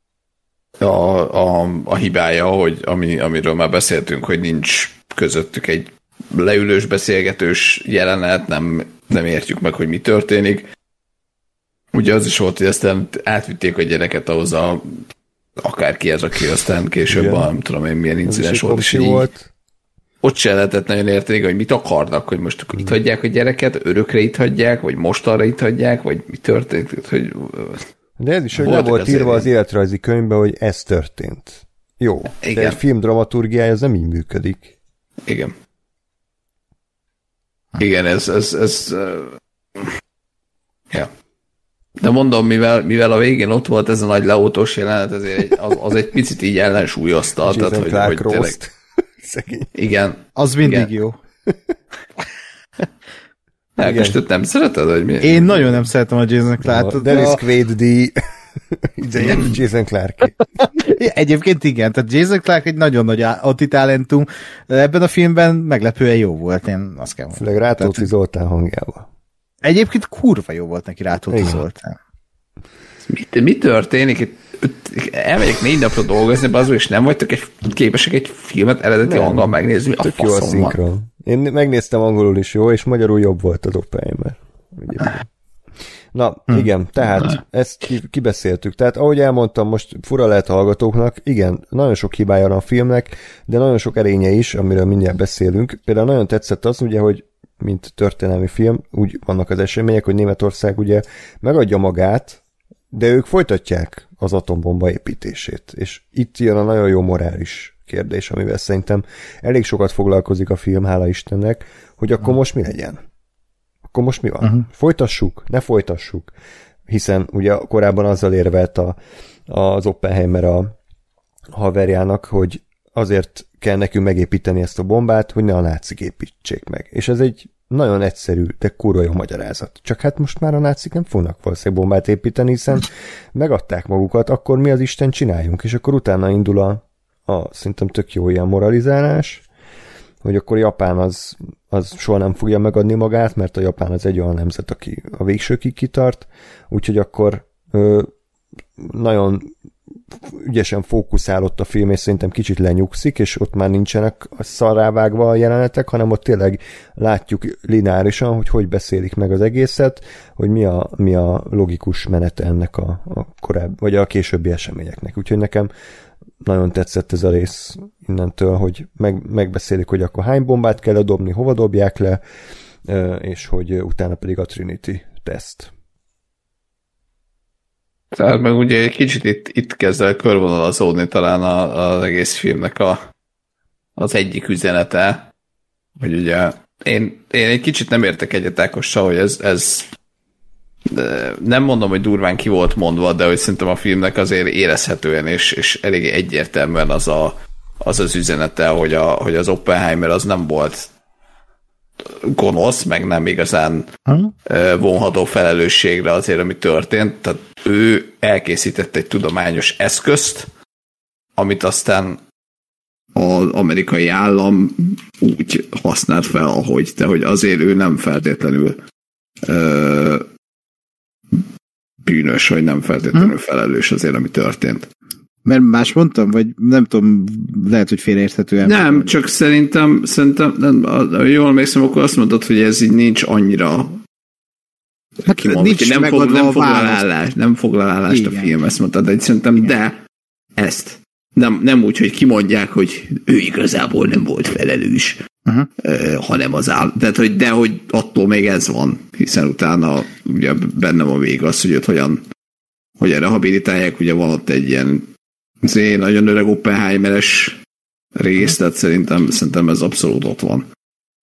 a hibája, hogy amiről már beszéltünk, hogy nincs közöttük egy leülős, beszélgetős jelenet, nem értjük meg, hogy mi történik. Ugye az is volt, hogy aztán átvitték a gyereket ahhoz akárki ez, aki aztán később nem tudom én milyen incidens volt, és így ott se lehetett nagyon érteni, hogy mit akarnak, hogy most itt hagyják a gyereket, örökre itt hagyják, vagy mostanra itt hagyják, vagy mi történt, hogy... De ez is, hogy le volt írva az életrajzi könyvben, hogy ez történt. Jó, igen. De egy film dramaturgiája az nem így működik. Igen. Igen, ez ja. De mondom, mivel a végén ott volt ez a nagy leautós jelenet, ezért az egy picit így ellensúlyozta. Tehát, hogy tényleg... Igen. Az mindig jó. Elkestet nem szereted, vagy mi? Én nagyon nem szeretem a Jason Clarke-t. Dennis Quaid idején Jason Clarke. Egyébként igen, tehát Jason Clarke egy nagyon nagy antitalentum, ebben a filmben meglepően jó volt, én azt kell mondani. Főleg Rátóti Zoltán hangjával. Egyébként kurva jó volt neki Rátóti Zoltán. Mi történik? Elmegyek 4 napra dolgozni, azon és nem vagytok képesek egy filmet eredeti hanggal megnézni, a faszom van. Szinkron. Én megnéztem angolul is jó, és magyarul jobb volt az Oppenheimer. Na, igen, tehát ezt kibeszéltük. Tehát ahogy elmondtam, most fura lehet a hallgatóknak, igen, nagyon sok hibája van a filmnek, de nagyon sok erénye is, amiről mindjárt beszélünk. Például nagyon tetszett az, ugye, hogy mint történelmi film, úgy vannak az események, hogy Németország ugye megadja magát, de ők folytatják az atombomba építését. És itt jön a nagyon jó morális kérdés, amivel szerintem elég sokat foglalkozik a film, hála Istennek, hogy akkor most mi legyen? Akkor most mi van? Folytassuk? Ne folytassuk? Hiszen ugye korábban azzal érvelt az Oppenheimer a haverjának, hogy azért kell nekünk megépíteni ezt a bombát, hogy ne a nácik építsék meg. És ez egy nagyon egyszerű, de kurva jó magyarázat. Csak hát most már a nácik nem fognak valószínűleg bombát építeni, hiszen megadták magukat, akkor mi az Isten csináljunk? És akkor utána indul szerintem tök jó ilyen moralizálás, hogy akkor Japán az soha nem fogja megadni magát, mert a Japán az egy olyan nemzet, aki a végsőkig kitart, úgyhogy akkor nagyon ügyesen fókuszálott a film, és szerintem kicsit lenyugszik, és ott már nincsenek szarrávágva a jelenetek, hanem ott tényleg látjuk lineárisan, hogy beszélik meg az egészet, hogy mi a logikus menete ennek a korábbi, vagy a későbbi eseményeknek. Úgyhogy nekem nagyon tetszett ez a rész innentől, hogy megbeszélik, hogy akkor hány bombát kell ledobni, hova dobják le, és hogy utána pedig a Trinity teszt. Tehát meg ugye egy kicsit itt kezd el körvonalazódni talán az egész filmnek az egyik üzenete, hogy ugye én egy kicsit nem értek egyet Ákossal, hogy ez nem mondom, hogy durván ki volt mondva, de hogy szerintem a filmnek azért érezhetően és elég egyértelműen az üzenete, hogy az Oppenheimer az nem volt gonosz, meg nem igazán vonható felelősségre azért, ami történt. Tehát ő elkészített egy tudományos eszközt, amit aztán az amerikai állam úgy használt fel, ahogy, de hogy azért ő nem feltétlenül bűnös, vagy nem feltétlenül felelős azért, ami történt. Mert más mondtam, vagy nem tudom, lehet, hogy félreérthetően. Nem, csak szerintem jól emlékszem, akkor azt mondod, hogy ez így nincs annyira nincs nem foglal állást a film, ezt mondtad, de szerintem de ezt nem úgy, hogy kimondják, hogy ő igazából nem volt felelős, hanem az tehát, hogy attól még ez van, hiszen utána ugye benne van végig az, hogy őt hogyan rehabilitálják, ugye van ott egy ilyen nagyon öreg Oppenheimeres rész, tehát szerintem ez abszolút ott van.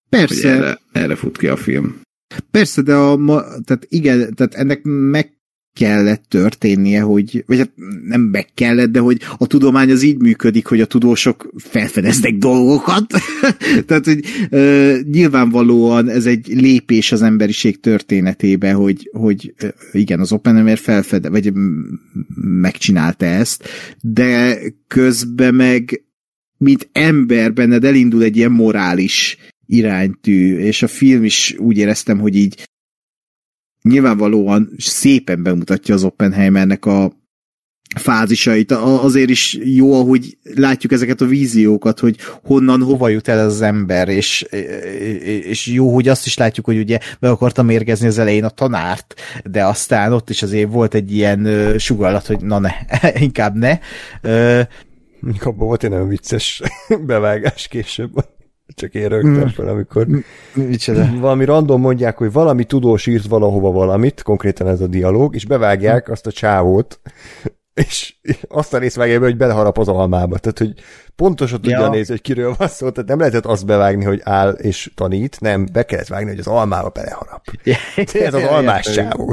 Persze. Erre fut ki a film. Persze, de tehát igen, tehát ennek meg kellett történnie, hogy, vagy hát nem meg kellett, de hogy a tudomány az így működik, hogy a tudósok felfedeznek dolgokat. Tehát, hogy nyilvánvalóan ez egy lépés az emberiség történetébe, hogy igen, az Oppenheimer vagy megcsinálta ezt, de közben meg mint ember benned elindul egy ilyen morális iránytű, és a film is úgy éreztem, hogy így nyilvánvalóan szépen bemutatja az Oppenheimernek a fázisait. Azért is jó, ahogy látjuk ezeket a víziókat, hogy honnan, hova jut el az ember, és jó, hogy azt is látjuk, hogy ugye be akartam mérgezni az elején a tanárt, de aztán ott is azért volt egy ilyen sugalllat, hogy na ne, inkább ne. Abban volt egy nagyon vicces bevágás később. Csak én rögtem fel, amikor valami random mondják, hogy valami tudós írt valahova valamit, konkrétan ez a dialóg, és bevágják azt a csávót, és azt a részt vágják be, hogy beleharap az almába. Tehát, hogy pontosan tudja nézni, hogy kiről van szó, tehát nem lehetett azt bevágni, hogy áll és tanít, nem, be kellett vágni, hogy az almába beleharap. Ez az almás csávó.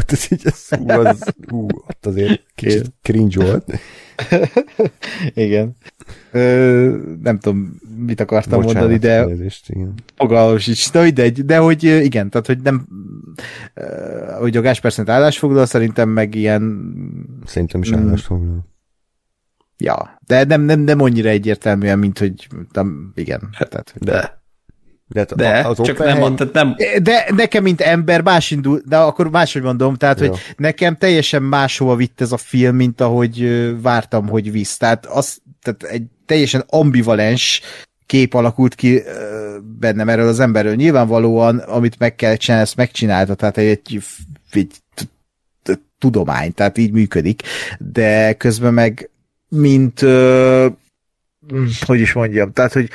Ott azért kicsit cringe volt. Igen. Nem tudom, mit akartam mondani, de fogalmam sincs. De hogy igen, tehát, hogy nem hogy a Gáspár szerint állásfoglal, szerintem meg ilyen szerintem is állásfoglal. Ja, de nem annyira egyértelműen, mint hogy igen. Hát, az csak nem. De nekem, mint ember, más indul, de akkor máshogy mondom, tehát, hogy nekem teljesen máshova vitt ez a film, mint ahogy vártam, hogy visz. Tehát egy teljesen ambivalens kép alakult ki bennem erről az emberről. Nyilvánvalóan, amit meg kell csinálni, ezt megcsinálta, tehát egy tudomány, tehát így működik, de közben meg mint hogy is mondjam, tehát, hogy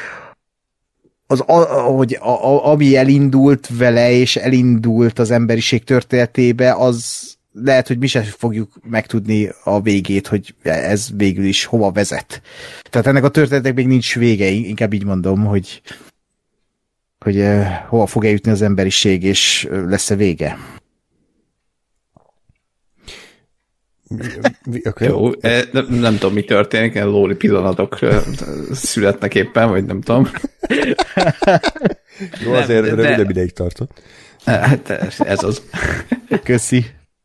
ami elindult vele, és elindult az emberiség történetébe, az lehet, hogy mi sem fogjuk megtudni a végét, hogy ez végül is hova vezet. Tehát ennek a történetnek még nincs vége, inkább így mondom, hogy hova fog eljutni az emberiség, és lesz-e vége. Okay. Jó, nem tudom, mi történik, lóri pillanatok születnek éppen, vagy nem tudom. Jó, azért rövidebb ideig tartott. Hát ez az. Köszi.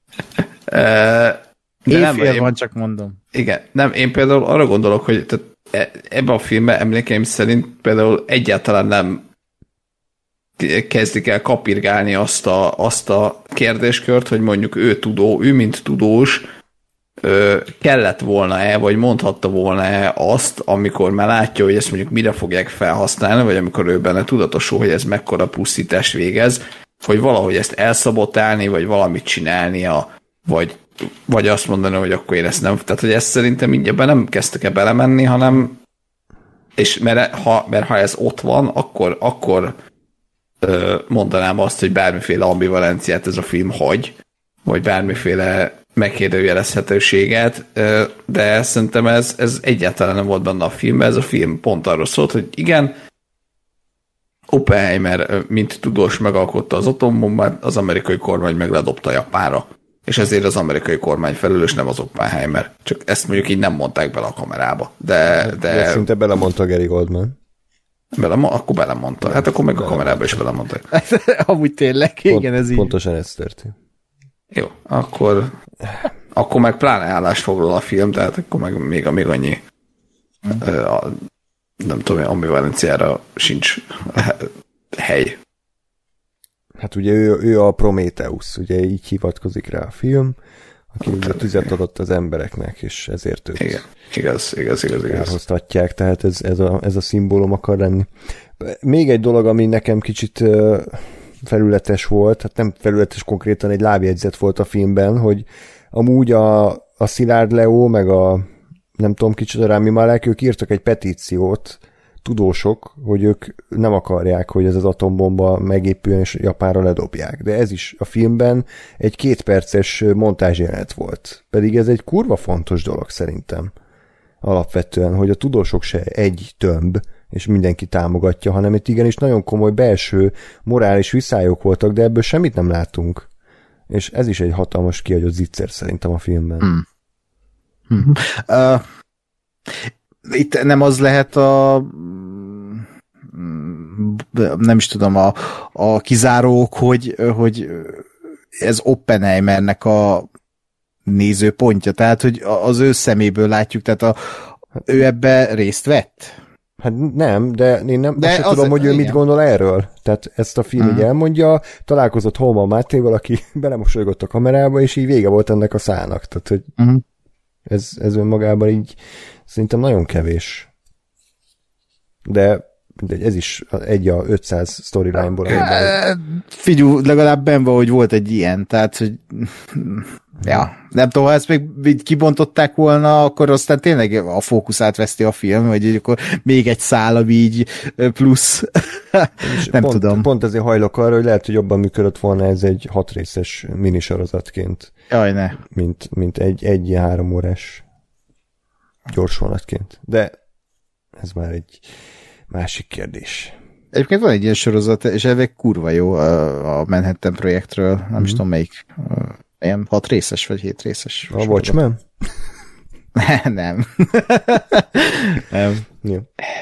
Évfél van, csak mondom. Igen, nem, én például arra gondolok, hogy ebben a filmben emlékeim szerint például egyáltalán nem kezdik el kapirgálni azt a kérdéskört, hogy mondjuk ő mint tudós kellett volna-e, vagy mondhatta volna-e azt, amikor már látja, hogy ezt mondjuk mire fogják felhasználni, vagy amikor ő benne tudatosul, hogy ez mekkora pusztítást végez, hogy valahogy ezt elszabotálni, vagy valamit csinálnia, vagy azt mondani, hogy akkor én ezt nem... Tehát, hogy ezt szerintem így ebben nem kezdtek el belemenni, hanem és mert ha ez ott van, akkor mondanám azt, hogy bármiféle ambivalenciát ez a film hagy, vagy bármiféle megkérdőjelezhetőséget, de szerintem ez egyáltalán nem volt benne a filmben. Ez a film pont arról szólt, hogy igen, Oppenheimer, mint tudós megalkotta az atombombát, az amerikai kormány meg ledobta Japánra. És ezért az amerikai kormány felelős, nem az Oppenheimer. Csak ezt mondjuk így nem mondták bele a kamerába. De szinte belemondta Gary Goldman. Akkor belemondta. Hát akkor meg a kamerába is belemondták. Amúgy tényleg, igen, ez így. Pontosan ez történt. Jó, akkor meg pláne állást foglal a film, tehát akkor meg még annyi nem tudom, ambivalenciára sincs hely. Hát ugye ő a Prometheus, ugye így hivatkozik rá a film, aki ugye tüzet adott az embereknek, és ezért őt igen. Igaz. elhoztatják, tehát ez a szimbólum akar lenni. Még egy dolog, ami nekem kicsit felületes volt, hát nem felületes, konkrétan egy lábjegyzet volt a filmben, hogy amúgy a Szilárd Leó, meg a nem tudom kicsoda Rami Malek, ők írtak egy petíciót, tudósok, hogy ők nem akarják, hogy ez az atombomba megépüljön és Japánra ledobják. De ez is a filmben egy 2 perces montázsjelenet volt. Pedig ez egy kurva fontos dolog szerintem. Alapvetően, hogy a tudósok se egy tömb, és mindenki támogatja, hanem itt igenis nagyon komoly belső morális viszályok voltak, de ebből semmit nem látunk és ez is egy hatalmas kihagyott zicser szerintem a filmben. Itt nem az lehet nem is tudom, a kizárók, hogy ez Oppenheimernek a nézőpontja, tehát, hogy az ő szeméből látjuk, tehát ő ebbe részt vett? Hát nem, de én nem tudom, hogy ő mit gondol erről. Tehát ezt a film így elmondja, találkozott Holman Mátéval, aki belemosolygott a kamerába, és így vége volt ennek a szának. Tehát, hogy ez önmagában így szerintem nagyon kevés. De ez is egy a 500 storyline-ból. Figyú, legalább benn van, hogy volt egy ilyen, tehát, hogy ja, nem tudom, ha ezt még így kibontották volna, akkor aztán tényleg a fókuszát veszti a film, vagy akkor még egy szál, ami így plusz. Nem tudom. Pont ezért hajlok arra, hogy lehet, hogy jobban működött volna ez egy 6 részes minisorozatként. Jaj, ne. Mint egy 3 órás gyorsvonatként. De ez már egy másik kérdés. Egyébként van egy ilyen sorozat, és elvég kurva jó a Manhattan projektről, nem is tudom melyik, ilyen 6 részes, vagy 7 részes. A Watchmen? Nem. Nem. Jó.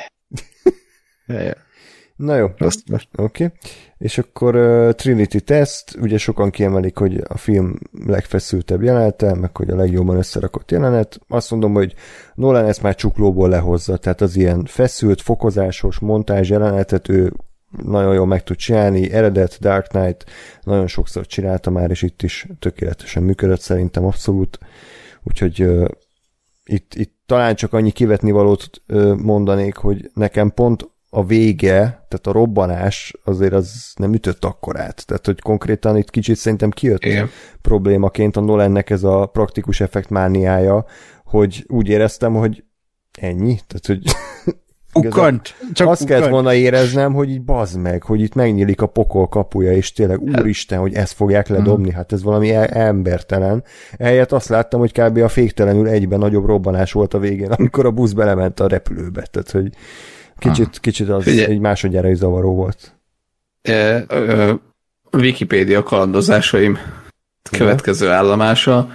Na jó, oké. És akkor Trinity Test, ugye sokan kiemelik, hogy a film legfeszültebb jelenete, meg hogy a legjobban összerakott jelenet. Azt mondom, hogy Nolan ezt már csuklóból lehozza, tehát az ilyen feszült, fokozásos montázs jelenetet ő nagyon jól meg tud csinálni, eredet, Dark Knight nagyon sokszor csinálta már, és itt is tökéletesen működött szerintem abszolút. Úgyhogy itt talán csak annyi kivetnivalót mondanék, hogy nekem pont a vége, tehát a robbanás azért az nem ütött akkorát. Tehát, hogy konkrétan itt kicsit szerintem kijött problémaként a Nolannek ez a praktikus effekt mániája, hogy úgy éreztem, hogy ennyi. Tehát, hogy csak azt kellett volna éreznem, hogy így bazd meg, hogy itt megnyílik a pokol kapuja, és tényleg úristen, hogy ezt fogják ledobni, hát ez valami embertelen. Ehelyett azt láttam, hogy kb. A féktelenül egyben nagyobb robbanás volt a végén, amikor a busz belement a repülőbe. Tehát, hogy kicsit az egy másodjára is zavaró volt. Wikipédia kalandozásaim következő állomása.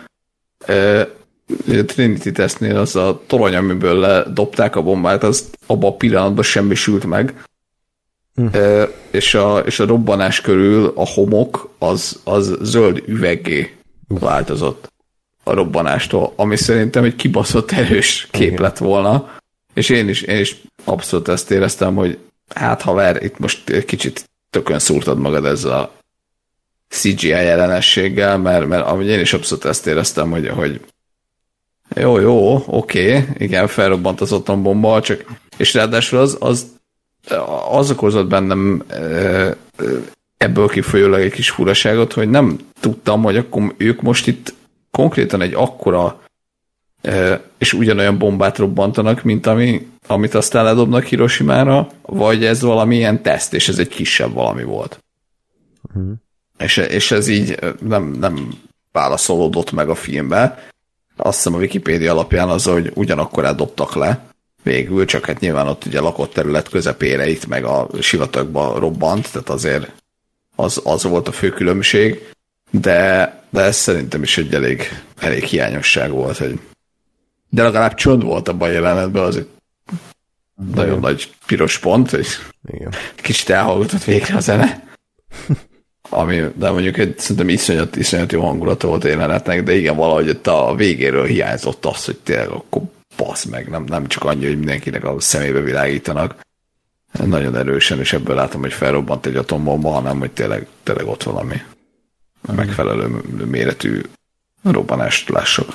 Trinity Testnél az a torony, amiből ledobták a bombát, az abban a pillanatban semmisült meg. És a robbanás körül a homok az zöld üveggé változott a robbanástól, ami szerintem egy kibaszott erős kép lett volna. És én is abszolút ezt éreztem, hogy hát haver, itt most kicsit tökön szúrtad magad ezzel a CGI jelenességgel, mert amúgy én is abszolút ezt éreztem, hogy jó, oké, igen, felrobbant az atombomba, csak, és ráadásul az okozott bennem ebből kifolyólag egy kis furaságot, hogy nem tudtam, hogy akkor ők most itt konkrétan egy akkora és ugyanolyan bombát robbantanak, mint amit aztán ledobnak Hiroshimára, vagy ez valamilyen teszt, és ez egy kisebb valami volt. És ez így nem válaszolódott meg a filmbe. Azt hiszem a Wikipédia alapján az, hogy ugyanakkor dobtak le végül, csak hát nyilván ott ugye lakott terület közepére itt meg a sivatagba robbant, tehát azért az volt a fő különbség, de ez szerintem is egy elég hiányosság volt, hogy de legalább csönd volt abban a jelenetben, az egy nagyon nagy piros pont, hogy kicsit elhallgatott végre a zene. De mondjuk szerintem iszonyat jó hangulata volt a jelenetnek, de igen, valahogy itt a végéről hiányzott az, hogy tényleg akkor basz meg, nem csak annyi, hogy mindenkinek a szemébe világítanak. Nagyon erősen, és ebből látom, hogy felrobbant egy atombomba, hanem hogy tényleg ott valami megfelelő méretű robbanást lássuk.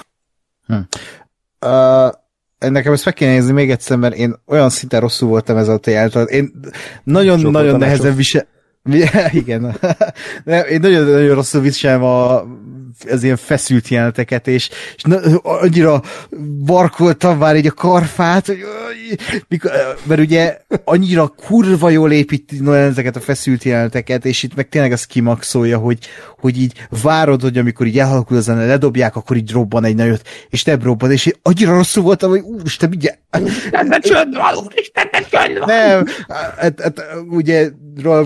Nekem ezt meg kéne nézni még egyszer, mert én olyan szinten rosszul voltam ezzel a tejáltal. Én nagyon nehezen igen. Én nagyon rosszul viselem az ilyen feszült jeleneteket, és annyira barkoltam már így a karfát, hogy mert ugye annyira kurva jól építi ezeket a feszült jeleneteket, és itt meg tényleg az kimaxolja, hogy így várod, hogy amikor így elhalkul a zene, ledobják, akkor így robban egy nagyot, és nem robban, és én annyira rosszul voltam, hogy úristen, mindjárt... Nem, ugye rólam köztudott, hogy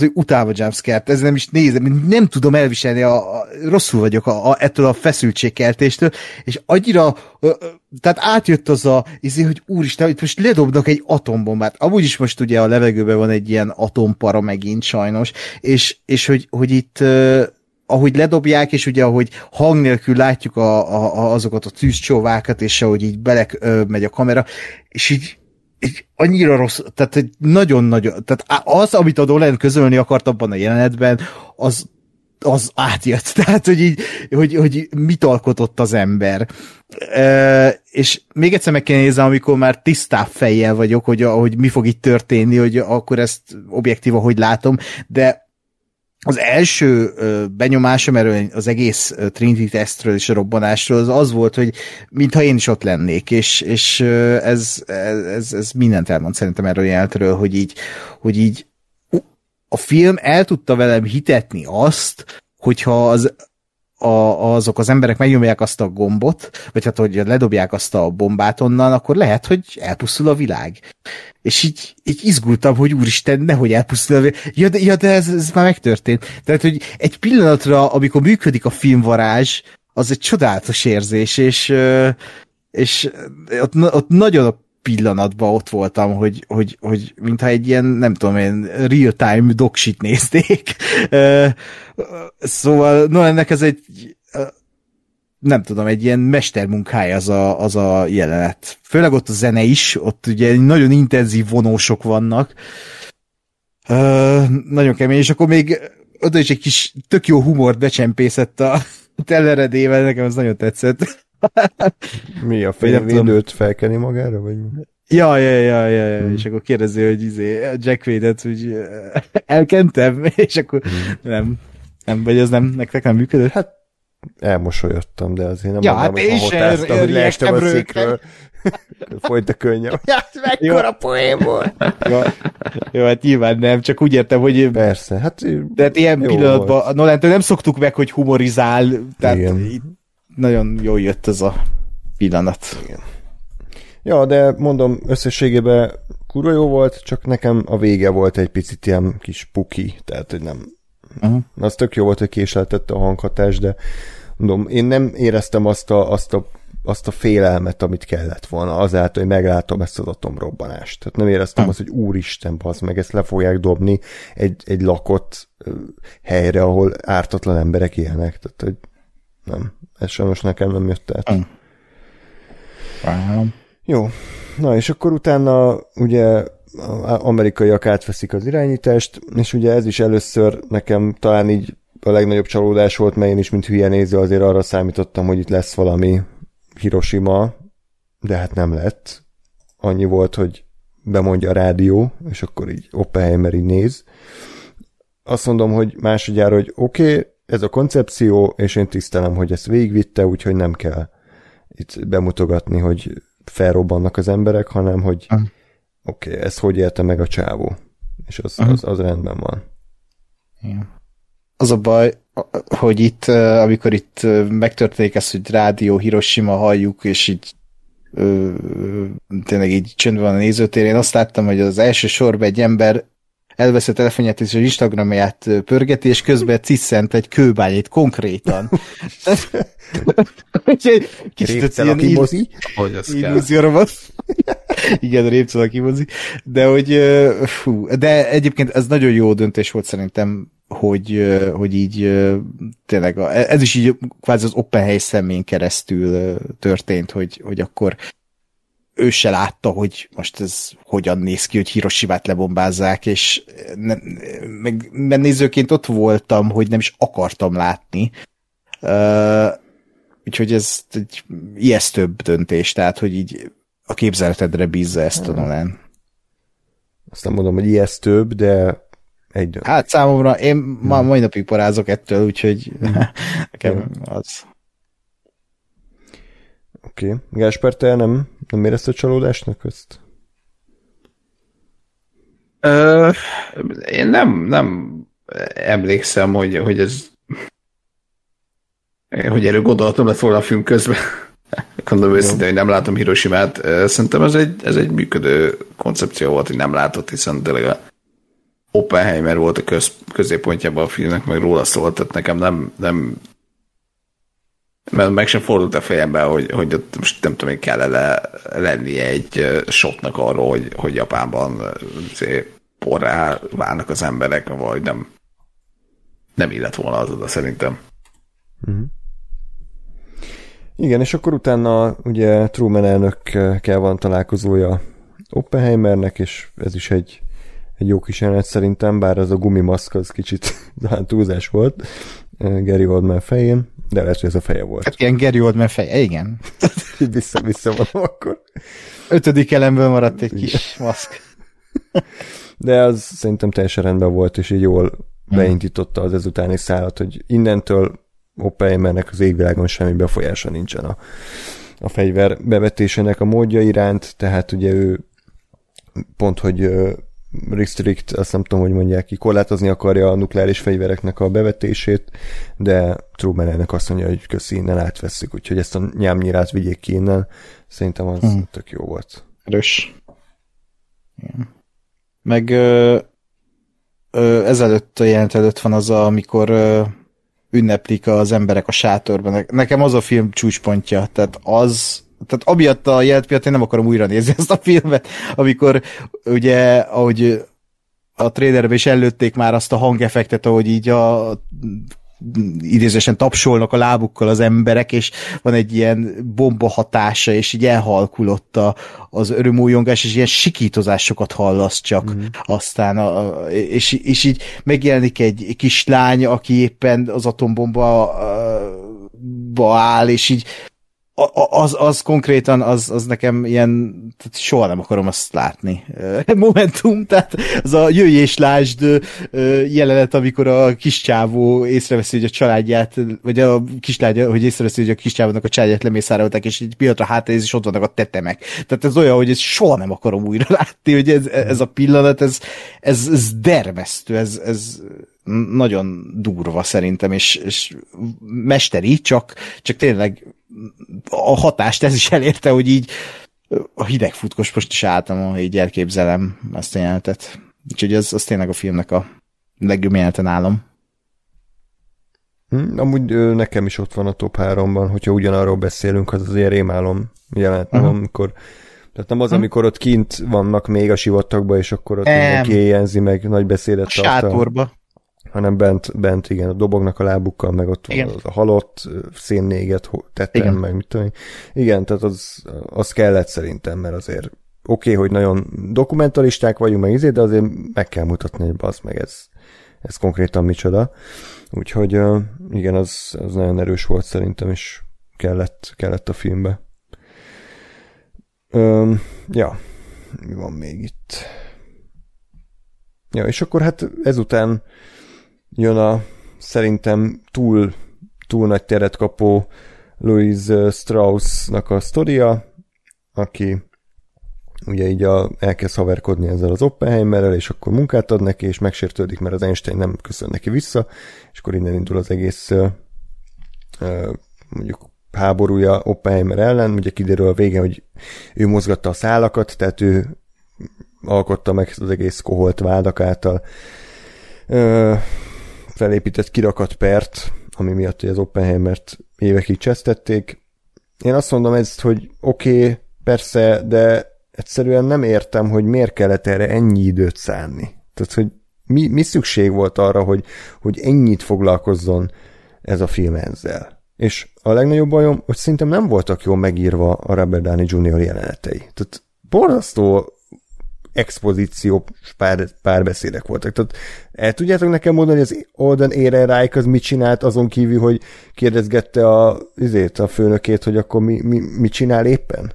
hogy utálva jumpscare-t, ez nem is nézem, nem tudom elviselni, rosszul vagyok ettől a feszültségkeltéstől, és annyira, tehát átjött az hogy úristen, itt most ledobnak egy atombombát. Amúgy is most ugye a levegőben van egy ilyen atompara megint sajnos, és hogy itt ahogy ledobják, és ugye ahogy hang nélkül látjuk azokat a tűzcsóvákat, és ahogy így megy a kamera, és így annyira rossz, tehát nagyon-nagyon, tehát az, amit a Nolan közölni akart abban a jelenetben, az átjött, tehát, hogy mit alkotott az ember. És még egyszer meg kell nézni, amikor már tisztább fejjel vagyok, hogy mi fog itt történni, hogy akkor ezt objektív, ahogy látom, de az első benyomásom erről az egész Trinity tesztről és a robbanásról az volt, hogy mintha én is ott lennék, és ez mindent elmond szerintem erről a jelenetről, hogy így a film el tudta velem hitetni azt, hogyha azok az emberek megnyomják azt a gombot, vagy hát, hogy ledobják azt a bombát onnan, akkor lehet, hogy elpusztul a világ. És így izgultam, hogy úristen, nehogy elpusztul a világ. Ja, de ez már megtörtént. Tehát, hogy egy pillanatra, amikor működik a filmvarázs, az egy csodálatos érzés, és ott nagyon a pillanatban ott voltam, hogy mintha egy ilyen, nem tudom én, real-time dogshit nézték. Szóval, ennek ez egy nem tudom, egy ilyen mestermunkája az a jelenet. Főleg ott a zene is, ott ugye nagyon intenzív vonósok vannak. Nagyon kemény, és akkor még oda is egy kis tök jó humort becsempészett a telleredével, nekem ez nagyon tetszett. Mi a fényvédőt felkeni magára, vagy mi? Ja, és akkor kérdezi, hogy Jack Wade-et, hogy elkentem, és akkor nem, vagy ez nem, nektek nem működött? Hát elmosolyodtam, de azért nem mondom, hogy hahotáztam, hogy leestem a székről. Folyt a könnyem. Mekkora poén volt! Jó, hát nyilván nem, csak úgy értem, hogy... Persze, hát... De hát ilyen pillanatban, Nolantől nem szoktuk meg, hogy humorizál, tehát nagyon jól jött ez a pillanat. Igen. Ja, de mondom, összességében kurva jó volt, csak nekem a vége volt egy picit ilyen kis puki, tehát, hogy nem... Az tök jó volt, hogy késleltette a hanghatás, de mondom, én nem éreztem azt a félelmet, amit kellett volna, azáltal, hogy meglátom ezt az atomrobbanást. Tehát nem éreztem azt, hogy úristen, bazd meg, ezt le fogják dobni egy lakott helyre, ahol ártatlan emberek élnek. Tehát, hogy nem, ez sajnos nekem nem jött át. Jó, na és akkor utána ugye amerikaiak átveszik az irányítást, és ugye ez is először nekem talán így a legnagyobb csalódás volt, mert én is, mint hülye néző, azért arra számítottam, hogy itt lesz valami Hiroshima, de hát nem lett. Annyi volt, hogy bemondja a rádió, és akkor így Oppenheimer így néz. Azt mondom, hogy másodjára, hogy oké, ez a koncepció, és én tisztelem, hogy ezt végigvitte, úgyhogy nem kell itt bemutogatni, hogy felrobbannak az emberek, hanem hogy oké, ezt hogy élte meg a csávó. És az rendben van. Igen. Az a baj, hogy itt, amikor itt megtörténik ez, hogy rádió, Hiroshima halljuk, és így tényleg így csönd van a nézőtérén, azt láttam, hogy az első sorban egy ember elveszi a telefonját, és az Instagramját pörgeti, és közben ciszent egy kőbányét konkrétan. Répcelaki mozi? Hogy az kell. Igen, répcelaki mozi. De hogy de egyébként ez nagyon jó döntés volt szerintem, hogy így tényleg ez is így kvázi az Oppenheimer szemén keresztül történt, hogy akkor ő se látta, hogy most ez hogyan néz ki, hogy Hiroshimát lebombázzák, és meg nézőként ott voltam, hogy nem is akartam látni. Úgyhogy ez egy ijesztőbb döntés, tehát, hogy így a képzeletedre bízza ezt a Nolan. Azt nem mondom, hogy ijesztőbb, de egy döntés. Hát számomra, én már mai napig parázok ettől, úgyhogy nekem az... Oké. Gásper, te nem érezted csalódásnak ezt? Én nem emlékszem, hogy ez hogy erről gondolatom lett volna a film közben. Gondolom őszintén, hogy nem látom Hiroshimát. Szerintem ez egy működő koncepció volt, hogy nem látott, hiszen tényleg Oppenheimer volt a középpontjában a filmnek, meg róla szólt, tehát nekem nem mert meg sem fordult a fejembe, hogy ott most nem tudom, hogy kell lennie egy shotnak arról, hogy Japánban porrá válnak az emberek, vagy nem illett volna az oda szerintem. Uh-huh. Igen, és akkor utána ugye Truman elnökkel van találkozója Oppenheimernek, és ez is egy jó kis jelenet szerintem, bár az a gumimaszk az kicsit túlzás volt Gary Oldman fején, de lehet, hogy ez a feje volt. Hát ilyen Gary Oldman feje, igen. Visszavonom akkor. 5. elemből maradt egy kis maszk. De az szerintem teljesen rendben volt, és így jól beindította az ezutáni szállat, hogy innentől Oppenheimernek az égvilágon semmi befolyása nincsen a fegyver bevetésének a módja iránt, tehát ugye ő pont, hogy restrict, azt nem tudom, hogy mondják ki, korlátozni akarja a nukleáris fegyvereknek a bevetését, de Truman ennek azt mondja, hogy köszi, innen átvesszük, úgyhogy ezt a nyámnyirát vigyék ki innen. Szerintem az tök jó volt. Erős. Igen. Meg ezelőtt a jelent előtt van az, amikor ünneplik az emberek a sátorban. Nekem az a film csúcspontja, tehát amiatt a jelent miatt én nem akarom újra nézni ezt a filmet, amikor ugye, ahogy a trailerben is előtték már azt a hangeffektet, ahogy így idézősen tapsolnak a lábukkal az emberek, és van egy ilyen bomba hatása, és így elhalkulott az örömújongás, és ilyen sikítozásokat hallasz csak. Aztán, és így megjelenik egy kislány, aki éppen az atombomba áll, és így az konkrétan, az nekem ilyen, soha nem akarom azt látni. Momentum, tehát az a jöjj és lásd jelenet, amikor a kiscsávó észreveszi, hogy a családját, vagy a kislány, hogy észreveszi, hogy a kiscsávónak a családját lemészárolták, és egy pillanatra hátréz, és ott vannak a tetemek. Tehát ez olyan, hogy ezt soha nem akarom újra látni, hogy ez a pillanat, ez dermesztő, ez nagyon durva szerintem, és mesteri, csak tényleg a hatást ez is elérte, hogy így a hidegfutkos most is álltam, így elképzelem ezt a jelenetet. Úgyhogy az tényleg a filmnek a legjobb jelenete nálam. Amúgy nekem is ott van a top 3-ban, hogyha ugyanarról beszélünk, az azért rémálom jelenet, nem amikor tehát nem az, amikor ott kint vannak még a sivatagban, és akkor ott mindenki éjjelzi, meg nagy beszédet tart. Sátorba. Hanem bent, igen, dobognak a lábukkal, meg ott van az a halott, szénnéget tettem, meg mit tudom. Igen, tehát az kellett szerintem, mert azért oké, hogy nagyon dokumentalisták vagyunk, meg de azért meg kell mutatni, hogy bazd meg, ez konkrétan micsoda. Úgyhogy igen, az nagyon erős volt szerintem, és kellett a filmbe. Ja, mi van még itt? Ja, és akkor hát ezután jön a szerintem túl nagy teret kapó Louis Strauss-nak a sztoria, aki ugye így elkezd haverkodni ezzel az Oppenheimerrel, és akkor munkát ad neki, és megsértődik, mert az Einstein nem köszön neki vissza, és akkor innen indul az egész mondjuk háborúja Oppenheimer ellen, ugye kiderül a vége, hogy ő mozgatta a szálakat, tehát ő alkotta meg az egész koholt vádak által felépített kirakatpert, ami miatt az Oppenheimert évekig csesztették. Én azt mondom ezt, hogy oké, persze, de egyszerűen nem értem, hogy miért kellett erre ennyi időt szánni. Tehát, hogy mi szükség volt arra, hogy ennyit foglalkozzon ez a film ezzel. És a legnagyobb bajom, hogy szerintem nem voltak jól megírva a Robert Downey Jr. jelenetei. Tehát borzasztó expozíció párbeszédek voltak. Tehát el tudjátok nekem mondani, hogy az Alden Ehrenreich az mit csinált azon kívül, hogy kérdezgette a főnökét, hogy akkor mit csinál éppen?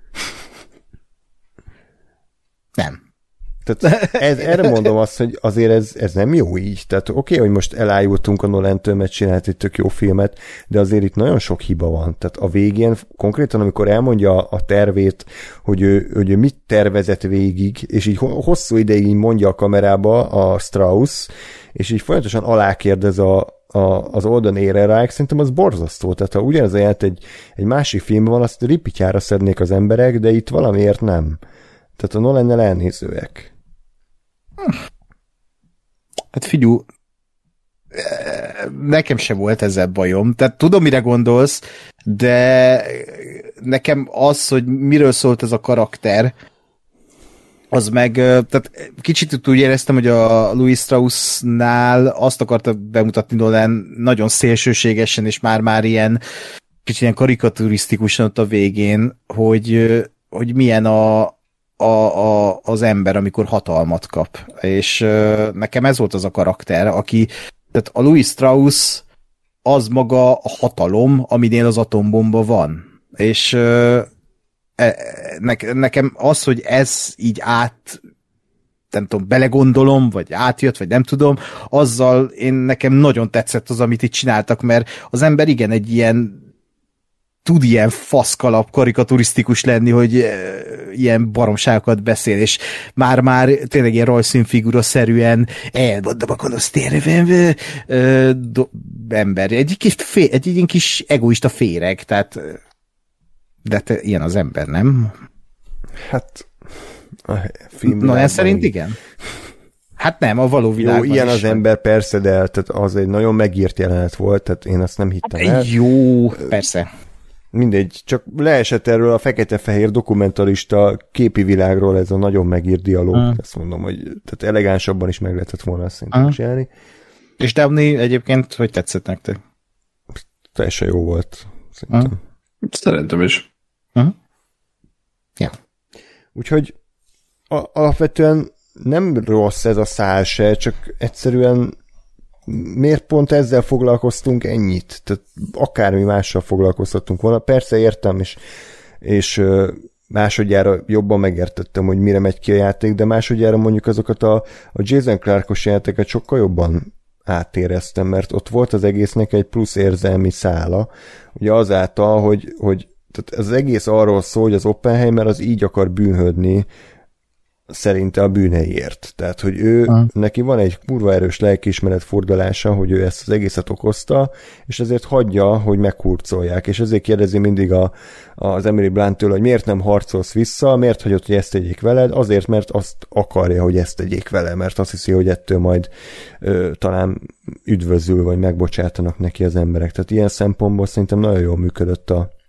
Nem. Tehát erre mondom azt, hogy azért ez nem jó így. Tehát oké, hogy most elájultunk a Nolan-től, mert csinált egy tök jó filmet, de azért itt nagyon sok hiba van. Tehát a végén konkrétan, amikor elmondja a tervét, hogy ő mit tervezett végig, és így hosszú ideig így mondja a kamerába a Strauss, és így folyamatosan alákérdez az Alden Ehrenreich, szerintem az borzasztó. Tehát ha ugyanaz a jelent egy másik filmben van, azt ripityára szednék az emberek, de itt valamiért nem. Tehát a Nolannel elnézőek. Hát figyelj, nekem se volt ezzel bajom. Tehát tudom, mire gondolsz, de nekem az, hogy miről szólt ez a karakter, az meg, tehát kicsit úgy éreztem, hogy a Louis Straussnál azt akarta bemutatni Nolan nagyon szélsőségesen, és már ilyen kicsit ilyen karikaturisztikusan ott a végén, hogy milyen az ember, amikor hatalmat kap. És nekem ez volt az a karakter, aki, tehát a Louis Strauss az maga a hatalom, aminél az atombomba van. És nekem az, hogy ez így nem tudom, belegondolom, vagy átjött, vagy nem tudom, azzal nekem nagyon tetszett az, amit itt csináltak, mert az ember igen egy ilyen tud ilyen faszkalap, karikaturisztikus lenni, hogy ilyen baromságokat beszél, és már tényleg ilyen rajzszínfigura-szerűen elmondom a gonosz térve ember. Egy kis egoista féreg, tehát de ilyen az ember, nem? Hát ez szerint igen? Hát nem, a való világban. Jó, ilyen az ember persze, de tehát az egy nagyon megírt jelenet volt, tehát én azt nem hittem el. Jó, persze. Mindegy, csak leesett erről a fekete-fehér dokumentarista képi világról ez a nagyon megírt dialóg. Ezt mondom, hogy tehát elegánsabban is meg lehetett volna azt szerintem csinálni. És Downey egyébként hogy tetszett nektek? Teljesen jó volt, szerintem. Szerintem is. Ja. Úgyhogy alapvetően nem rossz ez a szál se, csak egyszerűen miért pont ezzel foglalkoztunk ennyit? Tehát akármi mással foglalkoztattunk volna. Persze értem, és másodjára jobban megértettem, hogy mire megy ki a játék, de másodjára mondjuk azokat a Jason Clarke-os játékokat sokkal jobban átéreztem, mert ott volt az egésznek egy plusz érzelmi szála. Ugye azáltal, hogy tehát az egész arról szól, hogy az Oppenheimer az így akar bűnhődni szerinte a bűneiért. Tehát, hogy neki van egy kurva erős lelkiismeret fordulása, hogy ő ezt az egészet okozta, és ezért hagyja, hogy megkurcolják. És ezért kérdezi mindig az Emily Blunt-től, hogy miért nem harcolsz vissza, miért hagyod, hogy ezt tegyék veled? Azért, mert azt akarja, hogy ezt tegyék vele, mert azt hiszi, hogy ettől majd talán üdvözül, vagy megbocsátanak neki az emberek. Tehát ilyen szempontból szerintem nagyon jól működött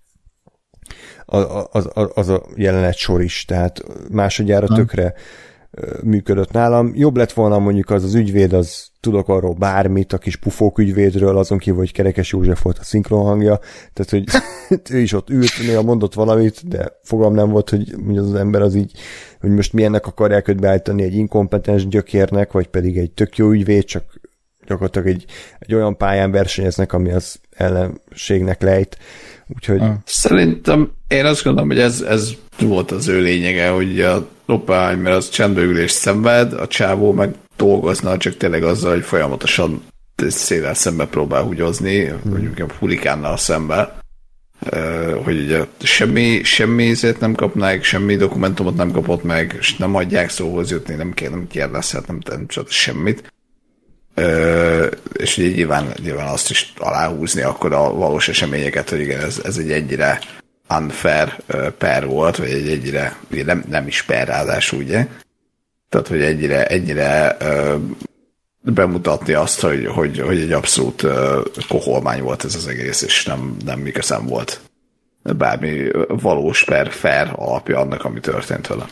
az a jelenet sor is, tehát másodjára tökre működött nálam. Jobb lett volna mondjuk az ügyvéd, az tudok arról bármit, a kis pufók ügyvédről, azon kívül, hogy Kerekes József volt a szinkronhangja, tehát hogy ő is ott ült, néha mondott valamit, de fogam nem volt, hogy az ember az így, hogy most milyennek akarják őt beállítani, egy inkompetens gyökérnek, vagy pedig egy tök jó ügyvéd, csak gyakorlatilag egy olyan pályán versenyeznek, ami az ellenségnek lejt. Úgyhogy... Szerintem én azt gondolom, hogy ez volt az ő lényege, hogy a Oppenheimer az csendbe ülés szenved, a csávó meg dolgozna, csak tényleg azzal, hogy folyamatosan széllel szembe próbál húgyozni, mondjuk Hurikánnal szembe, hogy ugye semmi ízét nem kap meg, semmi dokumentumot nem kapott meg, és nem adják szóhoz jutni, nem kérdezhet, nem semmit. És ugye nyilván azt is aláhúzni akkor a valós eseményeket, hogy igen, ez egy ennyire unfair per volt, vagy egy ennyire nem is per ráadásul, ugye? Tehát, hogy ennyire bemutatni azt, hogy egy abszolút koholmány volt ez az egész, és nem igazán volt bármi valós per fair alapja annak, ami történt vele.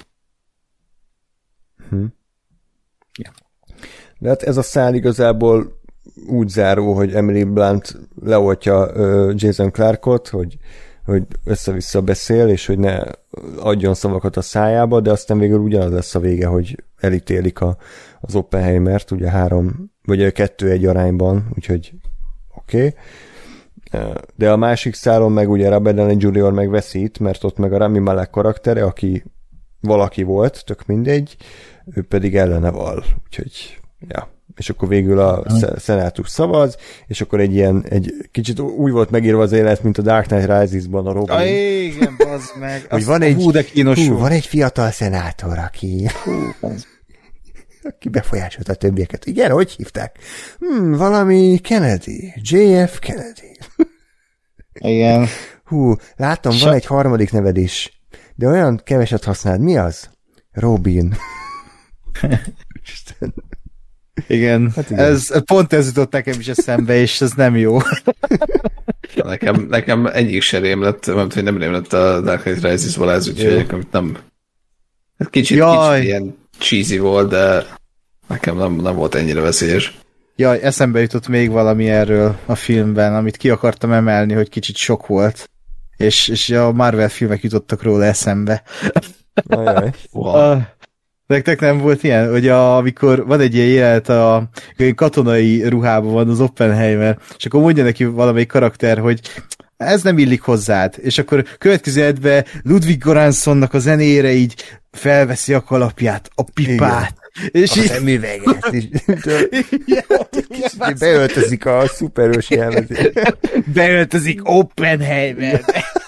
Ja. De hát ez a szál igazából úgy záró, hogy Emily Blunt leoltja Jason Clarke-ot, hogy össze-vissza beszél, és hogy ne adjon szavakat a szájába, de aztán végül ugyanaz lesz a vége, hogy elítélik az Oppenheimert, ugye 2-1 arányban, úgyhogy oké. De a másik szálon meg ugye Robert Downey Jr. meg veszít, mert ott meg a Rami Malek karaktere, aki valaki volt, tök mindegy, ő pedig ellene val, úgyhogy ja. És akkor végül a szenátus szavaz, és akkor egy kicsit úgy volt megírva az élet, mint a Dark Knight Rises-ban a Robin. Igen, bazd meg. Hogy van egy fiatal szenátor, aki befolyásolta a többieket. Igen, hogy hívták? Valami Kennedy. JF Kennedy. Igen. Láttam, van egy harmadik neved is, de olyan keveset használd. Mi az? Robin. Isten. Igen, Hát igen. pont ez jutott nekem is eszembe, és ez nem jó. Nekem egyik se rémlett, mert hogy nem rémlett a Dark Knight Rises valáz, úgyhogy nem... Kicsit ilyen cheesy volt, de nekem nem volt ennyire veszélyes. Jaj, eszembe jutott még valami erről a filmben, amit ki akartam emelni, hogy kicsit sok volt. És a Marvel filmek jutottak róla eszembe. Ajaj. Wow. Nektek nem volt ilyen, hogy amikor van egy ilyen jelenet, a katonai ruhában van az Oppenheimer, és akkor mondja neki valamelyik karakter, hogy ez nem illik hozzád. És akkor következő életben Ludwig Göranssonnak a zenére így felveszi a kalapját, a pipát. És a szemüveget is. Beöltözik a szuperős jelmezét. Beöltözik Oppenheimer.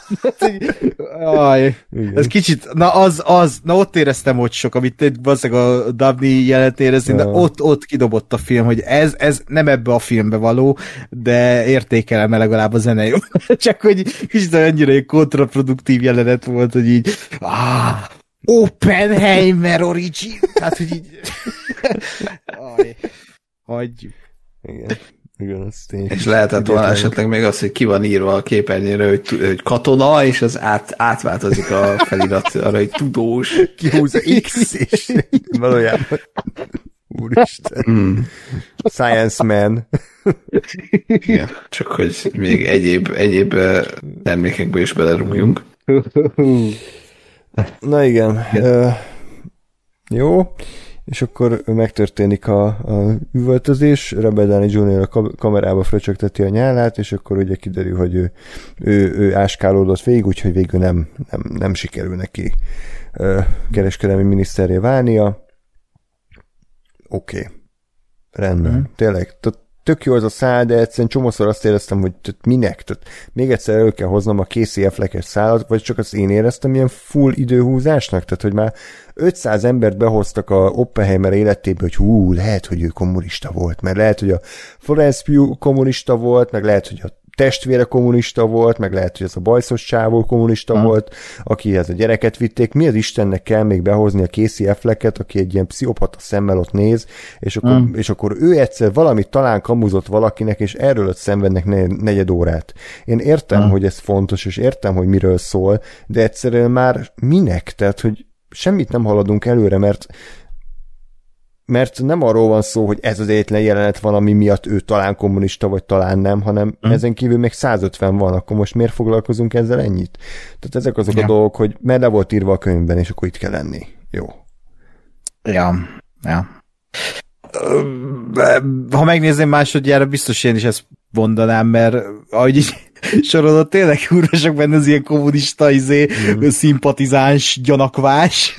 Aj, ez kicsit, na ott éreztem ott sok, amit valószínűleg a Dabney jelent érezni, de ott kidobott a film, hogy ez nem ebbe a filmbe való, de értékelem legalább a zene jó. Csak hogy kicsit annyira egy kontraproduktív jelenet volt, hogy így Oppenheimer origin, tehát hogy így hagyjuk. Igen, az tényleg. És lehetett volna esetleg még az, hogy ki van írva a képernyőre, hogy katona, és az átváltozik a felirat arra, hogy tudós. Kihúzza X, és valójában úristen. Science man. Igen, csak hogy még egyéb termékekbe is belerúgjunk. Na igen. Jó. És akkor megtörténik a üvöltözés, Robert Downey Jr. a kamerába fröcsögteti a nyálát, és akkor ugye kiderül, hogy ő áskálódott végig, úgyhogy végül nem sikerül neki kereskedelmi miniszterré válnia. Oké. Rendben. Tényleg, tök jó az a szál, de egyszerűen csomószor azt éreztem, hogy minek? Még egyszer elő kell hoznom a Casey Affleck-es szállat, vagy csak azt én éreztem ilyen full időhúzásnak? Tehát, hogy már 500 embert behoztak a Oppenheimer életébe, hogy lehet, hogy ő kommunista volt, mert lehet, hogy a Florence Pugh kommunista volt, meg lehet, hogy a testvére kommunista volt, meg lehet, hogy ez a bajszos csávó kommunista volt, akihez a gyereket vitték. Mi az Istennek kell még behozni a Casey Afflecket, aki egy ilyen pszichopata szemmel ott néz, és akkor ő egyszer valamit talán kamuzott valakinek, és erről ott szenvednek negyed órát. Én értem, hogy ez fontos, és értem, hogy miről szól, de egyszerűen már minek? Tehát, hogy semmit nem haladunk előre, mert nem arról van szó, hogy ez az egyetlen jelenet van, ami miatt ő talán kommunista, vagy talán nem, hanem ezen kívül még 150 van, akkor most miért foglalkozunk ezzel ennyit? Tehát ezek azok a dolgok, hogy mert le volt írva a könyvben, és akkor itt kell lenni. Jó. Ja. Ha megnézném másodjára, biztos én is ezt mondanám, mert ahogy így sorolod, tényleg úrva sok benne az ilyen kommunista, szimpatizáns gyanakvás,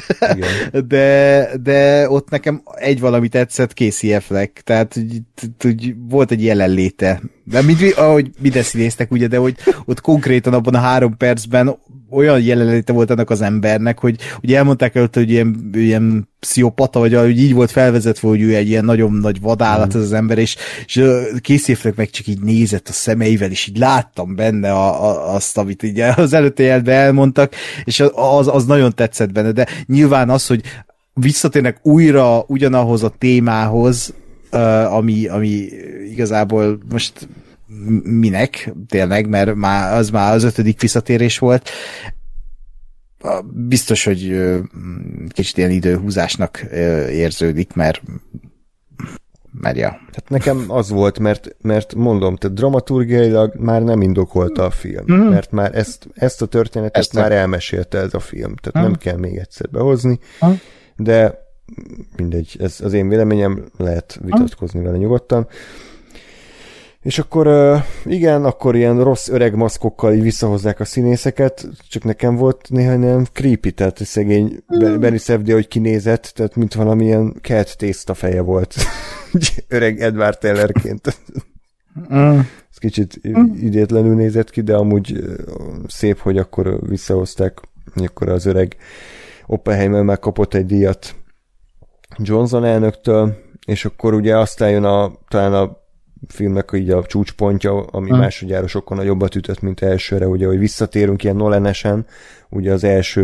de ott nekem egy valami tetszett, Casey Affleck, tehát hogy volt egy jelenléte. De ahogy minden színésztek, ugye, de hogy ott konkrétan abban a 3 percben olyan jelenléte volt annak az embernek, hogy ugye elmondták előtte, hogy ilyen pszichopata, vagy ahogy így volt felvezetve, hogy ő egy ilyen nagyon nagy vadállat az ember, és Casey Affleck meg csak így nézett a szemeivel, és így láttam benne azt, amit így az előtte jelentben elmondtak, és az nagyon tetszett benne, de nyilván az, hogy visszatérnek újra ugyanahoz a témához, ami igazából most minek, tényleg, mert az már az 5. visszatérés volt. Biztos, hogy kicsit ilyen időhúzásnak érződik, mert ja. Tehát nekem az volt, mert mondom, tehát dramaturgiailag már nem indokolta a film, mert már ezt a történetet már elmesélte ez a film, tehát nem kell még egyszer behozni, de mindegy, ez az én véleményem, lehet vitatkozni vele nyugodtan. És akkor igen, akkor ilyen rossz öreg maszkokkal így visszahozzák a színészeket, csak nekem volt néha ilyen creepy, tehát szegény Benny Safdie, hogy kinézett, tehát mint valamilyen kelt tészta feje volt. Öreg Edward Tellerként. Ez kicsit idétlenül nézett ki, de amúgy szép, hogy akkor visszahozták, hogy akkor az öreg Oppenheimer már kapott egy díjat Johnson elnöktől, és akkor ugye aztán jön talán a filmnek így a csúcspontja, ami másodjára sokkal nagyobbat ütött, mint elsőre, ugye, hogy visszatérünk ilyen Nolan-esen, ugye az első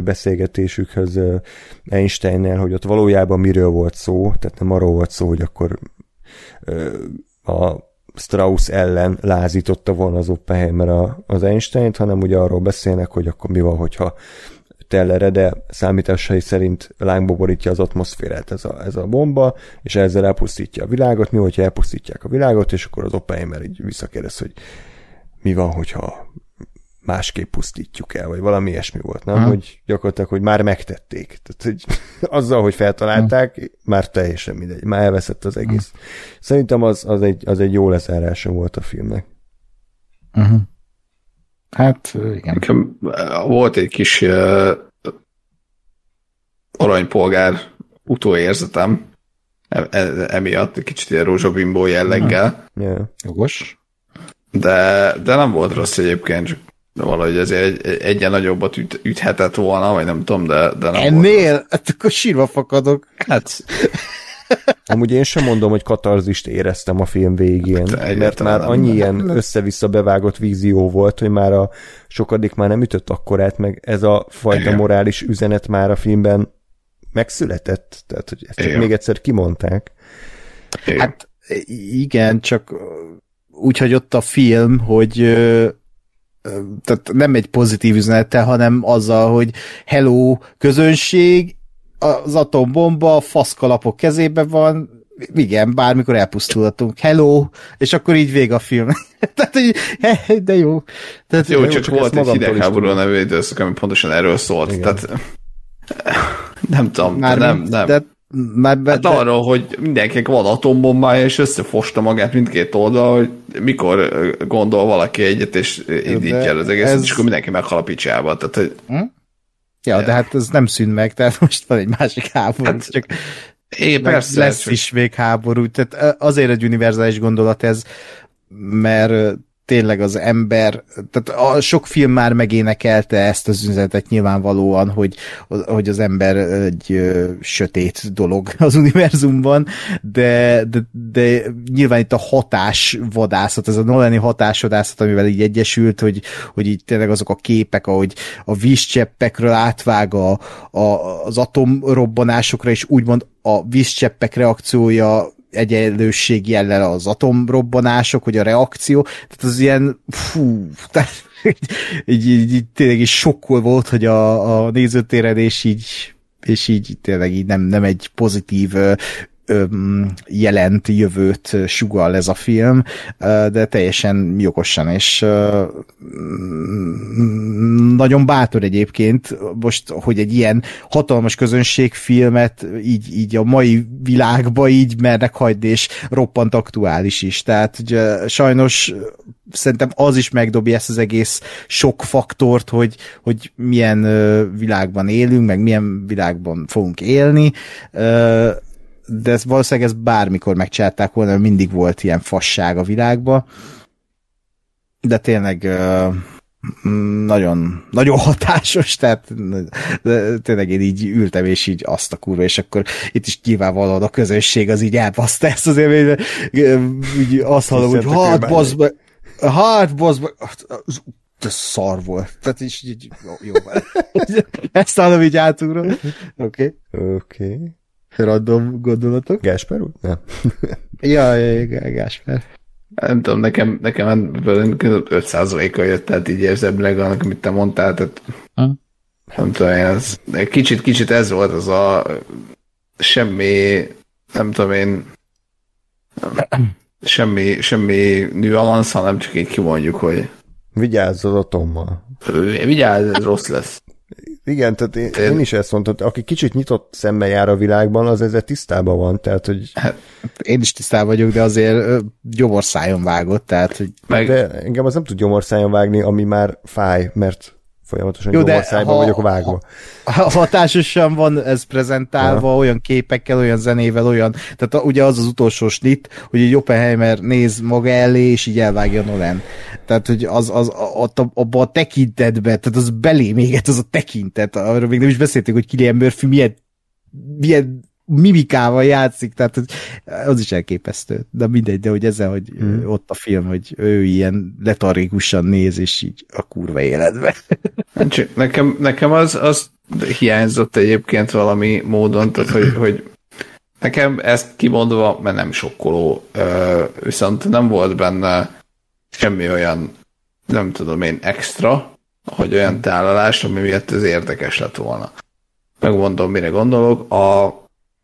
beszélgetésükhöz Einsteinnel, hogy ott valójában miről volt szó, tehát nem arról volt szó, hogy akkor a Strauss ellen lázította volna az Oppenheimer az Einsteint, hanem ugye arról beszélnek, hogy akkor mi van, hogyha Tellere, de számításai szerint lángba borítja az atmoszférát ez a bomba, és ezzel elpusztítja a világot. Mi, hogyha elpusztítják a világot, és akkor az Oppenheimer így visszakérdez, hogy mi van, hogyha másképp pusztítjuk el, vagy valami ilyesmi volt, nem? Hogy gyakorlatilag, hogy már megtették. Tehát, hogy azzal, hogy feltalálták, már teljesen mindegy. Már elveszett az egész. Szerintem az egy jó lezárása volt a filmnek. Hát, igen. Nekem volt egy kis aranypolgár utóérzetem emiatt, kicsit ilyen rózsabimbó jelleggel. Yeah. Jogos. De nem volt rossz egyébként, csak valahogy ezért egyen nagyobbat üthetett volna, vagy nem tudom, de nem ennél? Hát akkor sírva fakadok. Hát... Amúgy én sem mondom, hogy katarzist éreztem a film végén, mert már annyi ilyen össze-vissza bevágott vízió volt, hogy már a sokadik már nem ütött akkorát, meg ez a fajta morális üzenet már a filmben megszületett, tehát hogy ezt csak még egyszer kimondták. Hát igen, csak úgy hagyott a film, hogy tehát nem egy pozitív üzenettel, hanem azzal, hogy hello, közönség, az atombomba a faszkalapok kezében van, igen, bármikor elpusztulhatunk. Hello! És akkor így vég a film. Tehát, hogy de jó. Tehát, jó, csak volt egy hidegháború nevű időszak, ami pontosan erről szólt. Igen. Tehát nem tudom, nem. Hát arról, hogy mindenkinek van atombombája, és összefosta magát mindkét oldal, hogy mikor gondol valaki egyet, és indítja el az egészet, és akkor mindenki meghal a picsába. Tehát, hogy... Ja, de hát ez nem szűn meg, tehát most van egy másik háború, hát, csak persze, lesz is végháború, tehát azért egy univerzális gondolat ez, mert tényleg az ember, tehát sok film már megénekelte ezt az üzenetet nyilvánvalóan, hogy az ember egy sötét dolog az univerzumban, de nyilván itt a hatásvadászat, ez a Nolani hatásvadászat, amivel így egyesült, hogy így tényleg azok a képek, ahogy a vízcseppekről átvág az atomrobbanásokra, és úgymond a vízcseppek reakciója egyenlőség jellel az atomrobbanások, hogy a reakció, tehát az ilyen tehát így tényleg is sokkol volt, hogy a nézőtéren és így tényleg így nem egy pozitív jelent jövőt sugall ez a film, de teljesen jogosan, és nagyon bátor egyébként most, hogy egy ilyen hatalmas közönségfilmet így a mai világba így mernek hagyni, és roppant aktuális is. Tehát ugye, sajnos szerintem az is megdobja ezt az egész sok faktort, hogy milyen világban élünk, meg milyen világban fogunk élni, de valószínűleg ezt bármikor megcsinálták volna, mert mindig volt ilyen fasság a világban, de tényleg nagyon, nagyon hatásos, tehát tényleg én így ültem, és így azt a kurva, és akkor itt is nyilvánvalóan a közösség az így elbaszta ezt az élményt, így azt hallom, hogy hát bazd meg, ez szar volt. Tehát így jó. Ezt hallom, így átugrom. Oké. Random gondolatok. Gásper úr? Nem. Ja, Gásper. Nem tudom, nekem 5%-kal jött, tehát így érzemleg annak, amit te mondtál, tehát nem tudom, ez kicsit ez volt az a semmi, nem tudom én, semmi nüansz, hanem csak így kimondjuk, hogy vigyázz az atommal. Vigyázz, ez rossz lesz. Igen, tehát én is ezt mondtam, aki kicsit nyitott szemmel jár a világban, az ezzel tisztában van, tehát, hogy... Én is tisztában vagyok, de azért gyomorszájon vágott, tehát, hogy... De engem az nem tud gyomorszájon vágni, ami már fáj, mert folyamatosan gyomorszájban vagyok vágva. Hatásosan van ez prezentálva, olyan képekkel, olyan zenével, olyan... Tehát ugye az utolsó snit, hogy egy Oppenheimer néz maga elé, és így elvágja Nolan. Tehát, hogy abban a tekintetben, tehát az belé méget az a tekintet, arról még nem is beszéltünk, hogy Cillian Murphy milyen mimikával játszik, tehát az is elképesztő. De mindegy, de hogy ezzel, hogy ott a film, hogy ő ilyen letargikusan néz, és így a kurva életbe. Csak nekem az hiányzott egyébként valami módon, tehát hogy nekem ezt kimondva, mert nem sokkoló, viszont nem volt benne semmi olyan, nem tudom én, extra, hogy olyan tálalás, ami miatt ez érdekes lett volna. Megmondom, mire gondolok. A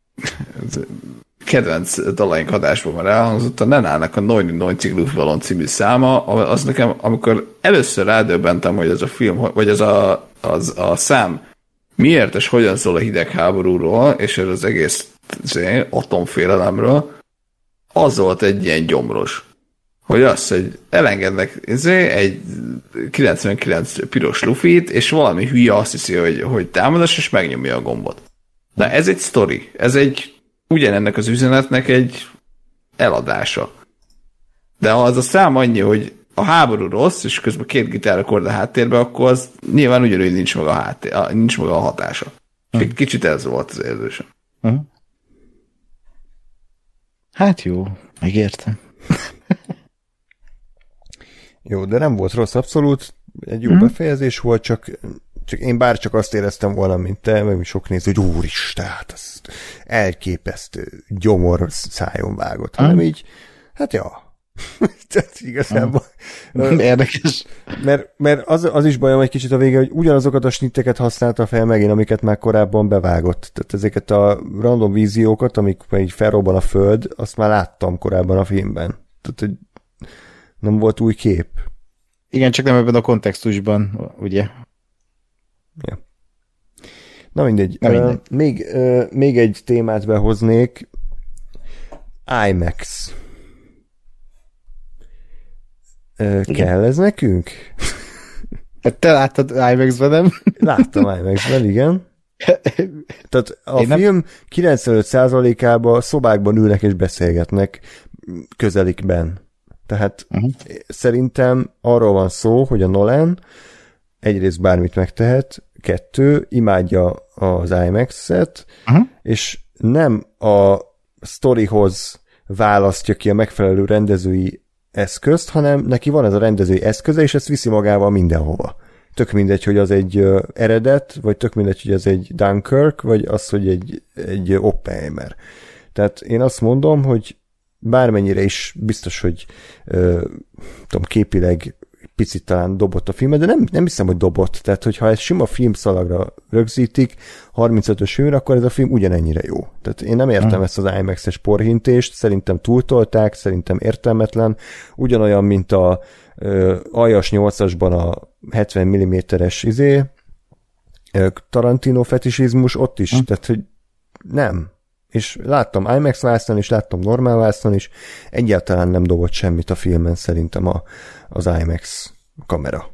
kedvenc dalaink adásban már elhangzott, a Nenának a Noin Ciklus című száma, az nekem, amikor először rádöbbentem, hogy ez a film, vagy ez a szám miért és hogyan szól a hidegháborúról, és ez az egész atomfélelemről, az volt egy ilyen gyomros. Hogy az, hogy elengednek egy 99 piros lufit, és valami hülye azt hiszi, hogy támadás, és megnyomja a gombot. De ez egy sztori. Ez ugyanennek az üzenetnek egy eladása. De ha az a szám annyi, hogy a háború rossz, és közben 2 gitárakord a háttérben, akkor az nyilván ugyanúgy nincs maga a hatása. Egy kicsit ez volt az érzésem. Hát jó, megértem. Jó, de nem volt rossz, abszolút. Egy jó befejezés volt, csak én bárcsak azt éreztem volna, mint te, meg sok néző, hogy úristen, hát az elképesztő gyomor szájon vágott, hanem így, hát ja. Tehát igazából. Érdekes. Mert az is bajom egy kicsit a vége, hogy ugyanazokat a snitteket használta fel megint, amiket már korábban bevágott. Tehát ezeket a random víziókat, amik így felrobban a föld, azt már láttam korábban a filmben. Tehát, hogy nem volt új kép. Igen, csak nem ebben a kontextusban, ugye? Ja. Na mindegy. Még egy témát behoznék. IMAX. Kell ez nekünk? Te láttad IMAX-ben, nem? Láttam IMAX-ben, igen. Tehát a film 95%-ában szobákban ülnek és beszélgetnek közelikben. Tehát szerintem arról van szó, hogy a Nolan egyrészt bármit megtehet, 2, imádja az IMAX-et, és nem a sztorihoz választja ki a megfelelő rendezői eszközt, hanem neki van ez a rendezői eszköze, és ezt viszi magával mindenhova. Tök mindegy, hogy az egy eredet, vagy tök mindegy, hogy ez egy Dunkirk, vagy az, hogy egy Oppenheimer. Tehát én azt mondom, hogy bármennyire is biztos, hogy tudom, képileg picit talán dobott a filmet, de nem hiszem, hogy dobott. Tehát, hogyha ez sima filmszalagra rögzítik, 35-ös filmre, akkor ez a film ugyanennyire jó. Tehát én nem értem ezt az IMAX-es porhintést, szerintem túltolták, szerintem értelmetlen, ugyanolyan, mint a Aljas 8-asban a 70 mm-es Tarantino fetisizmus, ott is, tehát, hogy nem. És láttam IMAX vásznon is, láttam normál vásznon is, egyáltalán nem dobott semmit a filmen szerintem az IMAX kamera.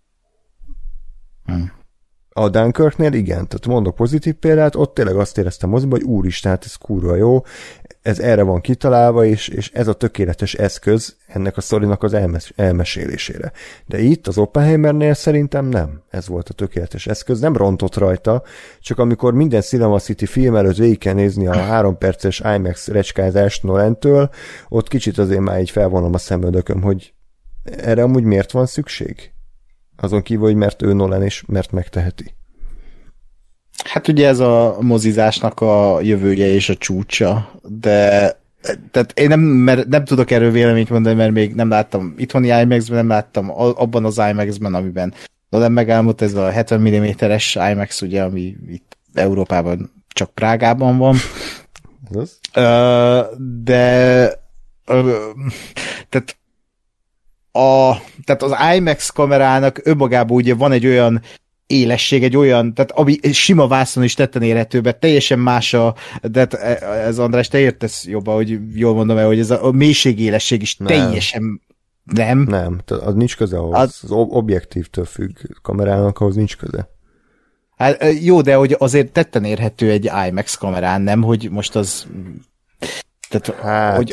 A Dunkirknél igen, tehát mondok pozitív példát, ott tényleg azt éreztem moziba, hogy úristen, hát ez kurva jó, ez erre van kitalálva, és ez a tökéletes eszköz ennek a sztorinak az elmesélésére. De itt az Oppenheimernél szerintem nem. Ez volt a tökéletes eszköz, nem rontott rajta, csak amikor minden Cinema City film előtt végig kell nézni a 3 perces IMAX recskázást Nolantől, ott kicsit azért már így felvonom a szemöldököm, hogy erre amúgy miért van szükség? Azon kívül, hogy mert ő Nolan és mert megteheti. Hát ugye ez a mozizásnak a jövője és a csúcsa, de tehát én nem tudok erről véleményt mondani, mert még nem láttam itthoni IMAX-ben, nem láttam abban az IMAX-ben, amiben Nolan megálmodta, ez a 70 mm-es IMAX, ugye, ami itt Európában csak Prágában van. Tehát az IMAX kamerának önmagában ugye van egy olyan élesség, egy olyan, tehát ami sima vászon is tetten érhető, mert teljesen más de ez András, te értesz jobban, hogy jól mondom el, hogy ez a mélységélesség is teljesen nem. Nem, az nincs köze ahhoz. Az objektívtől függ, kamerának ahhoz nincs köze. Hát jó, de hogy azért tetten érhető egy IMAX kamerán, nem, hogy most az tehát, hát, hogy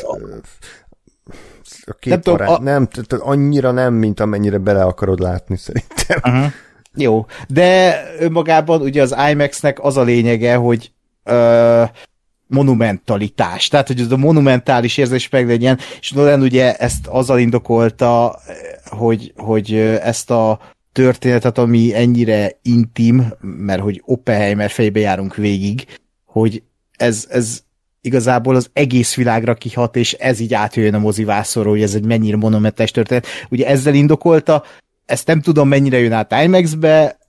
a kép nem, tehát annyira nem, mint amennyire bele akarod látni, szerintem. Jó, de önmagában ugye az IMAX-nek az a lényege, hogy monumentalitás, tehát hogy ez a monumentális érzés meglegyen, és Nolan ugye ezt azzal indokolta, hogy ezt a történetet, ami ennyire intim, mert hogy Oppenheimer fejbe járunk végig, hogy ez igazából az egész világra kihat, és ez így átjöjjön a mozivászorról, hogy ez egy mennyire monumentális történet. Ugye ezzel indokolta, ezt nem tudom, mennyire jön át IMAX-be.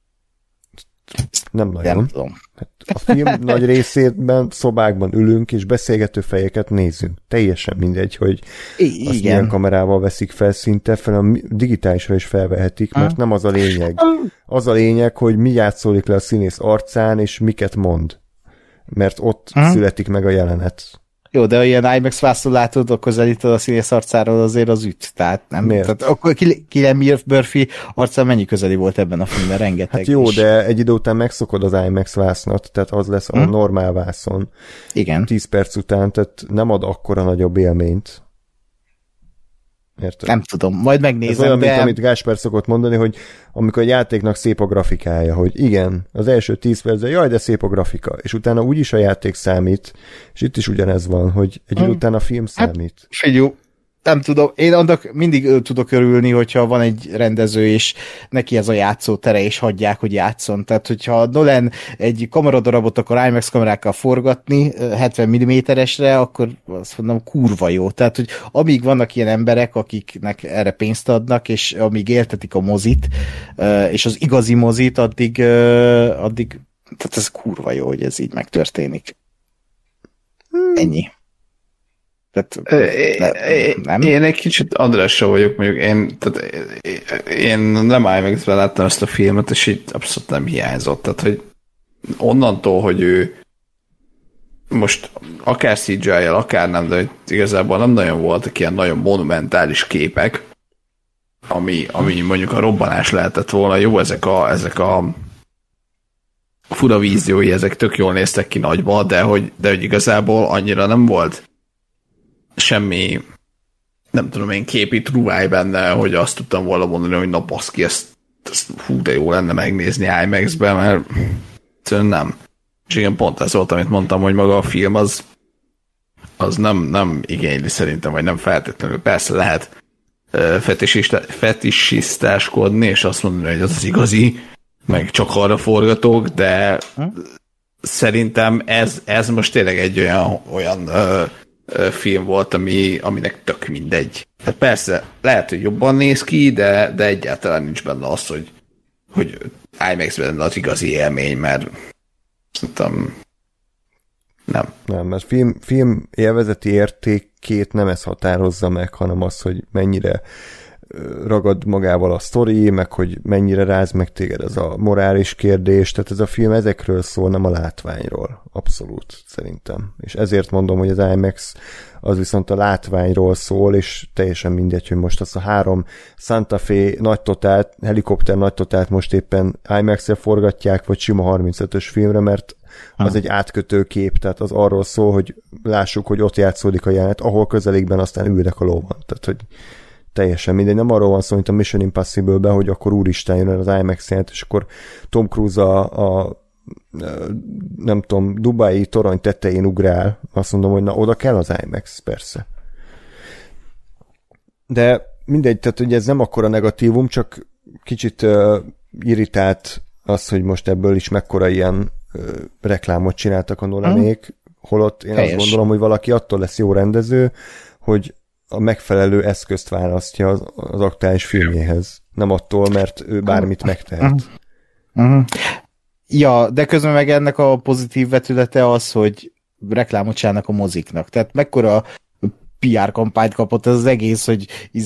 Nem nagyon. Nem tudom. A film nagy részében szobákban ülünk, és beszélgető fejeket nézünk. Teljesen mindegy, hogy azt milyen kamerával veszik fel szinte, fel a digitálisra is felvehetik, mert nem az a lényeg. Az a lényeg, hogy mi játszódik le a színész arcán, és miket mond. Mert ott születik meg a jelenet. Jó, de ha ilyen IMAX vászon látod, akkor közelítod a színész arcáról, azért az üt. Tehát nem. Miért? Tehát akkor Cillian Murphy arcán mennyi közeli volt ebben a filmben? Rengeteg. Hát jó, is. de egy idő után megszokod az IMAX vásznat, tehát az lesz a normál vászon. Igen. 10 perc után, tehát nem ad akkora nagyobb élményt. Érted? Nem tudom, majd megnézem. Ez olyan, mint amit Gáspár szokott mondani, hogy amikor egy játéknak szép a grafikája, hogy igen, az első 10 percben, jaj, de szép a grafika, és utána úgyis a játék számít, és itt is ugyanez van, hogy egy idő után a film számít. Figyelj, nem tudom, én annak mindig tudok örülni, hogyha van egy rendező, és neki ez a játszótere, és hagyják, hogy játszon. Tehát, hogyha Nolan egy kameradarabot akar IMAX kamerákkal forgatni 70 mm-esre, akkor azt mondom, kurva jó. Tehát, hogy amíg vannak ilyen emberek, akiknek erre pénzt adnak, és amíg éltetik a mozit, és az igazi mozit, addig tehát ez kurva jó, hogy ez így megtörténik. Ennyi. Nem? Én egy kicsit Andrással vagyok, mondjuk én nem IMAX-ben láttam ezt a filmet, és így abszolút nem hiányzott. Tehát, hogy onnantól, hogy ő most akár CGI-jel, akár nem, de igazából nem nagyon voltak ilyen nagyon monumentális képek, ami mondjuk a robbanás lehetett volna. Jó, ezek a fura víziói, ezek tök jól néztek ki nagyba, de hogy igazából annyira nem volt semmi, nem tudom én, képi truváj benne, hogy azt tudtam volna mondani, hogy na baszki, ezt hú, de jó lenne megnézni IMAX-ben, mert nem. És igen, pont ez volt, amit mondtam, hogy maga a film az nem igényli szerintem, vagy nem feltétlenül. Persze lehet fetisistáskodni, és azt mondani, hogy az igazi, meg csak arra forgatók, de szerintem ez most tényleg egy olyan film volt, aminek tök mindegy. Hát persze, lehet, hogy jobban néz ki, de egyáltalán nincs benne az, hogy IMAX-ben az igazi élmény, mert szerintem nem. Nem, mert film élvezeti értékét nem ez határozza meg, hanem az, hogy mennyire ragad magával a sztori, meg hogy mennyire ráz meg téged ez a morális kérdés, tehát ez a film ezekről szól, nem a látványról. Abszolút, szerintem. És ezért mondom, hogy az IMAX az viszont a látványról szól, és teljesen mindegy, hogy most azt a 3 Santa Fe nagy totált, helikopter nagy totált most éppen IMAX-re forgatják, vagy sima 35-ös filmre, mert az egy átkötő kép, tehát az arról szól, hogy lássuk, hogy ott játszódik a jelenet, ahol közelékben aztán ülnek a lóban. Tehát, hogy teljesen mindegy. Nem arról van szó, mint a Mission Impossible-ben, hogy akkor úristen jön az IMAX jelent, és akkor Tom Cruise a nem tudom, Dubai torony tetején ugrál. Azt mondom, hogy na, oda kell az IMAX, persze. De mindegy, tehát ugye ez nem akkora negatívum, csak kicsit irritált az, hogy most ebből is mekkora ilyen reklámot csináltak a Nolanék, holott én azt gondolom, hogy valaki attól lesz jó rendező, hogy a megfelelő eszközt választja az aktuális filmjéhez. Nem attól, mert ő bármit megtehet. Ja, de közben meg ennek a pozitív vetülete az, hogy reklámot csinálnak a moziknak. Tehát mekkora PR kampányt kapott ez az egész, hogy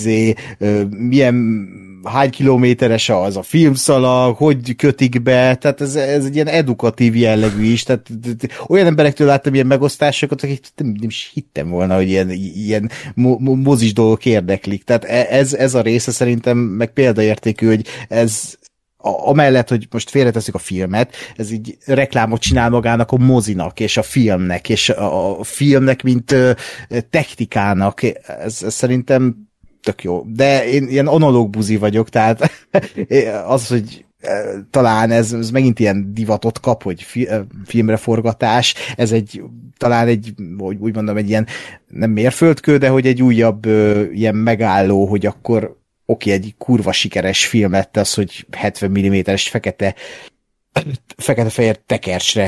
hány kilométeres az a filmszalag, hogy kötik be, tehát ez egy ilyen edukatív jellegű is, tehát olyan emberektől láttam ilyen megosztásokat, akik nem is hittem volna, hogy ilyen mozis dolgok érdeklik. Tehát ez a része szerintem meg példaértékű, hogy ez amellett, hogy most félreteszük a filmet, ez így reklámot csinál magának a mozinak, és a filmnek, és a filmnek, mint technikának. Ez szerintem tök jó. De én ilyen analóg buzi vagyok, tehát az, hogy talán ez megint ilyen divatot kap, hogy filmre forgatás, ez talán egy, úgy mondom, egy ilyen nem mérföldkő, de hogy egy újabb ilyen megálló, hogy akkor egy kurva sikeres filmet, az, hogy 70 mm-es fekete-fehér tekercsre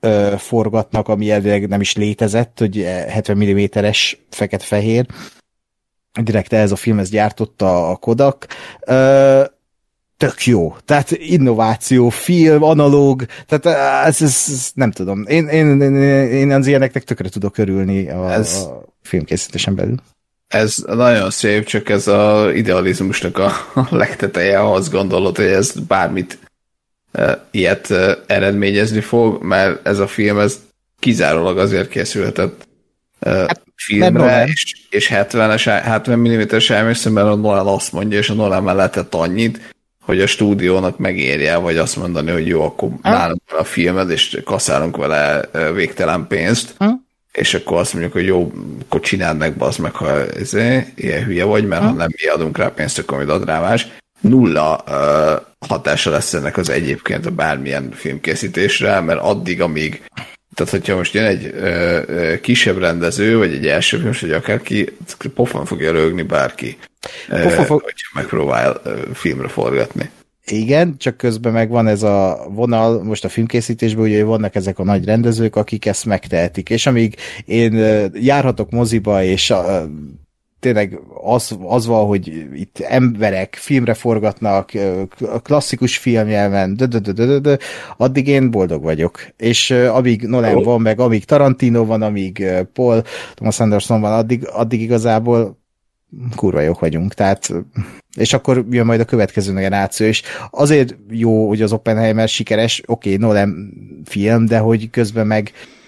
forgatnak, ami elvileg nem is létezett, hogy 70 mm-es fekete-fehér. Direkt ez a film, ez gyártotta a Kodak. Tök jó. Tehát innováció, film, analóg, tehát ez nem tudom. Én az ilyeneknek tökre tudok örülni a filmkészítésen belül. Ez nagyon szép, csak ez az idealizmusnak a legteteje, ha azt gondolod, hogy ez bármit ilyet eredményezni fog, mert ez a film ez kizárólag azért készülhetett filmre, és 70 mm-es elmészem, a Nolan azt mondja, és a Nolan mellettett annyit, hogy a stúdiónak megérje, vagy azt mondani, hogy jó, akkor nálunk van a filmed, és kaszálunk vele végtelen pénzt, és akkor azt mondjuk, hogy jó, akkor csináld meg, bazd meg, ha ilyen hülye vagy, mert ha nem mi adunk rá pénzt, akkor majd ad rá más. Nulla hatása lesz ennek az egyébként a bármilyen filmkészítésre, mert addig, amíg tehát, hogyha most jön egy kisebb rendező, vagy egy első film, vagy akárki, pofon fogja rögni bárki, hogyha megpróbál filmre forgatni. Igen, csak közben meg van ez a vonal most a filmkészítésben, ugye vannak ezek a nagy rendezők, akik ezt megtehetik, és amíg én járhatok moziba, és tényleg az van, hogy itt emberek filmre forgatnak, klasszikus filmjelmen, addig én boldog vagyok. És amíg Nolan van, meg amíg Tarantino van, amíg Paul Thomas Anderson van, addig igazából kurva jók vagyunk. Tehát, és akkor jön majd a következő generáció, és azért jó, hogy az Oppenheimer sikeres, oké, Nolan film, de hogy közben meg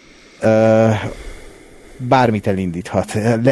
bármit elindíthat.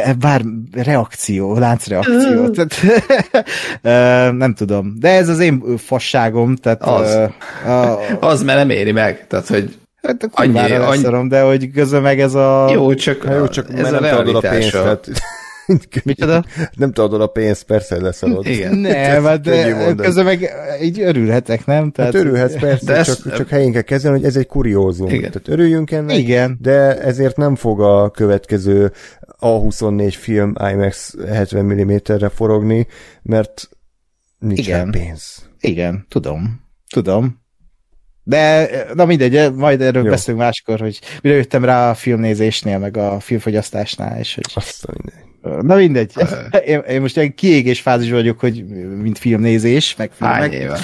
Láncreakció. Tehát, nem tudom. De ez az én fasságom. Tehát, az, mert nem éri meg. Tehát, hogy hát annyi... de hogy közben meg ez a... Jó, csak ez nem tudod a pénzt. Tehát... Micsoda? Nem tudod a pénzt, persze leszarod. Igen. Nem, de közben meg így örülhetek, nem? Tehát... Hát örülhetsz, persze, de csak helyén kell kezelni, hogy ez egy kuriózum. Igen. Tehát örüljünk ennek, igen. De ezért nem fog a következő A24 film IMAX 70 mm-re forogni, mert nincs rá pénz. Igen, tudom. De, na mindegy, majd erről beszélünk máskor, hogy mire jöttem rá a filmnézésnél, meg a filmfogyasztásnál, és hogy... Azt mindegy. Na mindegy. Én most egy kiégés fázis vagyok, hogy mint filmnézés, meg filmek. Hány éve?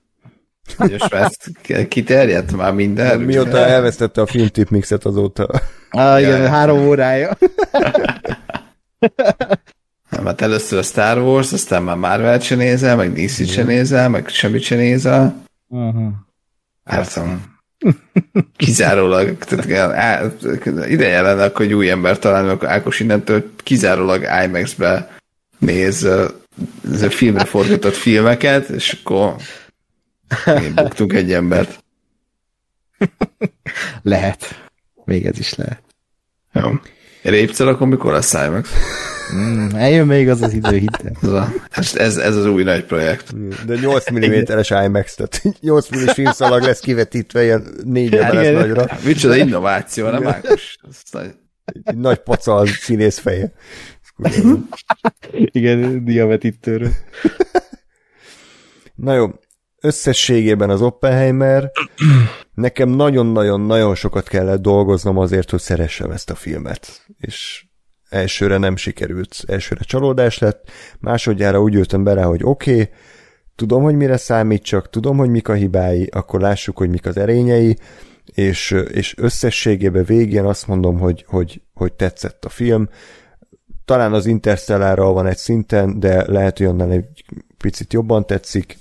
Kiterjedt már minden. Mióta elvesztette a filmtipmixet azóta. Igen, 3 órája. Hát először a Star Wars, aztán már Marvel-t se nézel, meg DC-t se nézel, meg semmit se nézel. Értem. Kizárólag, tehát ideje lenne, akkor egy új ember találni, akkor Ákos innentől kizárólag IMAX-be néz filmre forgatott filmeket, és akkor én buktunk egy embert. Lehet. Még ez is lehet. Jó. Répcel, akkor mikor lesz IMAX? Eljön még az idő, hittem. Ez az új nagy projekt. De 8 mm-es IMAX, tehát 8 mm-es filmszalag lesz kivetítve, ilyen 4 lesz nagyra. Micsoda innováció, nem Ákos? Egy nagy pacal színész feje. Igen, diavetítőről. Na jó, összességében az Oppenheimer nekem nagyon-nagyon-nagyon sokat kellett dolgoznom azért, hogy szeressem ezt a filmet. És elsőre nem sikerült. Elsőre csalódás lett, másodjára úgy jöttem be rá, hogy oké, tudom, hogy mire számít, csak tudom, hogy mik a hibái, akkor lássuk, hogy mik az erényei, és összességében végén azt mondom, hogy tetszett a film. Talán az Interstellárral van egy szinten, de lehet, hogy annál egy picit jobban tetszik,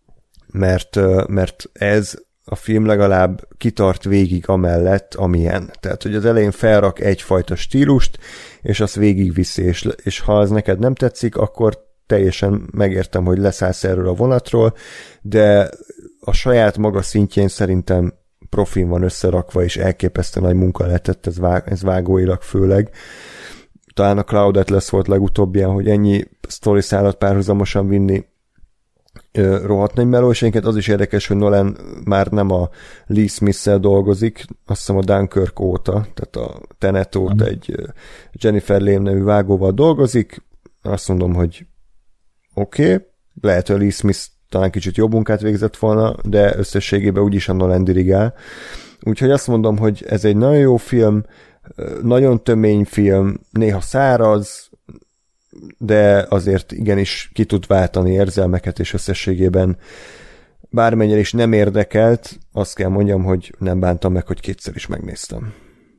mert ez a film legalább kitart végig amellett, amilyen. Tehát, hogy az elején felrak egyfajta stílust, és azt végigviszi, és ha az neked nem tetszik, akkor teljesen megértem, hogy leszállsz erről a vonatról, de a saját maga szintjén szerintem profin van összerakva, és elképesztő nagy munka lehetett, ez vágóilag főleg. Talán a Cloud Atlas volt legutóbbian, hogy ennyi sztori szállat párhuzamosan vinni rohadt nagy meló, és egyébként az is érdekes, hogy Nolan már nem a Lee Smith-szel dolgozik, azt hiszem a Dunkirk óta, tehát a Tenet óta egy Jennifer Lame nevű vágóval dolgozik, azt mondom, hogy oké, lehet, hogy Lee Smith talán kicsit jobb munkát végzett volna, de összességében úgyis a Nolan dirigál. Úgyhogy azt mondom, hogy ez egy nagyon jó film, nagyon tömény film, néha száraz, de azért igenis ki tud váltani érzelmeket, és összességében bármennyire is nem érdekelt, azt kell mondjam, hogy nem bántam meg, hogy kétszer is megnéztem.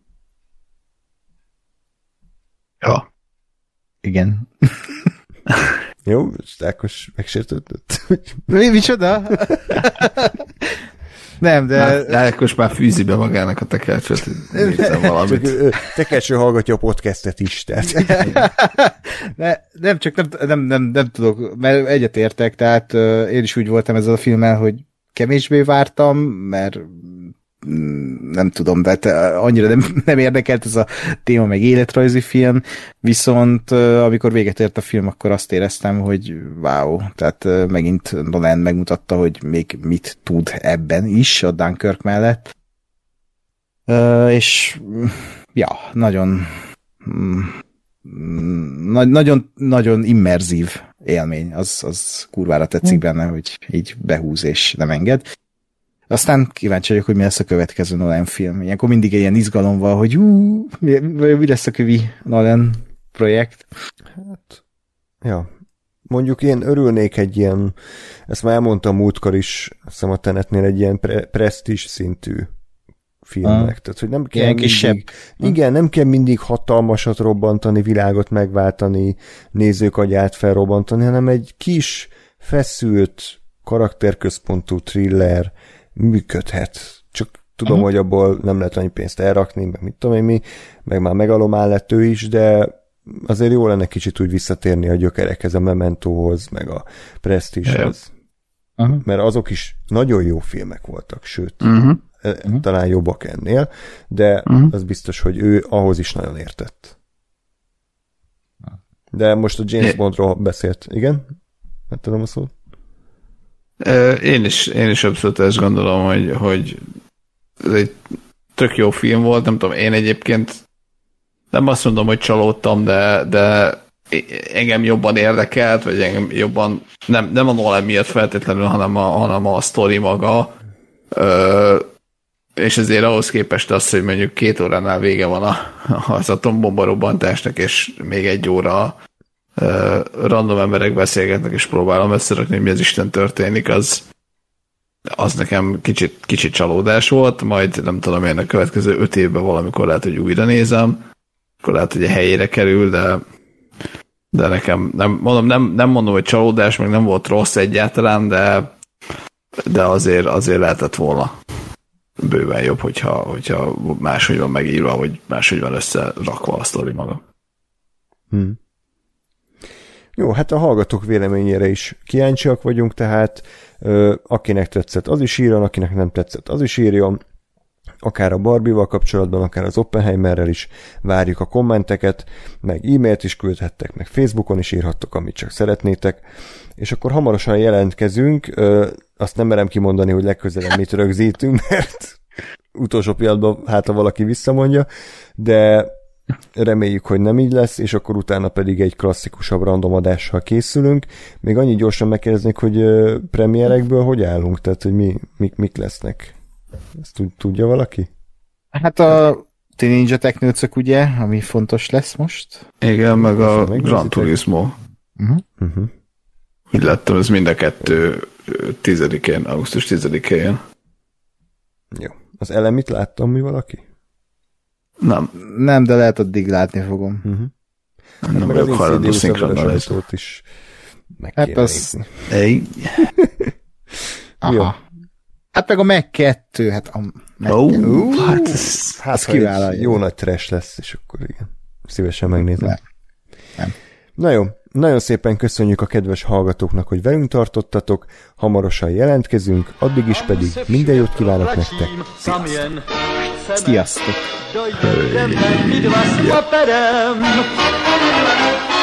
Ja. Igen. Jó, Ákos megsértődött. Micsoda? Nem, de... Ákos már fűzi be magának a tekercsöt, nézem valamit. Tekercső hallgatja a podcastet is, tehát. Nem, csak nem tudok, mert egyetértek, tehát én is úgy voltam ezzel a filmmel, hogy kevésbé vártam, mert nem tudom, de annyira nem érdekelt ez a téma, meg életrajzi film, viszont amikor véget ért a film, akkor azt éreztem, hogy wow, tehát megint Nolan megmutatta, hogy még mit tud ebben is, a Dunkirk mellett. És ja, nagyon immerzív élmény, az kurvára tetszik benne, hogy így behúz és nem enged. Aztán kíváncsi vagyok, hogy mi lesz a következő Nolan film. Ilyenkor mindig ilyen izgalom van, hogy mi lesz a kövi Nolan projekt. Hát, ja. Mondjuk én örülnék egy ilyen, ezt már elmondtam múltkor is, azt hiszem a Tenetnél egy ilyen presztízs szintű filmnek. Tehát, hogy nem kell mindig, nem kell mindig hatalmasat robbantani, világot megváltani, nézők agyát felrobbantani, hanem egy kis, feszült, karakterközpontú thriller működhet. Csak tudom, hogy abból nem lehet annyi pénzt elrakni, meg mit tudom én mi, meg már megalomán lett ő is, de azért jó lenne kicsit úgy visszatérni a gyökerekhez, a Mementóhoz, meg a Prestige-hez. Mert azok is nagyon jó filmek voltak, sőt, talán jobbak ennél, de az biztos, hogy ő ahhoz is nagyon értett. De most a James Bondról beszélt. Igen? Nem tudom a szót. Én is abszolút ezt gondolom, hogy ez egy tök jó film volt, nem tudom, én egyébként nem azt mondom, hogy csalódtam, de engem jobban érdekelt, vagy engem jobban, nem a Nolan miatt feltétlenül, hanem a sztori maga, és ezért ahhoz képest az, hogy mondjuk 2 óránál vége van az atombomba robbantásnak, és még 1 óra random emberek beszélgetnek, és próbálom összerakni, hogy mi az Isten történik, az nekem kicsit csalódás volt, majd nem tudom én a következő 5 évben valamikor lehet, hogy újra nézem, akkor lehet, hogy a helyére kerül, de nekem nem mondom, hogy csalódás, meg nem volt rossz egyáltalán, de azért lehetett volna bőven jobb, hogyha máshogy van megírva, vagy máshogy van összerakva a sztori maga. Jó, hát a hallgatók véleményére is kíváncsiak vagyunk, tehát akinek tetszett, az is írjon, akinek nem tetszett, az is írjon, akár a Barbie-val kapcsolatban, akár az Oppenheimerrel is várjuk a kommenteket, meg e-mailt is küldhettek, meg Facebookon is írhattok, amit csak szeretnétek, és akkor hamarosan jelentkezünk, azt nem merem kimondani, hogy legközelebb mit rögzítünk, mert utolsó pillanatban hát ha valaki visszamondja, de reméljük, hogy nem így lesz, és akkor utána pedig egy klasszikusabb random adással készülünk. Még annyit gyorsan megkérdeznék, hogy premierekből hogy állunk? Tehát, hogy mik lesznek? Ezt tudja valaki? Hát a Ninja Technőcök, ugye, ami fontos lesz most. Igen, meg a Gran Turismo. Úgy láttam, ez mind a 2 10-én, augusztus 10-én. Jó. Az elemit láttam mi valaki? Nem, de lehet addig látni fogom. Nem vagyok hajlandó szinkronnal ez. Is meg hát az... Aha. Hát meg a Meg 2, hát a Meg 2. Hát kivállalja. Jó nagy trash lesz, és akkor igen. Szívesen megnézem. Nem. Na jó, nagyon szépen köszönjük a kedves hallgatóknak, hogy velünk tartottatok, hamarosan jelentkezünk, addig is pedig minden jót kívánok nektek. Sziasztok! Sziasztok.